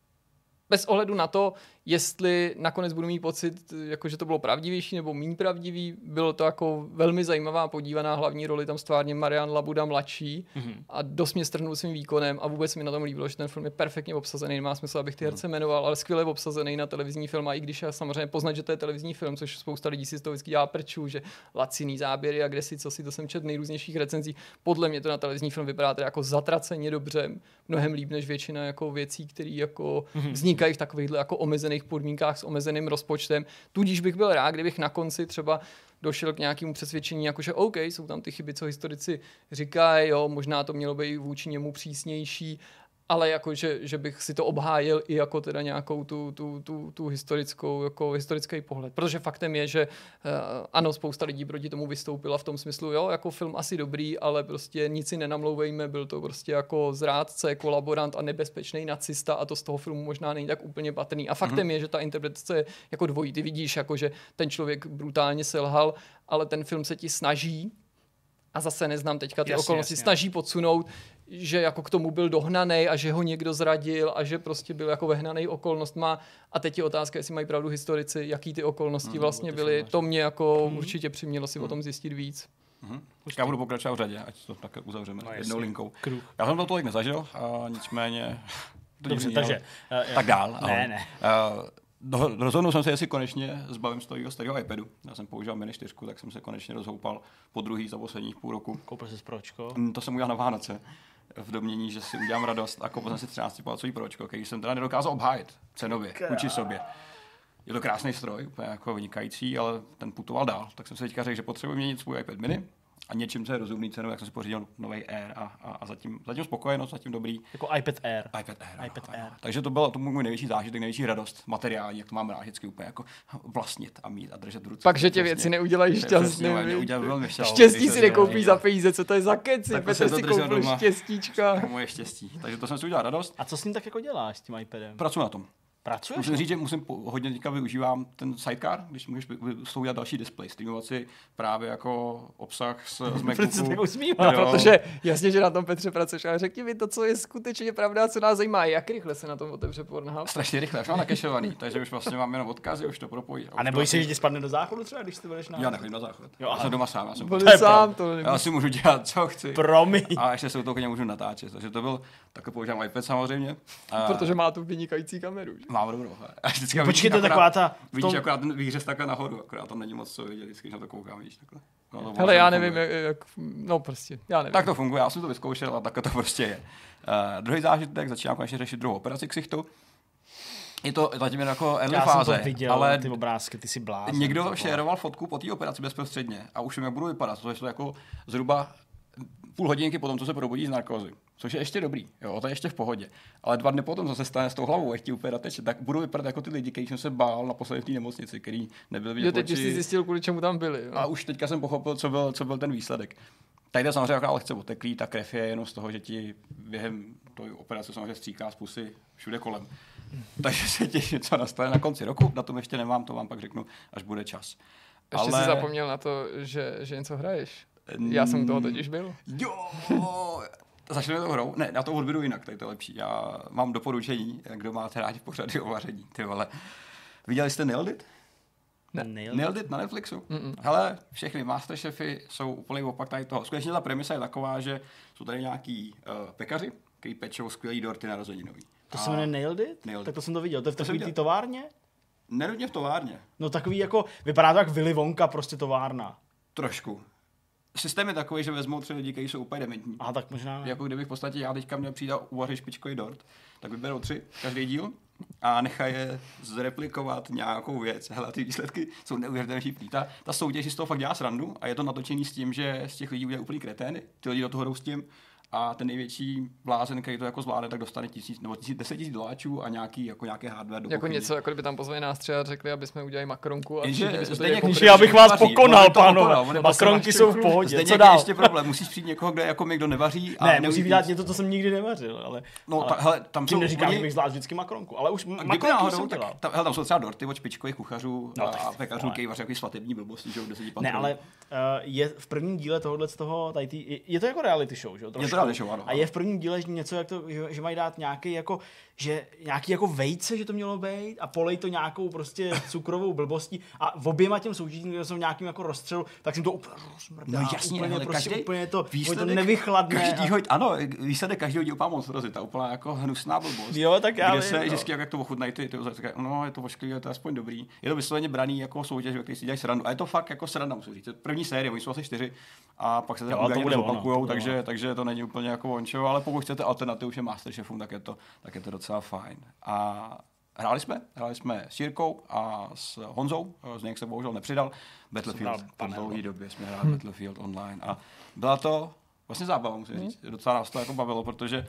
Bez ohledu na to, jestli nakonec budu mít pocit, jako že to bylo pravdivější nebo méně pravdivý, bylo to jako velmi zajímavá podívaná, hlavní roli tam stvárně Marian Labuda mladší a dost mě strhnul svým výkonem a vůbec mi na tom líbilo, že ten film je perfektně obsazený, nemá smysl, abych ty herce jmenoval, ale skvěle obsazený na televizní film a i když je samozřejmě poznat, že to je televizní film, což spousta lidí si z toho vždycky dělá prčů, že laciný záběry a kdesi, co si to jsem četl nejrůznějších recenzí, podle mě to na televizní film vypadá teda jako zatraceně dobře, mnohem líp než většina jako věcí, které jako vznikají v takovýchhle jako omezených podmínkách s omezeným rozpočtem. Tudíž bych byl rád, kdybych na konci třeba došel k nějakému přesvědčení, jakože OK, jsou tam ty chyby, co historici říkají, jo, možná to mělo být vůči němu přísnější, ale jako, že bych si to obhájil i jako teda nějakou tu historickou, jako historický pohled. Protože faktem je, že ano, spousta lidí proti tomu vystoupila v tom smyslu, jo, jako film asi dobrý, ale prostě nic si nenamlouvejme, byl to prostě jako zrádce, kolaborant a nebezpečný nacista a to z toho filmu možná není tak úplně patrný. A faktem je, že ta interpretace je jako dvojí. Ty vidíš, jako, že ten člověk brutálně selhal, ale ten film se ti snaží, a zase neznám teďka ty okolnosti, snaží podsunout, že jako k tomu byl dohnaný a že ho někdo zradil a že prostě byl jako vehnaný okolnostma. A teď je otázka, jestli mají pravdu historici, jaký ty okolnosti vlastně byly. To mě jako určitě přimělo si o tom zjistit víc. Já budu pokračovat v řadě, ať to tak uzavřeme jednou linkou. Já jsem to tolik nezažil, nicméně... Dobře, takže... Tak dál. Ne. Rozhodnul jsem se, jestli konečně zbavím starého iPadu. Já jsem používal Mini 4, tak jsem se konečně rozhoupal po druhý za posledních půl roku. Koupil jsi pročko? To jsem udělal na Vánoce. V domnění, že si udělám radost a koupil jsem si 13-palcový pročko, který jsem teda nedokázal obhájit cenově, vůči sobě. Je to krásný stroj, úplně jako vynikající, ale ten putoval dál. Tak jsem si teďka řekl, že potřebuji měnit svůj iPad mini a něčím, co je rozumný cenou, jak jsem si pořídil nový Air a zatím spokojenost, zatím dobrý. Jako iPad Air. iPad Air. Takže to byl můj největší zážitek, největší radost materiální, jak to mám rád vždycky úplně jako vlastnit a mít a držet v ruce. Pak, že tě věci neudělají šťastným. Velmi štěstí si nekoupíš za peníze, co to je za keci, Petr si koupil štěstíčka. Moje štěstí. Takže to jsem si udělal radost. A co s ním tak jako děláš s tím iPadem? Pracuji na tom. Pracuješ? Musím říct, že hodně teďka využívám ten sidecar, když můžeš udělat další display, streamovat si právě jako obsah z MacBooku. Protože jasně, že na tom Petře pracuješ, ale řekni mi to, co je skutečně pravda, co nás zajímá, jak rychle se na tom otevře Pornhub. Strašně rychle, až mám nakešovaný, takže už vlastně mám jenom odkazy, už to propojí. A nebojíš se, že ti spadne do záchodu třeba, když ty budeš na... Já nechodím na záchod. Já jsem doma sám, já si můžu dělat, co chci. Promiň. A ještě se u toho můžu natáčet, takže to byl, takhle používám iPad samozřejmě. Protože má tu vynikající kameru. Mám dobrou. Počkejte, taková ta... Vidíš akorát ten výřez takhle nahoru, akorát tam není moc co vidět, vždycky na to koukám, vidíš takhle. No, hele, já nevím, no prostě, já nevím. Tak to funguje, já jsem to vyzkoušel a takhle to prostě je. Druhý zážitek, začínám konečně řešit druhou operaci ksichtu. Je to zatím jen jako early fáze, já jsem to viděl, ale ty obrázky, ty si blázen. Někdo šeroval fotku po té operaci bezprostředně a už jim jak budu vypadat, to je to jako zhruba půl hodinky potom, co se probudí z narkózy, což je ještě dobrý, jo, to je ještě v pohodě. Ale 2 dny potom, co se stane s tou hlavou, ještě úplně nateče, tak budu vypadat jako ty lidi, kteří jsem se bál naposledy v té nemocnici, který nebyl vidět. Teď jsi zjistil, kvůli čemu tam byli. Jo. A už teďka jsem pochopil, co byl ten výsledek. Tady to samozřejmě jako lehce oteklý, ta krev je jenom z toho, že ti během té operace samozřejmě stříká z pusy všude kolem. Takže se těším, co nastane na konci roku, na tom ještě nemám, to vám pak řeknu, až bude čas. Ještě jsi zapomněl na to, že něco hraješ. Já jsem u toho totiž byl. Jo, začneme tou hrou? Ne, na to odbudu jinak, tady to je lepší. Já mám doporučení, kdo máte rádi pořady o vaření. Ty vole. Viděli jste Nailed It? Nailed It na Netflixu? Hele, všechny Masterchefy jsou úplný opak tady toho. Skutečně ta premisa je taková, že jsou tady nějaký pekaři, kteří pečou skvělý dorty narozeninový. To se jmenuje Nailed It? Tak to jsem to viděl. To je v takový té továrně? Nenutně v továrně. No takový jako, vypadá to jak Willy Wonka, prostě továrna. Trošku. Systém je takový, že vezmou 3 lidi, kteří jsou úplně dementní. A tak možná ne. Jako kdybych v podstatě já teďka měl přijít a uvařit špičkový dort, tak vyberou 3 každý díl a nechají je zreplikovat nějakou věc. Hele, ty výsledky jsou neuvěřitelně vtipný. Ta soutěž z toho fakt dělá srandu a je to natočený s tím, že z těch lidí udělají úplný kretény. Ty lidi do toho jdou s tím a ten největší blázen, který to jako zvládne, tak dostane 10 000 doláčů a nějaký hardware do jako něco, jako kdyby tam pozvali nás třeba a řekli, aby jsme udělali makronku. A já bych vás pokonal, pánové. Makronky jsou v pohodě. Co dál? Ještě problém. Musíš přijít někoho, jako my, kdo nevaří. Ne, musíš dělat něco, co jsem nikdy nevařil, ale. No, hele, tam tím neříkám, že bych zvládl vždycky makronku, ale už makronku jsem dělal. Tam jsou třeba dorty od špičkových kuchařů a pekařů, kteří vaří takový svatební blbosti, že 10 patrů. Ne, ale je v prvním díle tohohle z toho, je to jako reality show, že jo? Je to reality show, ano. A je v prvním díle něco, jak to, že mají dát nějaký jako vejce, že to mělo být a polej to nějakou prostě cukrovou blbostí a v oběma těm soutěžím, kde jsem v nějakým jako rozstřelu, tak jsem to úplně rozmrdá. No jasně, úplně, ale prostě, úplně to nevychladné. Ano, výsledek každého dílu má monstrozita, úplně jako hnusná blbost. Jo, tak já kde se vždycky jak to ochutnají no, je to ošklivý, to je aspoň dobrý. Je to vysloveně braný jako soutěž, který si dělají srandu. A je to fakt jako sranda, musím říct. První série, oni jsou asi 4 a pak se to opakujou, takže to není úplně jako vončo, ale pokud chcete alternativu všem Masterchefům, tak je to docela fajn. A hráli jsme s Jirkou a s Honzou, z něj se bohužel nepřidal. Battlefield, po dlouhé době jsme hráli Battlefield online a byla to vlastně zábava, musím říct. Docela nás to jako bavilo, protože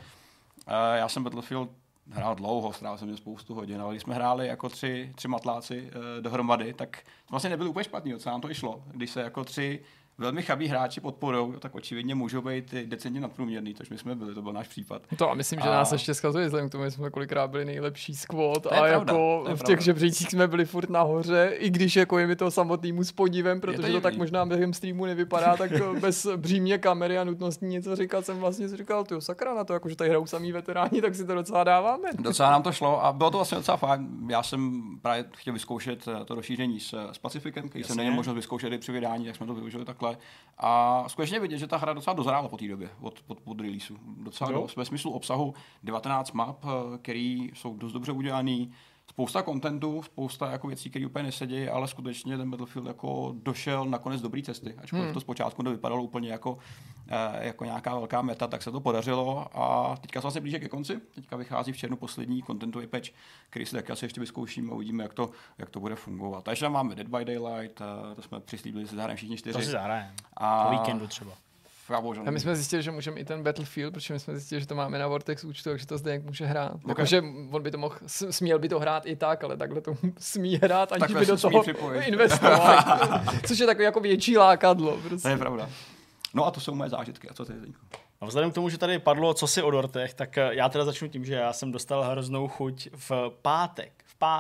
já jsem Battlefield hrál dlouho, strávil jsem spoustu hodin, ale když jsme hráli jako tři matláci dohromady, tak vlastně nebyli úplně špatný, co nám to i šlo. Když se jako 3 velmi chabí hráči podporou, tak očividně můžou být decentně nadprůměrný, což my jsme byli, to byl náš případ. To a myslím, že nás ještě zkazuje, vzhledem k tomu, že jsme kolikrát byli nejlepší squad a jako v těch žebříčcích jsme byli furt nahoře, i když jako je mi to samotnému s podívem, protože to tak možná během streamu nevypadá, tak bez břímě kamery a nutností něco říkat, jsem vlastně si říkal, tyjo, sakra na to, jako že tady hrajou samý veteráni, tak si to docela dáváme. Docela nám to šlo a bylo to vlastně docela fajn. Já jsem právě chtěl vyzkoušet to rozšíření s Pacifikem, který jsem neměl možnost vyzkoušet i při vydání, tak jsme to využili takhle. A skutečně vidět, že ta hra docela dozrála po té době, od releaseu. Docela dost. Ve smyslu obsahu 19 map, který jsou dost dobře udělaný, spousta contentu, spousta jako věcí, které úplně nesedí, ale skutečně ten Battlefield jako došel nakonec dobrý cesty. Ačkoliv to zpočátku nevypadalo úplně jako nějaká velká meta, tak se to podařilo a teďka se vlastně blíže ke konci. Teďka vychází v červnu poslední contentový patch, který si taky asi ještě vyzkoušíme a uvidíme, jak to bude fungovat. Takže tam máme Dead by Daylight, to jsme přislíbili, že se zahrajeme všichni 4. To si zahrajeme. Po víkendu třeba. A my jsme zjistili, že můžeme i ten Battlefield, protože my jsme zjistili, že to máme na Vortex účtu, takže to zde jak může hrát. Okay. Jakože on by to mohl, směl by to hrát i tak, ale takhle to smí hrát, aniž by do toho investoval. Což je takové jako větší lákadlo. Prostě. To je pravda. No a to jsou moje zážitky. A co ty? A vzhledem k tomu, že tady padlo cosi o dortech, tak já teda začnu tím, že já jsem dostal hroznou chuť v pátek.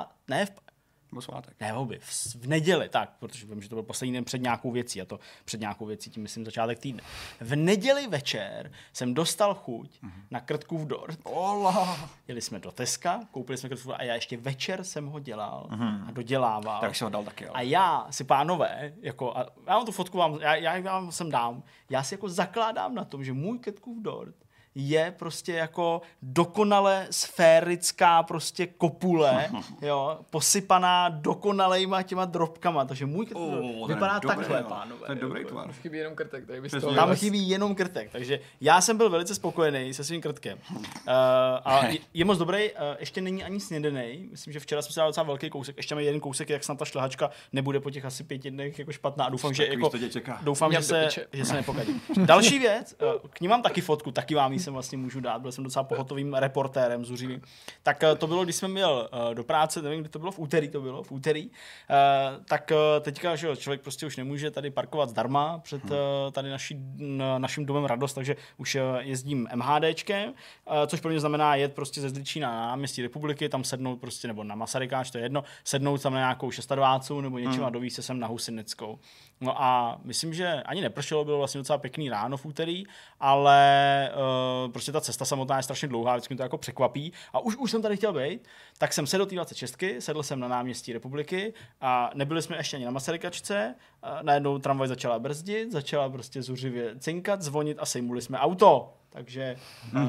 V neděli, tak, protože vím, že to byl poslední den před nějakou věcí, a to před nějakou věcí, tím myslím začátek týdne. V neděli večer jsem dostal chuť na Krtkův dort. Jeli jsme do Teska, koupili jsme Krtkův dort a já ještě večer jsem ho dělal a dodělával. Tak si ho dal taky, jo. A já si, pánové, jako, já mám tu fotku, já vám sem dám, já si jako zakládám na tom, že můj Krtkův dort je prostě jako dokonale sférická prostě kopule, jo, posypaná dokonalejma těma drobkama, takže můj krtek vypadá takhle, pánové. To je dobrý tvar. Chybí jenom krtek, tady Tam chybí jenom krtek, takže já jsem byl velice spokojený se svým krtkem. A je moc dobrý, ještě není ani snědený, myslím, že včera jsem si dal docela velký kousek, ještě mám jeden kousek, jak snad ta šlehačka nebude po těch asi 5 dnech jako špatná a doufám, že se nepokadí. Další věc, k ní mám taky fotku, taky vám ji sem vlastně můžu dát, byl jsem docela pohotovým reportérem zuřivým. Tak to bylo, když jsem měl do práce, nevím, kdy to bylo, v úterý, tak teďka, že člověk prostě už nemůže tady parkovat zdarma před tady naším domem Radost, takže už jezdím MHDčkem, což pro mě znamená jet prostě ze Zličína na náměstí Republiky, tam sednout prostě, nebo na Masarykáč, to je jedno, sednout tam na nějakou 26 nebo něčím a dovízt se sem na Husineckou. No a myslím, že ani nepršelo, bylo vlastně docela pěkný ráno v úterý, ale prostě ta cesta samotná je strašně dlouhá, vždycky mi to jako překvapí a už jsem tady chtěl být, tak jsem sedl do té 26, sedl jsem na náměstí Republiky a nebyli jsme ještě ani na Masarykačce, najednou tramvaj začala brzdit, začala prostě zuřivě cinkat, zvonit a sejmuli jsme auto. Takže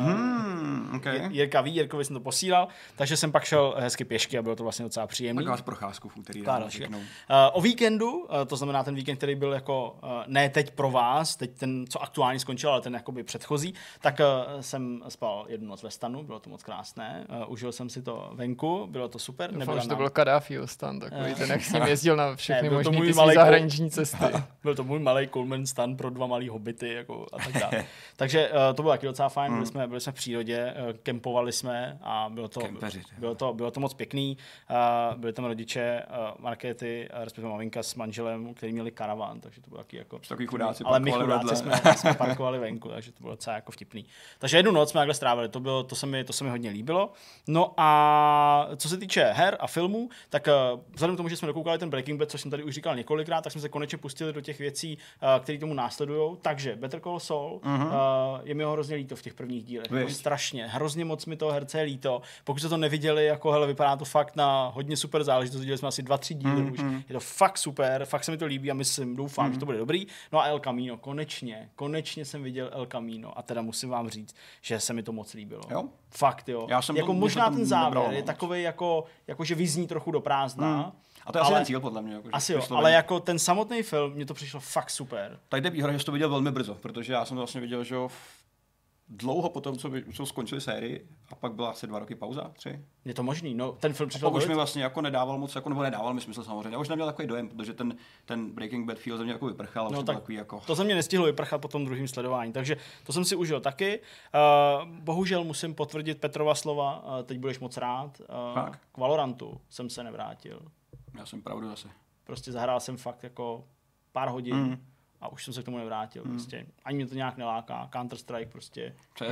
okay. Jirka ví, Jirkovi jsem to posílal, takže jsem pak šel hezky pěšky a bylo to vlastně docela příjemný. Tak vás procházku v úterý. O víkendu, to znamená ten víkend, který byl jako ne teď pro vás, teď ten, co aktuálně skončil, ale ten jakoby předchozí, tak jsem spal jednu noc ve stanu, bylo to moc krásné, užil jsem si to venku, bylo to super. Doufám, že to byl Kadáfiho stan, takový ten, jak s ním jezdil na všechny možný ty zahraniční cesty. Byl to můj malý Coleman stan pro 2 malý hobity jako, a tak dále. Takže to bylo taky docela fajn, byli jsme v přírodě, kempovali jsme a bylo to moc pěkný. Byli tam rodiče Markéty, respektive maminka s manželem, který měli karavan, takže to bylo taky jako... Takový chudáci ale my chudáci jsme parkovali venku, takže to bylo docela jako vtipný. Takže jednu noc jsme takhle strávili, to se mi hodně líbilo. No a co se týče her a filmů, tak vzhledem k tomu, že jsme dokoukali ten Breaking Bad, což jsem tady už říkal několikrát, tak jsme se konečně pustili do těch věcí, které tomu následujou. Takže Better Call Saul, je mi ho hrozně líto v těch prvních dílech. Jako strašně, hrozně moc mi toho herce je líto. Pokud jste to neviděli, jako hele, vypadá to fakt na hodně super záležitost. Viděli jsme asi 2-3 díly už. Je to fakt super, fakt se mi to líbí a doufám, že to bude dobrý. No a El Camino, konečně jsem viděl El Camino a teda musím vám říct, že se mi to moc líbilo. Jo? Fakt jo. Jako možná ten závěr je takovej jako že vyzní trochu do prázdna. A to je asi ten cíl, podle mě. Jako, asi jo, ale jako ten samotný film, mně to přišlo fakt super. Tady jde výhoda, že jsi to viděl velmi brzo, protože já jsem to vlastně viděl, že dlouho potom, co skončili sérii, a pak byla asi 2 roky pauza, 3. Je to možný, no ten film přišel. Už mi vlastně jako nedával moc, nebo nedával mi smysl samozřejmě. Já už neměl takový dojem, protože ten Breaking Bad feel ze mě jako vyprchal. No, tak takový jako... To ze mě nestihlo vyprchat po tom druhém sledování, takže to jsem si užil taky. Bohužel musím potvrdit Petrova slova, teď budeš moc rád. K Valorantu jsem se nevrátil. Já jsem pravdu zase. Prostě zahrál jsem fakt jako pár hodin. A už jsem se k tomu nevrátil. Prostě. Ani mě to nějak neláká. Counter-Strike prostě.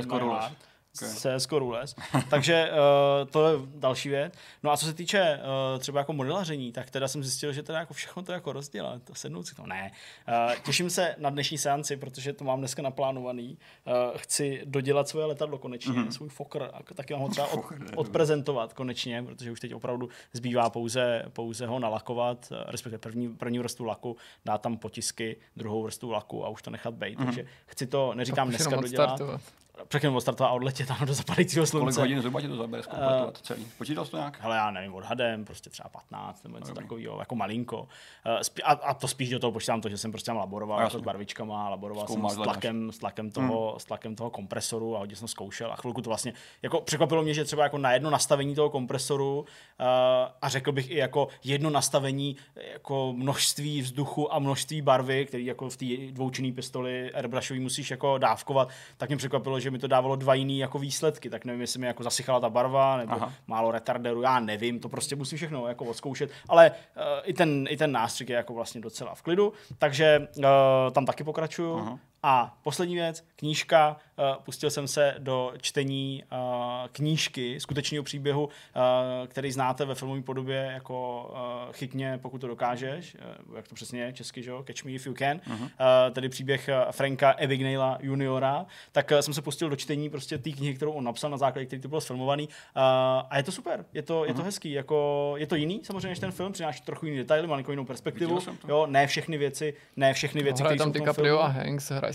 CS:GO Rules. Takže to je další věc. No a co se týče třeba jako modelaření, tak teda jsem zjistil, že teda jako všechno to jako rozdělat. Sednout si to. Ne. Těším se na dnešní seanci, protože to mám dneska naplánovaný. Chci dodělat svoje letadlo konečně, svůj Fokker. Taky mám ho třeba odprezentovat konečně, protože už teď opravdu zbývá pouze ho nalakovat, respektive první vrstvu laku, dát tam potisky, druhou vrstvu laku a už to nechat bejt. Takže chci to, neříkám dneska dodělat. Překrynout odstartovat a odletět tam do zapadajícího slunce. Kolik hodin zhruba ti to zabere zkompletovat celý? Počítal jsi to nějak? Hele, já nevím, odhadem, prostě třeba 15 nebo něco takového, jako malinko. A to spíš do toho počítám to, že jsem prostě tam laboroval jako s barvičkama, laboroval jsem s tlakem toho kompresoru a hodně jsem zkoušel a chvilku to vlastně, jako překvapilo mě, že třeba jako na jedno nastavení toho kompresoru a řekl bych i jako jedno nastavení jako množství vzduchu a množství barvy, který jako v té dvoučinné pistoli airbrushové musíš jako dávkovat, tak mě překvapilo, že mi to dávalo 2 jiný jako výsledky, tak nevím, jestli mi jako zasychala ta barva, nebo málo retarderu, já nevím, to prostě musím všechno jako odzkoušet, ale i ten nástřik je jako vlastně docela v klidu, takže tam taky pokračuju. A poslední věc, knížka, pustil jsem se do čtení knížky skutečného příběhu, který znáte ve filmové podobě jako Chytně, pokud to dokážeš, jak to přesně je česky, že jo? Catch me if you can, tedy příběh Franka Abagnale'a juniora, tak jsem se pustil do čtení prostě té knihy, kterou on napsal, na základě který to bylo sfilmovaný, a je to super, je to hezký, jako, je to jiný samozřejmě než ten film, přináší trochu jiný detaily, má jinou perspektivu, jo, ne všechny věci, které jsou v tom filmu. DiCaprio a Hanks hrají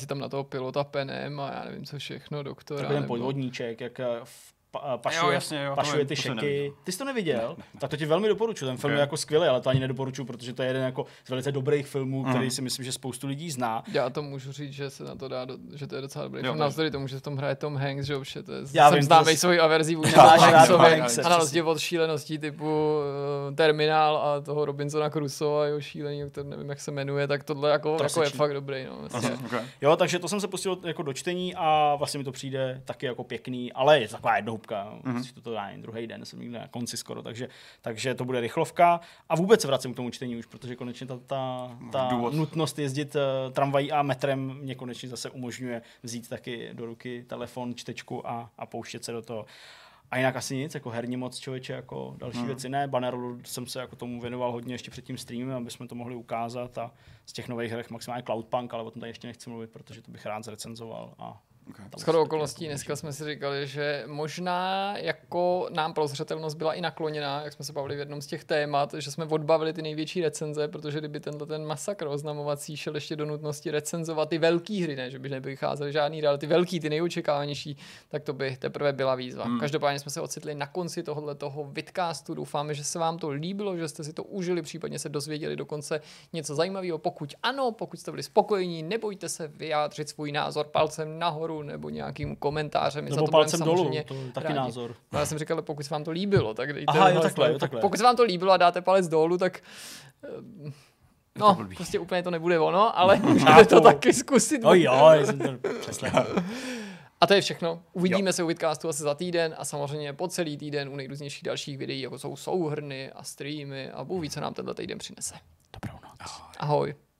si tam na toho pilota penem a já nevím co všechno, doktora. Takový ten podvodníček, jak pašuje ty šeky. Ty jsi to neviděl? Ne. Tak to ti velmi doporučuji. Ten film je jako skvělý, ale to ani nedoporučuji, protože to je jeden jako z velice dobrých filmů, který si myslím, že spoustu lidí zná. Já to můžu říct, že se na to dá, že to je docela dobrý film. Navzdory tomu, že v tom hraje Tom Hanks, že už to je, jsem známej svojí averzí vůči Hanksovi a na rozdíl od šíleností typu Terminál a toho Robinsona Crusoe a jeho šílení, který nevím, jak se jmenuje, tak tohle jako je fakt dobrý. No, jo, takže to jsem se pustil jako do čtení a vlastně mi to přijde taky jako pěkný, ale je taková jednohubka. To dá jen druhý den, jsem někde na konci skoro, takže to bude rychlovka a vůbec se vracím k tomu čtení už, protože konečně ta nutnost jezdit tramvají a metrem mě konečně zase umožňuje vzít taky do ruky telefon, čtečku a pouštět se do toho. A jinak asi nic, jako herně moc člověče, jako další věci ne. Bannerlord jsem se jako tomu věnoval hodně ještě před tím streamem, aby jsme to mohli ukázat a z těch nových her maximálně Cloudpunk, ale o tom tady ještě nechci mluvit, protože to bych rád zrecenzoval. Shodou okolností dneska jsme si říkali, že možná jako nám prozřetelnost byla i nakloněná, jak jsme se bavili v jednom z těch témat, že jsme odbavili ty největší recenze, protože kdyby ten masakr oznamovací šel ještě do nutnosti recenzovat ty velký hry, ne, že by nevycházely žádný, ale ty velký, ty nejočekávanější, tak to by teprve byla výzva. Každopádně jsme se ocitli na konci toho vidcastu. Doufáme, že se vám to líbilo, že jste si to užili, případně se dozvěděli dokonce něco zajímavého. Pokud ano, pokud jste byli spokojení, nebojte se vyjádřit svůj názor palcem nahoru nebo nějakým komentářem. Nebo palcem dolů, to je taky názor. No, já jsem říkal, pokud se vám to líbilo, tak dejte. Aha, jo, takhle. Pokud se vám to líbilo a dáte palec dolů, tak prostě úplně to nebude ono, ale můžete to taky zkusit. No jo, jsem to přeslechl. A to je všechno. Uvidíme se u vidcastu asi za týden a samozřejmě po celý týden u nejrůznějších dalších videí, jako jsou souhrny a streamy a Bůh ví, co nám tenhle týden přinese. Dobrou noc. Ahoj.